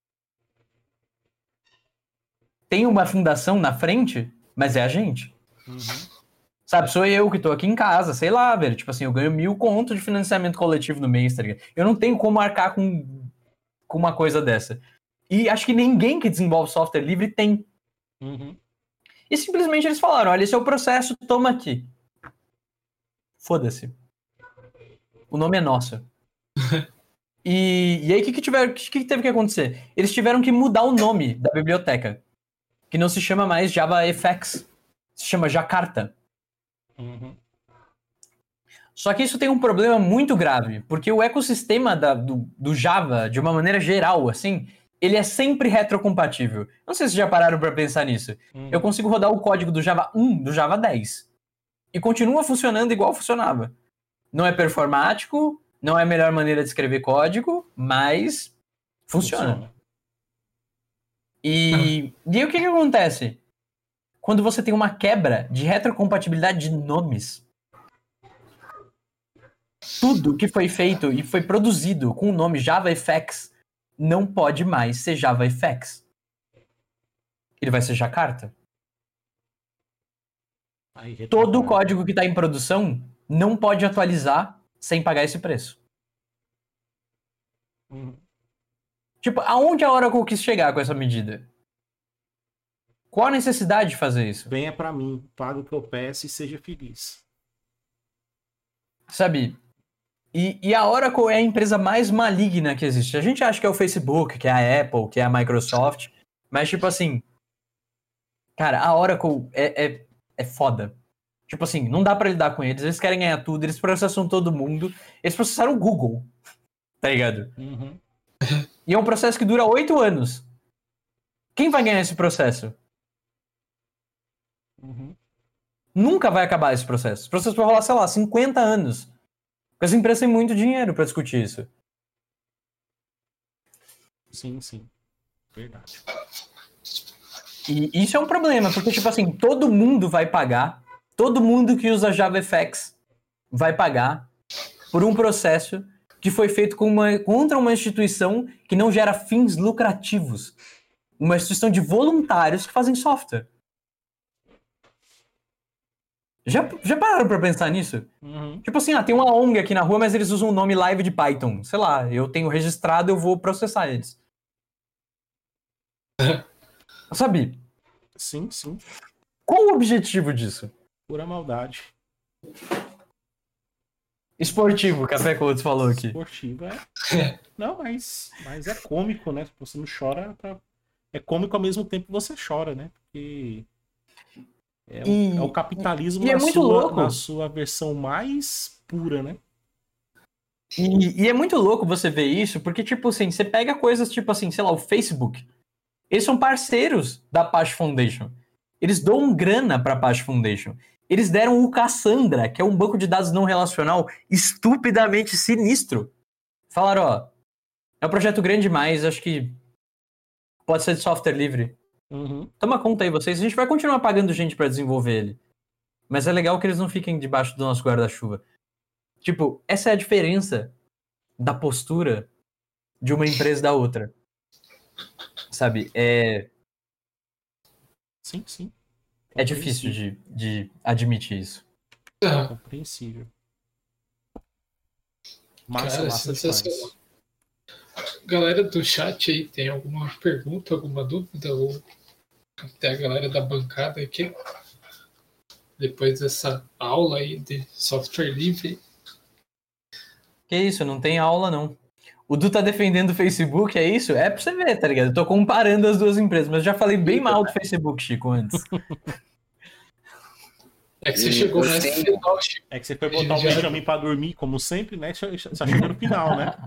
Tem uma fundação na frente, mas é a gente. Uhum. Sabe, sou eu que tô aqui em casa, sei lá, velho. Tipo assim, eu ganho 1.000 conto de financiamento coletivo no mês, tá ligado? Eu não tenho como arcar com uma coisa dessa. E acho que ninguém que desenvolve software livre tem. Uhum. E simplesmente eles falaram, olha, esse é o processo, toma aqui. Foda-se. O nome é nosso. E aí, o que teve que acontecer? Eles tiveram que mudar o nome da biblioteca. Que não se chama mais JavaFX. Se chama Jakarta. Uhum. Só que isso tem um problema muito grave, porque o ecossistema do Java, de uma maneira geral, assim, ele é sempre retrocompatível. Não sei se já pararam para pensar nisso. Uhum. Eu consigo rodar o código do Java 1, do Java 10. E continua funcionando igual funcionava. Não é performático, não é a melhor maneira de escrever código, mas funciona. E aí o que acontece? Quando você tem uma quebra de retrocompatibilidade de nomes, tudo que foi feito e foi produzido com o nome JavaFX não pode mais ser JavaFX. Ele vai ser Jakarta. Todo o código que está em produção não pode atualizar sem pagar esse preço. Uhum. Tipo, aonde a Oracle quis chegar com essa medida? Qual a necessidade de fazer isso? Venha pra mim, pague o que eu peço e seja feliz. Sabe? E a Oracle é a empresa mais maligna que existe. A gente acha que é o Facebook, que é a Apple, que é a Microsoft, mas tipo assim, cara, a Oracle é foda. Tipo assim, não dá pra lidar com eles querem ganhar tudo, eles processam todo mundo, eles processaram o Google, tá ligado? Uhum. E é um processo que dura 8 anos. Quem vai ganhar esse processo? Uhum. Nunca vai acabar esse processo. Esse processo vai rolar, sei lá, 50 anos. Porque as empresas têm muito dinheiro pra discutir isso. Sim, sim. Verdade. E isso é um problema, porque, tipo assim, todo mundo vai pagar, todo mundo que usa JavaFX vai pagar por um processo que foi feito contra uma instituição que não gera fins lucrativos. Uma instituição de voluntários que fazem software. Já pararam pra pensar nisso? Uhum. Tipo assim, tem uma ONG aqui na rua, mas eles usam o nome Live de Python. Sei lá, eu tenho registrado, eu vou processar eles. Sabe? Sim, sim. Qual o objetivo disso? Pura maldade. Esportivo, Café Couto falou aqui. Esportiva é. Não, mas é cômico, né? Você não chora pra... É cômico ao mesmo tempo que você chora, né? Porque é o capitalismo é muito louco. Na sua versão mais pura, né? E é muito louco você ver isso, porque, tipo assim, você pega coisas tipo assim, sei lá, o Facebook. Eles são parceiros da Apache Foundation. Eles dão grana pra Apache Foundation. Eles deram o Cassandra, que é um banco de dados não relacional estupidamente sinistro. Falaram, ó, é um projeto grande demais, acho que pode ser de software livre. Uhum. Toma conta aí vocês, a gente vai continuar pagando gente pra desenvolver ele. Mas é legal que eles não fiquem debaixo do nosso guarda-chuva. Tipo, essa é a diferença da postura de uma empresa da outra. Sabe, Sim, sim. é difícil de admitir isso. Compreensível. Cara, Massa demais. Galera do chat aí, tem alguma pergunta, alguma dúvida? Ou até a galera da bancada aqui? Depois dessa aula aí de software livre. Que isso, não tem aula não. O Du tá defendendo o Facebook, é isso? É pra você ver, tá ligado? Eu tô comparando as duas empresas, mas eu já falei bem mal do Facebook, Chico, antes. É que você chegou mais no final, Chico. É que você foi botar o Benjamin pra dormir, como sempre, né? Só chegou no final, né?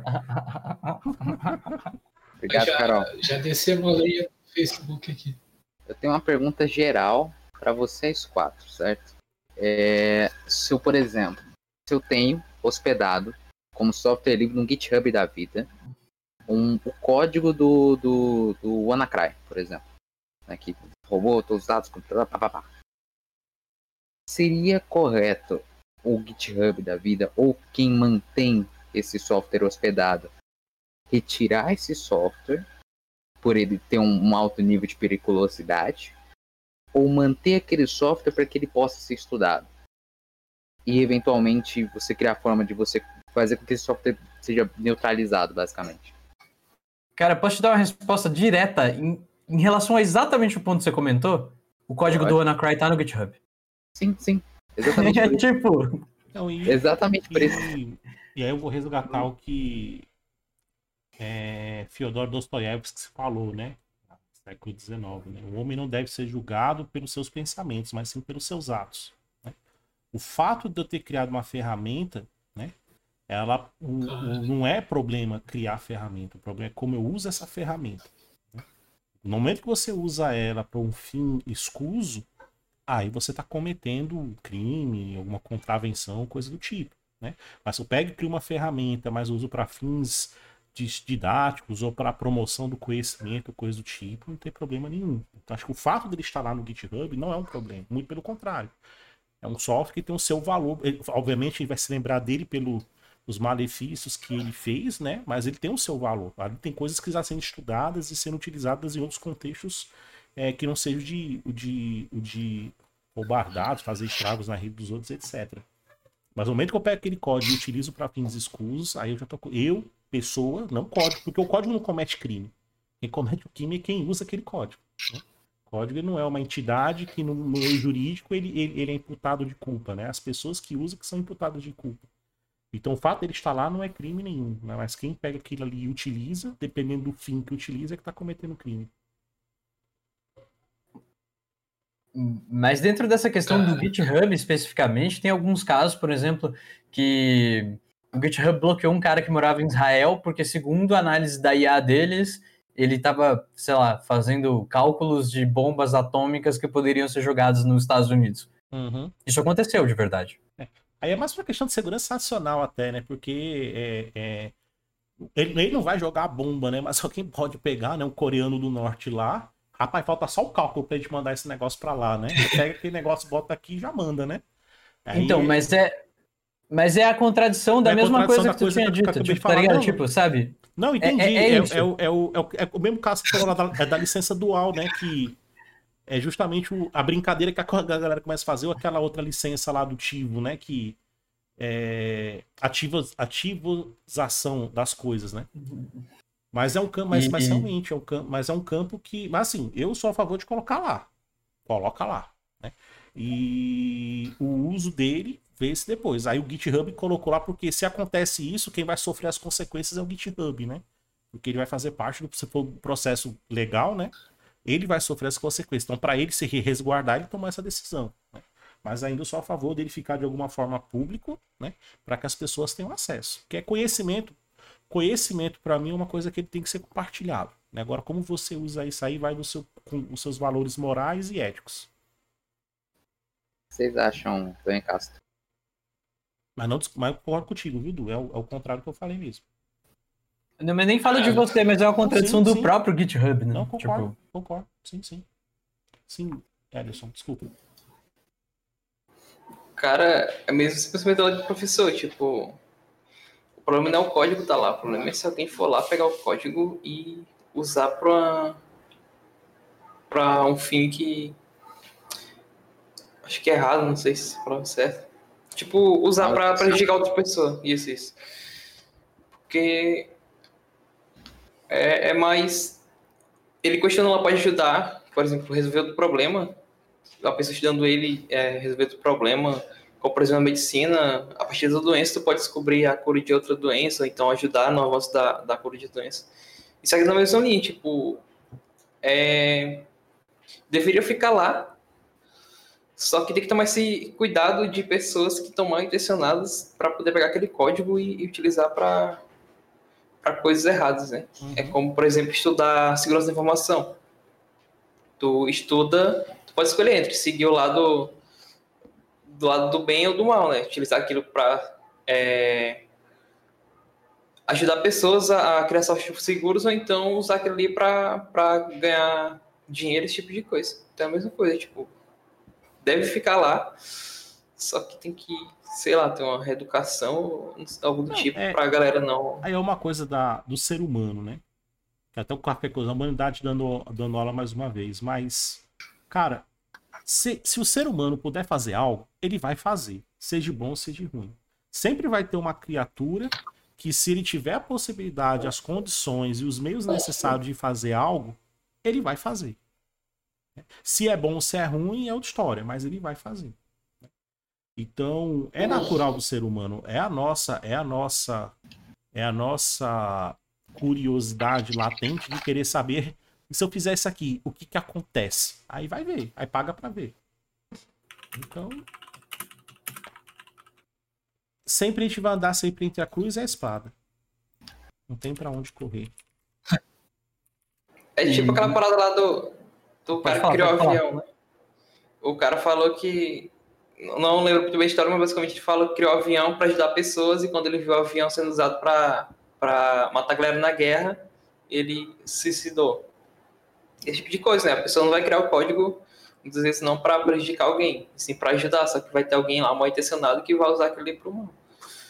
Obrigado, Carol. Já descemos a lenha do Facebook aqui. Eu tenho uma pergunta geral para vocês 4, certo? Se eu, por exemplo, se eu tenho hospedado como software livre no GitHub da vida o código do WannaCry, por exemplo, né, que roubou todos os dados, seria correto o GitHub da vida ou quem mantém esse software hospedado retirar esse software por ele ter um alto nível de periculosidade, ou manter aquele software para que ele possa ser estudado e eventualmente você criar a forma de você fazer com que esse software seja neutralizado, basicamente? Cara, posso te dar uma resposta direta em relação a exatamente o ponto que você comentou? O código do WannaCry tá no GitHub. Sim. Exatamente por isso. Tipo... Então, exatamente por isso. E aí eu vou resgatar o que Fyodor Dostoiévski falou, né? Século XIX, né? O homem não deve ser julgado pelos seus pensamentos, mas sim pelos seus atos, né? O fato de eu ter criado uma ferramenta, né? Não é problema criar a ferramenta, o problema é como eu uso essa ferramenta, né? No momento que você usa ela para um fim escuso, aí você está cometendo crime, alguma contravenção, coisa do tipo, né? Mas se eu pego e crio uma ferramenta, mas uso para fins didáticos ou para promoção do conhecimento, coisa do tipo, não tem problema nenhum. Então acho que o fato dele estar lá no GitHub não é um problema, muito pelo contrário. É um software que tem o seu valor. Obviamente ele vai se lembrar dele pelos malefícios que ele fez, né? Mas ele tem o seu valor. Ali tem coisas que já sendo estudadas e sendo utilizadas em outros contextos que não sejam de roubar dados, fazer estragos na rede dos outros, etc. Mas no momento que eu pego aquele código e utilizo para fins escusos, aí eu já tô... pessoa, não código, porque o código não comete crime. Quem comete o crime é quem usa aquele código, né? O código não é uma entidade que no meio jurídico ele é imputado de culpa, né? As pessoas que usam que são imputadas de culpa. Então o fato dele estar lá não é crime nenhum, né? Mas quem pega aquilo ali e utiliza, dependendo do fim que utiliza, é que está cometendo crime. Mas dentro dessa questão do GitHub especificamente, tem alguns casos, por exemplo, que o GitHub bloqueou um cara que morava em Israel porque, segundo a análise da IA deles, ele estava, sei lá, fazendo cálculos de bombas atômicas que poderiam ser jogadas nos Estados Unidos. Uhum. Isso aconteceu de verdade. Aí é mais uma questão de segurança nacional até, né? Porque ele não vai jogar a bomba, né? Mas alguém pode pegar, né? Um coreano do norte lá. Rapaz, falta só o cálculo pra gente mandar esse negócio pra lá, né? Pega aquele negócio, bota aqui e já manda, né? Aí, então, mas é a contradição da mesma coisa que tu tinha dito, tipo, tá ligado? Tipo, sabe? Não, entendi. É o mesmo caso que você falou lá da licença dual, né? Que é justamente a brincadeira que a galera começa a fazer, ou aquela outra licença lá do TIVO, né? Que é ativização das coisas, né? Mas é um campo, mas realmente é um campo que, mas assim, eu sou a favor de colocar lá. Coloca lá, né? E o uso dele vê-se depois. Aí o GitHub colocou lá porque se acontece isso, quem vai sofrer as consequências é o GitHub, né? Porque ele vai fazer parte do, se for um processo legal, né? Ele vai sofrer as consequências. Então, para ele se resguardar, ele tomou essa decisão, né? Mas ainda eu sou a favor dele ficar de alguma forma público, né? Para que as pessoas tenham acesso. Que é conhecimento. Conhecimento, para mim, é uma coisa que ele tem que ser compartilhado, né? Agora, como você usa isso aí, vai com os seus valores morais e éticos. O que vocês acham, Tonho Castro? Mas eu concordo contigo, viu, Du? É o contrário que eu falei mesmo. Não, mas nem falo de você, mas é uma contradição do próprio GitHub, né? Não, concordo. Sim. Sim, Ederson, desculpa. Cara, é mesmo esse pensamento lá de professor, tipo... O problema não é o código tá lá, o problema é se alguém for lá pegar o código e usar pra um fim que... Acho que é errado, não sei se é a palavra certa. Tipo, usar pra prejudicar outra pessoa. Isso. Porque... é mais... Ele questionando ela pode ajudar, por exemplo, resolver outro problema. A pessoa estudando ele resolver outro problema, como por exemplo a medicina, a partir da doença tu pode descobrir a cura de outra doença, ou então ajudar no avanço da cura de doença. Isso aqui na mesma linha, tipo, deveria ficar lá, só que tem que tomar esse cuidado de pessoas que estão mal intencionadas para poder pegar aquele código e utilizar para coisas erradas, né? É como, por exemplo, estudar segurança da informação. Tu estuda, tu pode escolher entre seguir o lado do bem ou do mal, né? Utilizar aquilo para ajudar pessoas a criar softwares seguros ou então usar aquilo ali para ganhar dinheiro, esse tipo de coisa. Então é a mesma coisa, tipo, deve ficar lá, só que tem que, sei lá, ter uma reeducação ou algo do tipo pra galera não... Aí é uma coisa do ser humano, né? Que até o Café com a Humanidade dando aula mais uma vez. Mas, cara, se o ser humano puder fazer algo, ele vai fazer. Seja bom, seja ruim. Sempre vai ter uma criatura que, se ele tiver a possibilidade, as condições e os meios necessários de fazer algo, ele vai fazer. Se é bom ou se é ruim é outra história, mas ele vai fazer. Então, é natural do ser humano, é a nossa curiosidade latente de querer saber, se eu fizer isso aqui, o que acontece? Aí vai ver, aí paga pra ver. Então, sempre a gente vai andar sempre entre a cruz e a espada. Não tem pra onde correr. É tipo aquela parada lá do cara que criou o avião, né? O cara falou que... Não lembro muito bem a história, mas basicamente ele falou que criou o avião para ajudar pessoas e quando ele viu o avião sendo usado para matar a galera na guerra, ele se suicidou. Esse tipo de coisa, né? A pessoa não vai criar o código, muitas vezes não para prejudicar alguém, sim para ajudar, só que vai ter alguém lá mal intencionado que vai usar aquilo ali pro mal.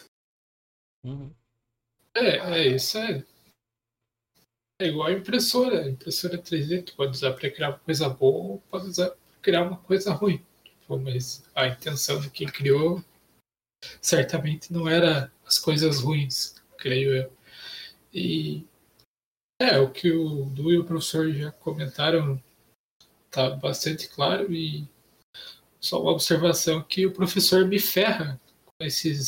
Isso é igual a impressora. A impressora 3D tu pode usar para criar uma coisa boa ou pode usar para criar uma coisa ruim. Mas a intenção de quem criou certamente não era as coisas ruins, creio eu. E o que o Du e o professor já comentaram tá bastante claro e só uma observação que o professor me ferra com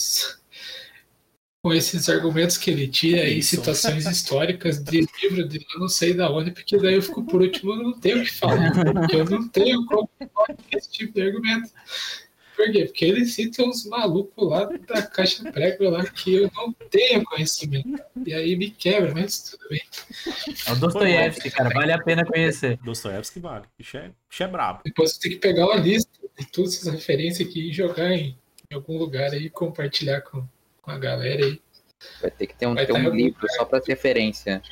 esses argumentos que ele tira aí, citações históricas de livro de eu não sei da onde, porque daí eu fico por último, eu não tenho o que falar, porque eu não tenho como falar esse tipo de argumento. Por quê? Porque ele cita uns malucos lá da caixa prego lá que eu não tenho conhecimento. E aí me quebra, mas tudo bem. É o Dostoiévski, cara, vale a pena conhecer. Dostoiévski vale, bicho é brabo. Depois você tem que pegar uma lista de todas essas referências aqui e jogar em algum lugar aí e compartilhar com a galera aí. Vai ter que ter um livro só para referência.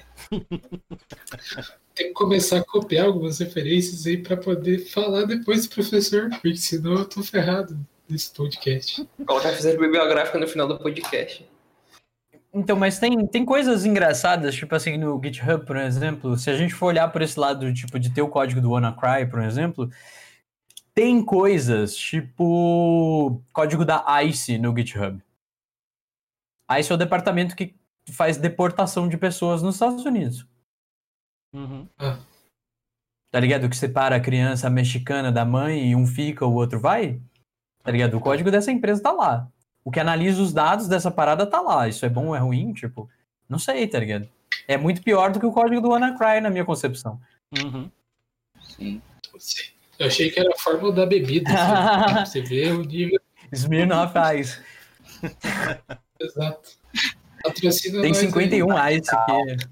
Tem que começar a copiar algumas referências aí para poder falar depois do professor, porque senão eu tô ferrado nesse podcast. Colocar a ficha bibliográfica no final do podcast. Então, mas tem coisas engraçadas, tipo assim, no GitHub, por exemplo, se a gente for olhar por esse lado, tipo, de ter o código do WannaCry, por exemplo, tem coisas, tipo, código da ICE no GitHub. ICE é o departamento que faz deportação de pessoas nos Estados Unidos. Tá ligado? Que separa a criança mexicana da mãe e um fica, o outro vai. Tá ligado? O código dessa empresa tá lá. O que analisa os dados dessa parada tá lá. Isso é bom ou é ruim? Tipo, não sei, tá ligado? É muito pior do que o código do WannaCry, na minha concepção. Sim. Eu achei que era a fórmula da bebida. Assim, você vê o nível. Smirnoff Ice. Exato. Patrocina tem nós 51 aí. Ice aqui.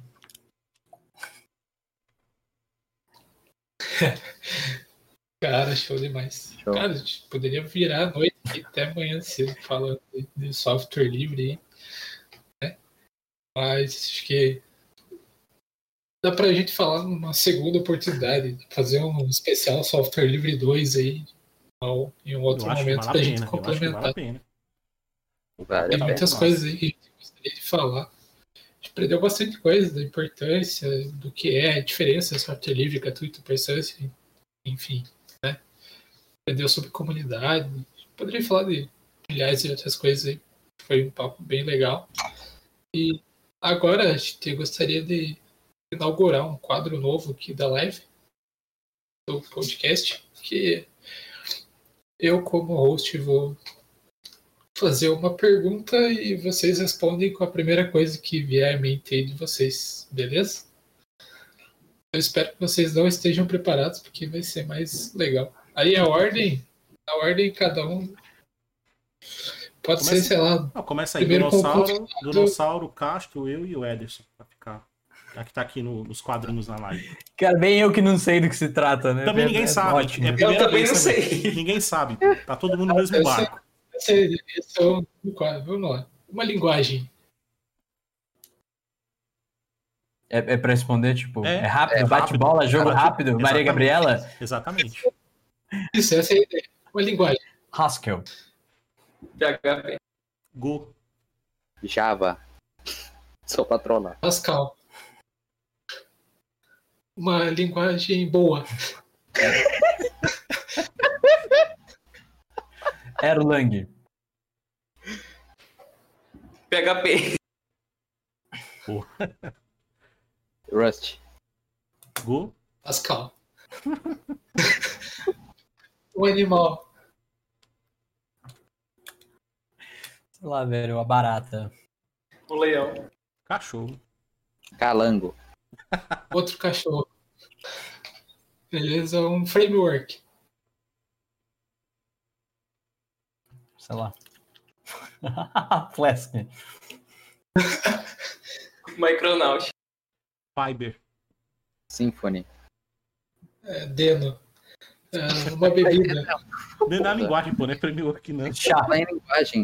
Cara, show demais. Show. Cara, a gente poderia virar a noite aqui até amanhã cedo falando de software livre aí, né? Mas acho que dá pra gente falar numa segunda oportunidade, fazer um especial software livre 2 aí, ou em um outro momento pra gente complementar. Vale Tem muitas coisas aí que a gente gostaria de falar. A gente aprendeu bastante coisa da importância, do que é a diferença do software livre, gratuito, open source, enfim, né? Aprendeu sobre comunidade. Poderia falar de milhares de outras coisas aí. Foi um papo bem legal. E Agora a gente gostaria de inaugurar um quadro novo aqui da live, do podcast, que eu, como host, vou fazer uma pergunta e vocês respondem com a primeira coisa que vier à mente de vocês, beleza? Eu espero que vocês não estejam preparados, porque vai ser mais legal. Aí a ordem cada um pode ser, sei lá. Não, começa aí, primeiro Dinossauro, Castro, eu e o Ederson, pra ficar. Já que tá aqui nos quadrinhos na live. Cara, bem eu que não sei do que se trata, né? Também ninguém sabe. Ótimo. É a primeira Eu também vez não também. sei. Ninguém sabe. Tá todo mundo no mesmo barco. Esse é o quadro. Vamos lá. Uma linguagem. É pra responder, tipo, É, é rápido, é bate-bola, rápido. jogo Bate- rápido, Maria Exatamente. Gabriela, Exatamente. Isso, essa é a ideia. Uma linguagem. Haskell, PHP. Go. Java. Sou patrola. Pascal. Uma linguagem boa. Erlang, PHP. Rust. Go. Pascal. Um animal. sei lá, velho, a barata. O leão. Cachorro. Calango. Outro cachorro. Beleza? Um framework. Sei lá. Flask, Micronaut. Fiber. Symfony. Deno. Uma bebida. Dentro da linguagem, pô, não é framework, não. chá, Tá em linguagem.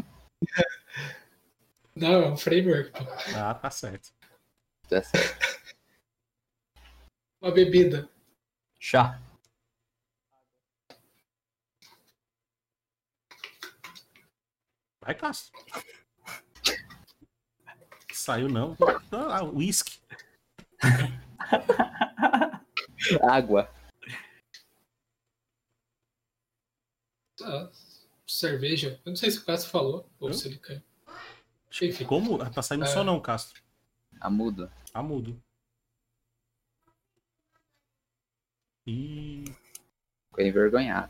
Não, é um framework. Pô. Ah, tá certo. Tá certo. Uma bebida. chá, Vai, Castro. Saiu não. Ah, whisky. Água. Cerveja. Eu não sei se o Cássio falou ou Eu? se ele caiu. Enfim. Como? Tá saindo só não, Castro. Amudo. Tá mudo. E Ficou envergonhado.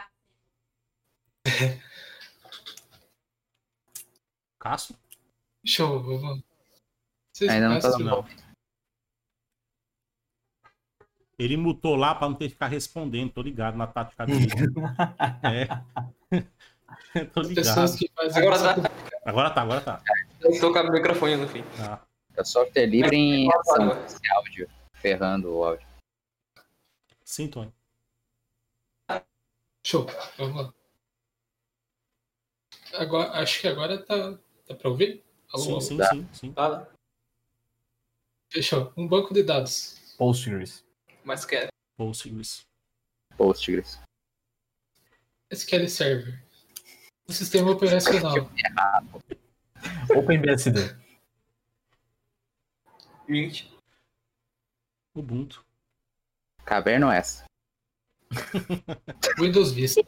Castro? Show, vamos. Não sei se Ainda o não tá Cássio- Não. Ele mutou lá pra não ter que ficar respondendo. Tô ligado na tática dele. É. Tô As ligado. pessoas que fazem Agora isso tá. Agora tá. Eu tô com o microfone no fim. Tá. É software livre em Mas- ação. Esse áudio. Ferrando o áudio. Sim, Tony. Show, vamos lá. Agora, acho que agora tá pra ouvir? Alô? Sim. Fala. Fechou. Um banco de dados. Postgres, Mas quer. Postgres. Postgres. SQL Server. Um sistema operacional. OpenBSD, Mint. Ubuntu. Caverna OS. Windows Vista.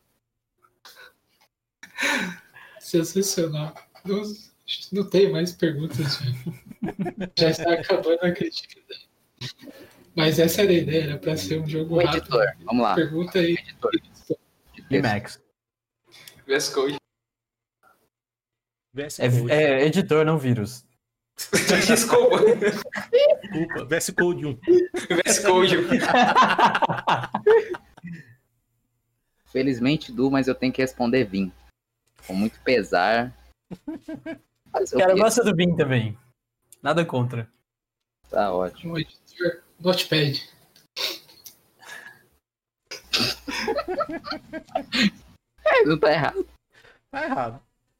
Sensacional. Não tem mais perguntas. Já está acabando a criatividade. Mas essa era a ideia, era para ser um jogo O rápido. editor. Vamos lá. Pergunta aí. Editor. Emacs. VS Code. VS Code. É editor, não vírus. Desculpa. Desculpa. VS Code 1. VS Code. Felizmente, Du, mas eu tenho que responder Vim. Com muito pesar. Mas O cara eu gosta do Vim também. Nada contra. Tá ótimo. Um editor Notepad. Não tá errado. Tá errado.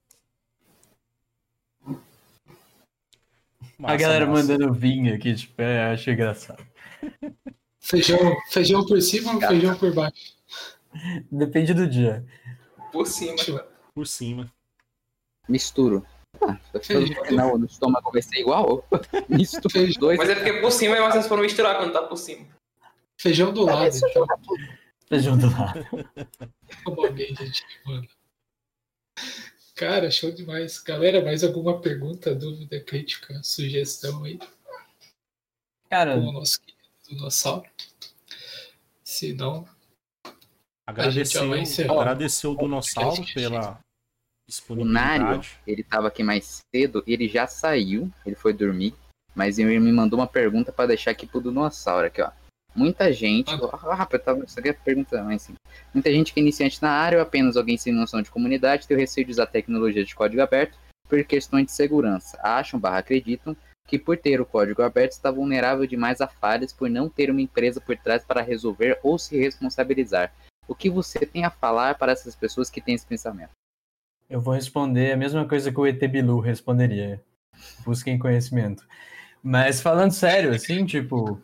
A galera mandando Vim aqui, tipo, achei engraçado. Feijão por cima ou feijão por baixo? Depende do dia. Por cima. Show. Por cima. Misturo. Não, no estômago vai ser igual. Misturo os dois. Mas é porque por cima é mais fácil pra não misturar quando tá por cima. Feijão do lado. Então, Feijão do lado. como alguém, gente, mano. Cara, show demais. Galera, mais alguma pergunta, dúvida, crítica, sugestão aí com Cara, o nosso querido dinossauro? Se não, a gente já vai encerrar. Agradecer o Dinossauro pela O disponibilidade. Nário, ele tava aqui mais cedo, ele já saiu, ele foi dormir, mas ele me mandou uma pergunta pra deixar aqui pro Dinossauro, aqui ó. Muita gente, rapaz, isso aqui é a pergunta mais simples. Muita gente que é iniciante na área ou apenas alguém sem noção de comunidade tem o receio de usar tecnologia de código aberto por questões de segurança. Acreditam que por ter o código aberto está vulnerável demais a falhas por não ter uma empresa por trás para resolver ou se responsabilizar. O que você tem a falar para essas pessoas que têm esse pensamento? eu vou responder a mesma coisa que o ET Bilu responderia. Busquem conhecimento. Mas falando sério, assim, tipo...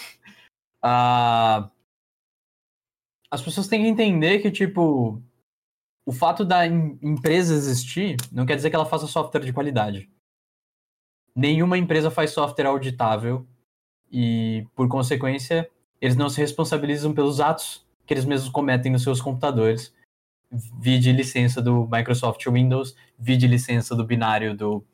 As pessoas têm que entender que, tipo... O fato da empresa existir não quer dizer que ela faça software de qualidade. Nenhuma empresa faz software auditável e, por consequência, eles não se responsabilizam pelos atos que eles mesmos cometem nos seus computadores. Vide licença do Microsoft Windows, vide licença do binário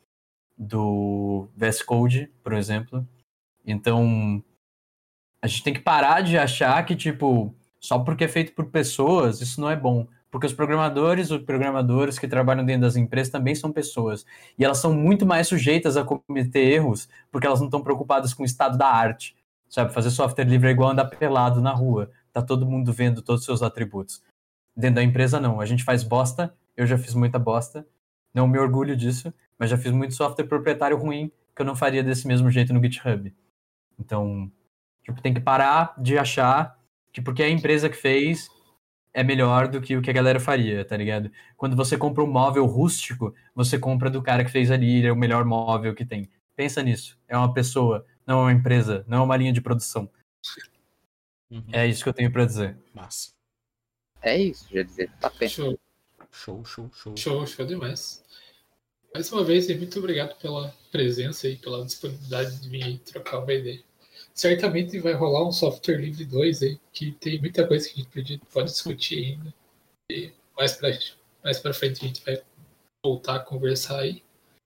do VS Code, por exemplo. Então, a gente tem que parar de achar que, tipo, só porque é feito por pessoas, isso não é bom. Porque os programadores que trabalham dentro das empresas também são pessoas. E elas são muito mais sujeitas a cometer erros, porque elas não estão preocupadas com o estado da arte. Sabe, fazer software livre é igual andar pelado na rua. Tá todo mundo vendo todos os seus atributos. Dentro da empresa, não. A gente faz bosta. Eu já fiz muita bosta. Não me orgulho disso, mas já fiz muito software proprietário ruim que eu não faria desse mesmo jeito no GitHub. Então, tipo, tem que parar de achar que porque é a empresa que fez é melhor do que o que a galera faria, tá ligado? Quando você compra um móvel rústico, você compra do cara que fez ali, ele é o melhor móvel que tem. Pensa nisso. É uma pessoa, não é uma empresa, não é uma linha de produção. Uhum. É isso que eu tenho pra dizer. Massa. É isso, já dizer, tá bem. Show, Show. show demais. Mais uma vez, muito obrigado pela presença e pela disponibilidade de vir trocar uma ideia. Certamente vai rolar um software livre 2 aí, que tem muita coisa que a gente pode discutir ainda. E mais pra frente a gente vai voltar a conversar aí.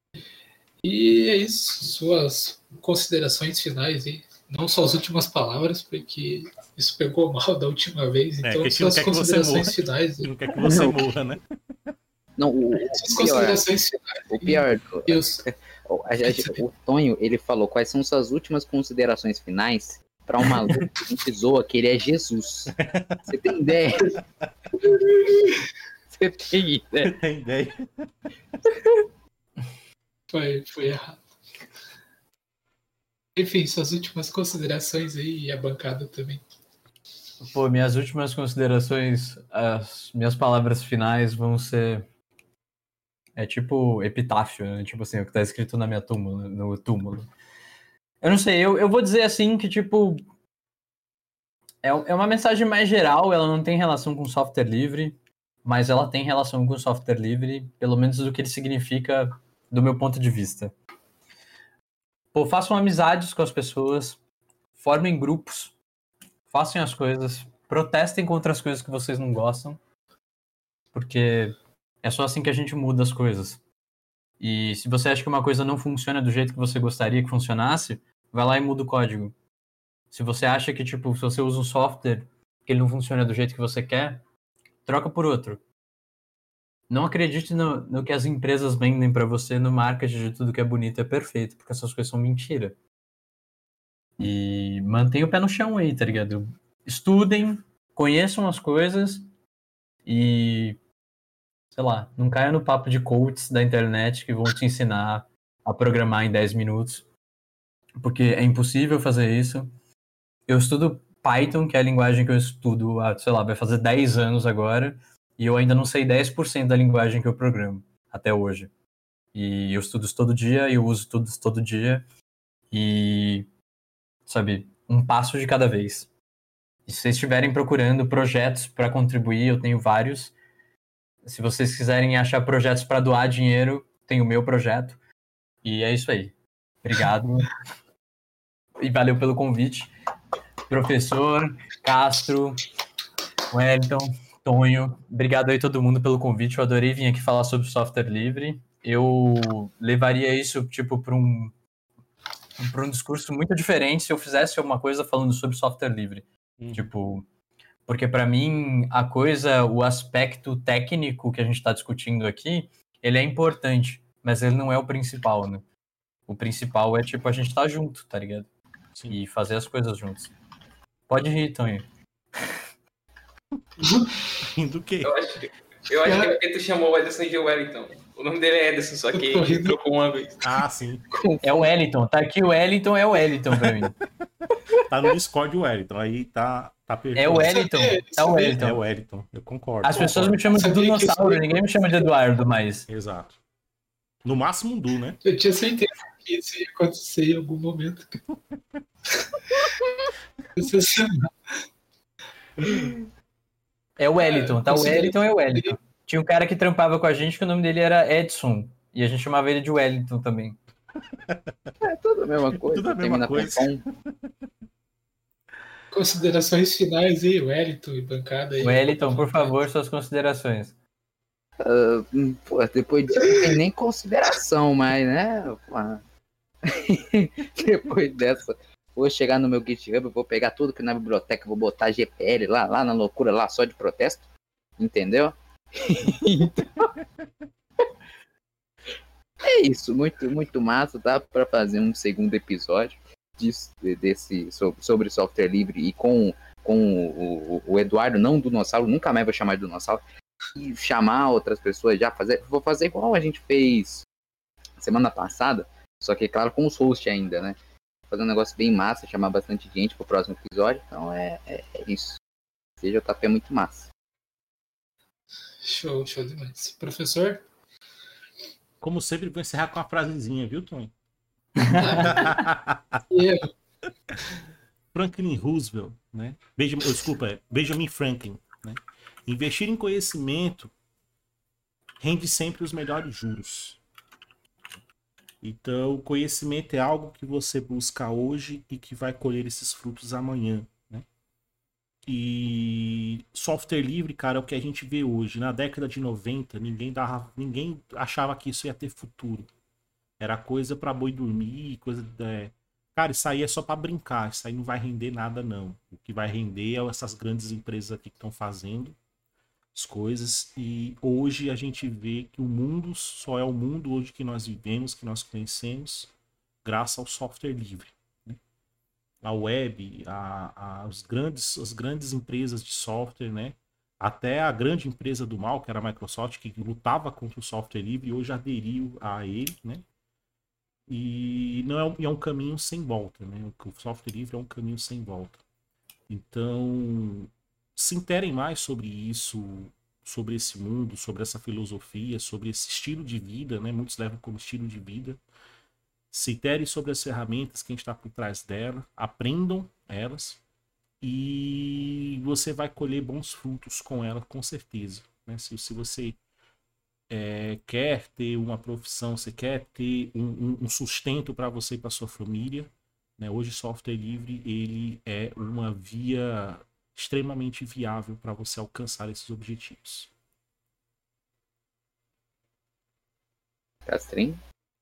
E é isso, suas considerações finais aí. Não só as últimas palavras, porque isso pegou mal da última vez. Então, que suas considerações finais. Não quer que você morra, né? Não, Suas considerações finais. o pior, Deus. o Tonho, ele falou quais são suas últimas considerações finais para um maluco que a gente zoa que ele é Jesus. Você tem ideia? Você tem ideia? Tem ideia. Foi errado. Enfim, suas últimas considerações aí e a bancada também. Pô, minhas últimas considerações, as minhas palavras finais vão ser... É tipo epitáfio, né? Tipo assim, o que tá escrito na minha no túmulo. Eu não sei, eu vou dizer assim que, tipo... É uma mensagem mais geral, ela não tem relação com software livre, mas ela tem relação com software livre, pelo menos do que ele significa do meu ponto de vista. Pô, façam amizades com as pessoas, formem grupos, façam as coisas, protestem contra as coisas que vocês não gostam, porque é só assim que a gente muda as coisas. E se você acha que uma coisa não funciona do jeito que você gostaria que funcionasse, vai lá e muda o código. Se você acha que, tipo, se você usa um software que ele não funciona do jeito que você quer, troca por outro. Não acredite no que as empresas vendem pra você no marketing de tudo que é bonito é perfeito, porque essas coisas são mentira. E mantenha o pé no chão aí, tá ligado? Estudem, conheçam as coisas e, sei lá, não caia no papo de coaches da internet que vão te ensinar a programar em 10 minutos, porque é impossível fazer isso. Eu estudo Python, que é a linguagem que eu estudo há, sei lá, vai fazer 10 anos agora, e eu ainda não sei 10% da linguagem que eu programo, até hoje. E eu estudo isso todo dia, eu uso tudo isso todo dia, e, sabe, um passo de cada vez. E se vocês estiverem procurando projetos para contribuir, eu tenho vários. Se vocês quiserem achar projetos para doar dinheiro, tem o meu projeto. E é isso aí. Obrigado. E valeu pelo convite. Professor, Castro, Wellington, Tonho, obrigado aí todo mundo pelo convite. Eu adorei vir aqui falar sobre software livre. Eu levaria isso, tipo, para um discurso muito diferente se eu fizesse alguma coisa falando sobre software livre. Tipo, porque para mim o aspecto técnico que a gente está discutindo aqui, ele é importante, mas ele não é o principal, né? O principal é, tipo, a gente tá junto, tá ligado? Sim. E fazer as coisas juntos. Pode rir, Tonho. Do quê? Eu acho que é porque tu chamou o Ederson de Wellington. O nome dele é Ederson, só que ele trocou uma vez. Ah, sim. É o Wellington, tá aqui o Wellington, é o Wellington pra mim. Tá no Discord o Wellington, aí tá perfeito. É o Wellington, tá o Wellington. É o Wellington, eu concordo. As pessoas me chamam de Dinossauro, ninguém me chama de Eduardo mais. Exato. No máximo um Du, né? Eu tinha certeza que isso ia acontecer em algum momento. Sensacional. É o Wellington, tá? O Wellington é o Wellington. Tinha um cara que trampava com a gente que o nome dele era Edson. E a gente chamava ele de Wellington também. É tudo a mesma coisa. Tudo a mesma coisa. Considerações finais aí, Wellington e bancada aí. Wellington, por favor, suas considerações. Pô, depois disso não tem nem consideração mais, né? Depois dessa, vou chegar no meu GitHub, vou pegar tudo que na biblioteca, vou botar GPL lá na loucura, lá só de protesto. Entendeu? Então... É isso, muito massa, dá pra fazer um segundo episódio sobre software livre e com o Eduardo, não do Dinossauro, nunca mais vou chamar de Dinossauro, e chamar outras pessoas já, vou fazer igual a gente fez semana passada, só que claro com os hosts ainda, né? Fazer um negócio bem massa, chamar bastante gente pro próximo episódio, então é isso. CJP é muito massa. Show demais. Professor? Como sempre, vou encerrar com uma frasezinha, viu, Tony? Franklin Roosevelt, né? Benjamin Franklin, né? Investir em conhecimento rende sempre os melhores juros. Então, o conhecimento é algo que você busca hoje e que vai colher esses frutos amanhã, né? E software livre, cara, é o que a gente vê hoje. Na década de 90, ninguém achava que isso ia ter futuro. Era coisa pra boi dormir, Cara, isso aí é só pra brincar, isso aí não vai render nada, não. O que vai render é essas grandes empresas aqui que estão fazendo as coisas. E hoje a gente vê que o mundo só é o mundo hoje que nós vivemos, que nós conhecemos, graças ao software livre. A web, as grandes empresas de software, né? Até a grande empresa do mal, que era a Microsoft, que lutava contra o software livre, hoje aderiu a ele, né? E não é um caminho sem volta, né? O software livre é um caminho sem volta. Então, se interem mais sobre isso, sobre esse mundo, sobre essa filosofia, sobre esse estilo de vida, né? Muitos levam como estilo de vida. Se interem sobre as ferramentas que a gente está por trás dela, aprendam elas e você vai colher bons frutos com ela, com certeza. Né? Se você quer ter uma profissão, você quer ter um sustento para você e para sua família, né? Hoje software livre ele é uma via extremamente viável para você alcançar esses objetivos. Castrinho?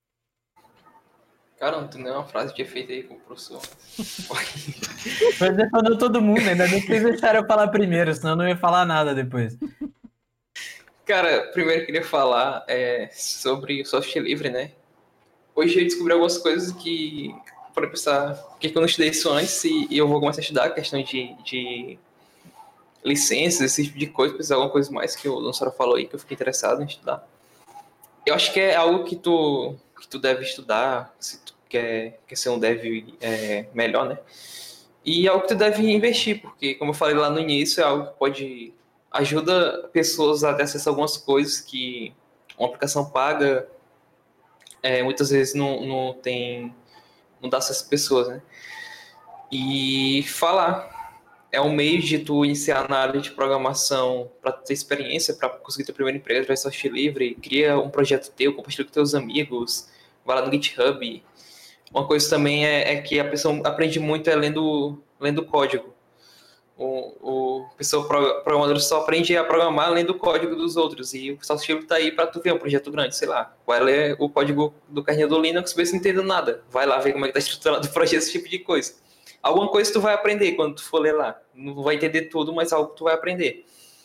Cara, não tem nenhuma frase de efeito aí com o professor. Mas defendeu todo mundo, ainda bem que vocês deixaram eu falar primeiro, senão eu não ia falar nada depois. Cara, primeiro eu queria falar sobre o software livre, né? Hoje eu descobri algumas coisas que, para pensar, porque eu não estudei isso antes e eu vou começar a estudar a questão de licenças, esse tipo de coisa, precisar alguma coisa mais que o Lansara falou aí, que eu fiquei interessado em estudar. Eu acho que é algo que tu deve estudar, se tu quer ser um dev melhor, né? E é algo que tu deve investir, porque, como eu falei lá no início, é algo que ajuda pessoas a ter acesso a algumas coisas que uma aplicação paga muitas vezes não dá acesso a pessoas, né? E é um meio de tu iniciar na área de programação para ter experiência, para conseguir teu primeiro emprego, vai software livre, cria um projeto teu, compartilha com teus amigos, vai lá no GitHub. Uma coisa também é que a pessoa aprende muito lendo código. pessoa programadora só aprende a programar além do código dos outros. E o software livre tá aí para tu ver um projeto grande, sei lá. Vai ler o código do kernel do Linux, ver se não entende nada. Vai lá ver como é que tá estruturado o projeto, esse tipo de coisa. Alguma coisa tu vai aprender quando tu for ler lá. Não vai entender tudo, mas algo tu vai aprender.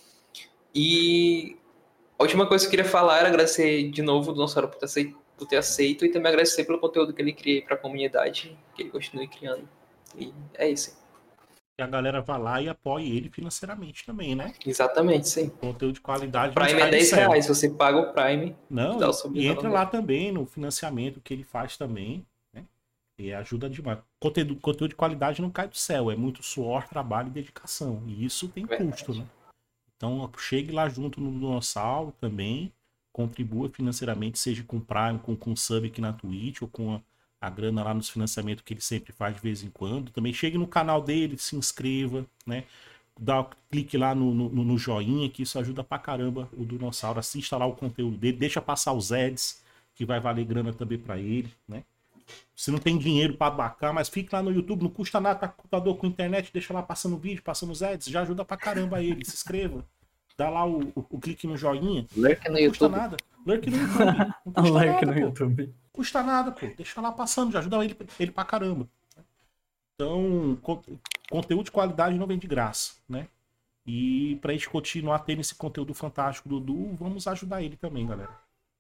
E a última coisa que eu queria falar era agradecer de novo o Dinossauro por ter aceito e também agradecer pelo conteúdo que ele criou para a comunidade, que ele continue criando. E é isso. Que a galera vá lá e apoie ele financeiramente também, né? Exatamente, sim. Conteúdo de qualidade. Prime é R$10, se você paga o Prime. Não, e entra lá também no financiamento que ele faz também, né? E ajuda demais. Conteúdo de qualidade não cai do céu, é muito suor, trabalho e dedicação. E isso tem custo, né? Então, chegue lá junto no Dinossauro também, contribua financeiramente, seja com Prime, com sub aqui na Twitch, ou com a grana lá nos financiamentos que ele sempre faz de vez em quando. Também chegue no canal dele, se inscreva, né? Clique lá no joinha, que isso ajuda pra caramba o Dinossauro. Assista lá o conteúdo dele, deixa passar os ads, que vai valer grana também pra ele, né? Se não tem dinheiro pra bacar, mas fique lá no YouTube, não custa nada, tá com computador, com internet, deixa lá passando vídeo, passando os ads, já ajuda pra caramba ele. Se inscreva, dá lá o clique no joinha. Lurk no não custa YouTube. nada. Lurk no YouTube. Não custa Lurk nada, no pô. YouTube. Custa nada, pô. Deixa lá passando, já ajuda ele pra caramba. Então, conteúdo de qualidade não vem de graça, né? E pra gente continuar tendo esse conteúdo fantástico do Dudu, vamos ajudar ele também, galera.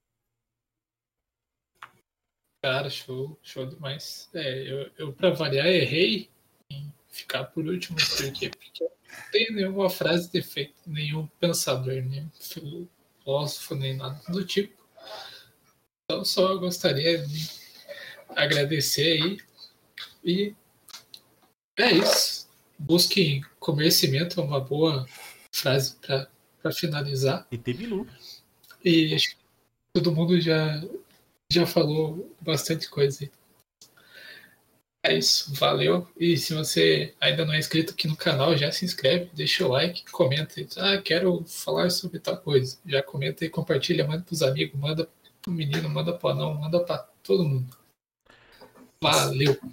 Cara, show demais. Eu pra variar, errei em ficar por último, porque não tem nenhuma frase de efeito, nenhum pensador, nenhum filósofo, nem nada do tipo. Então, só gostaria de agradecer aí. E é isso. Busquem conhecimento, é uma boa frase para finalizar. E teve Bilu. E acho que todo mundo já falou bastante coisa aí. É isso, valeu. E se você ainda não é inscrito aqui no canal, já se inscreve, deixa o like, comenta. Quero falar sobre tal coisa. Já comenta e compartilha, manda pros amigos, manda pro menino, manda pro anão, manda pra todo mundo. Valeu.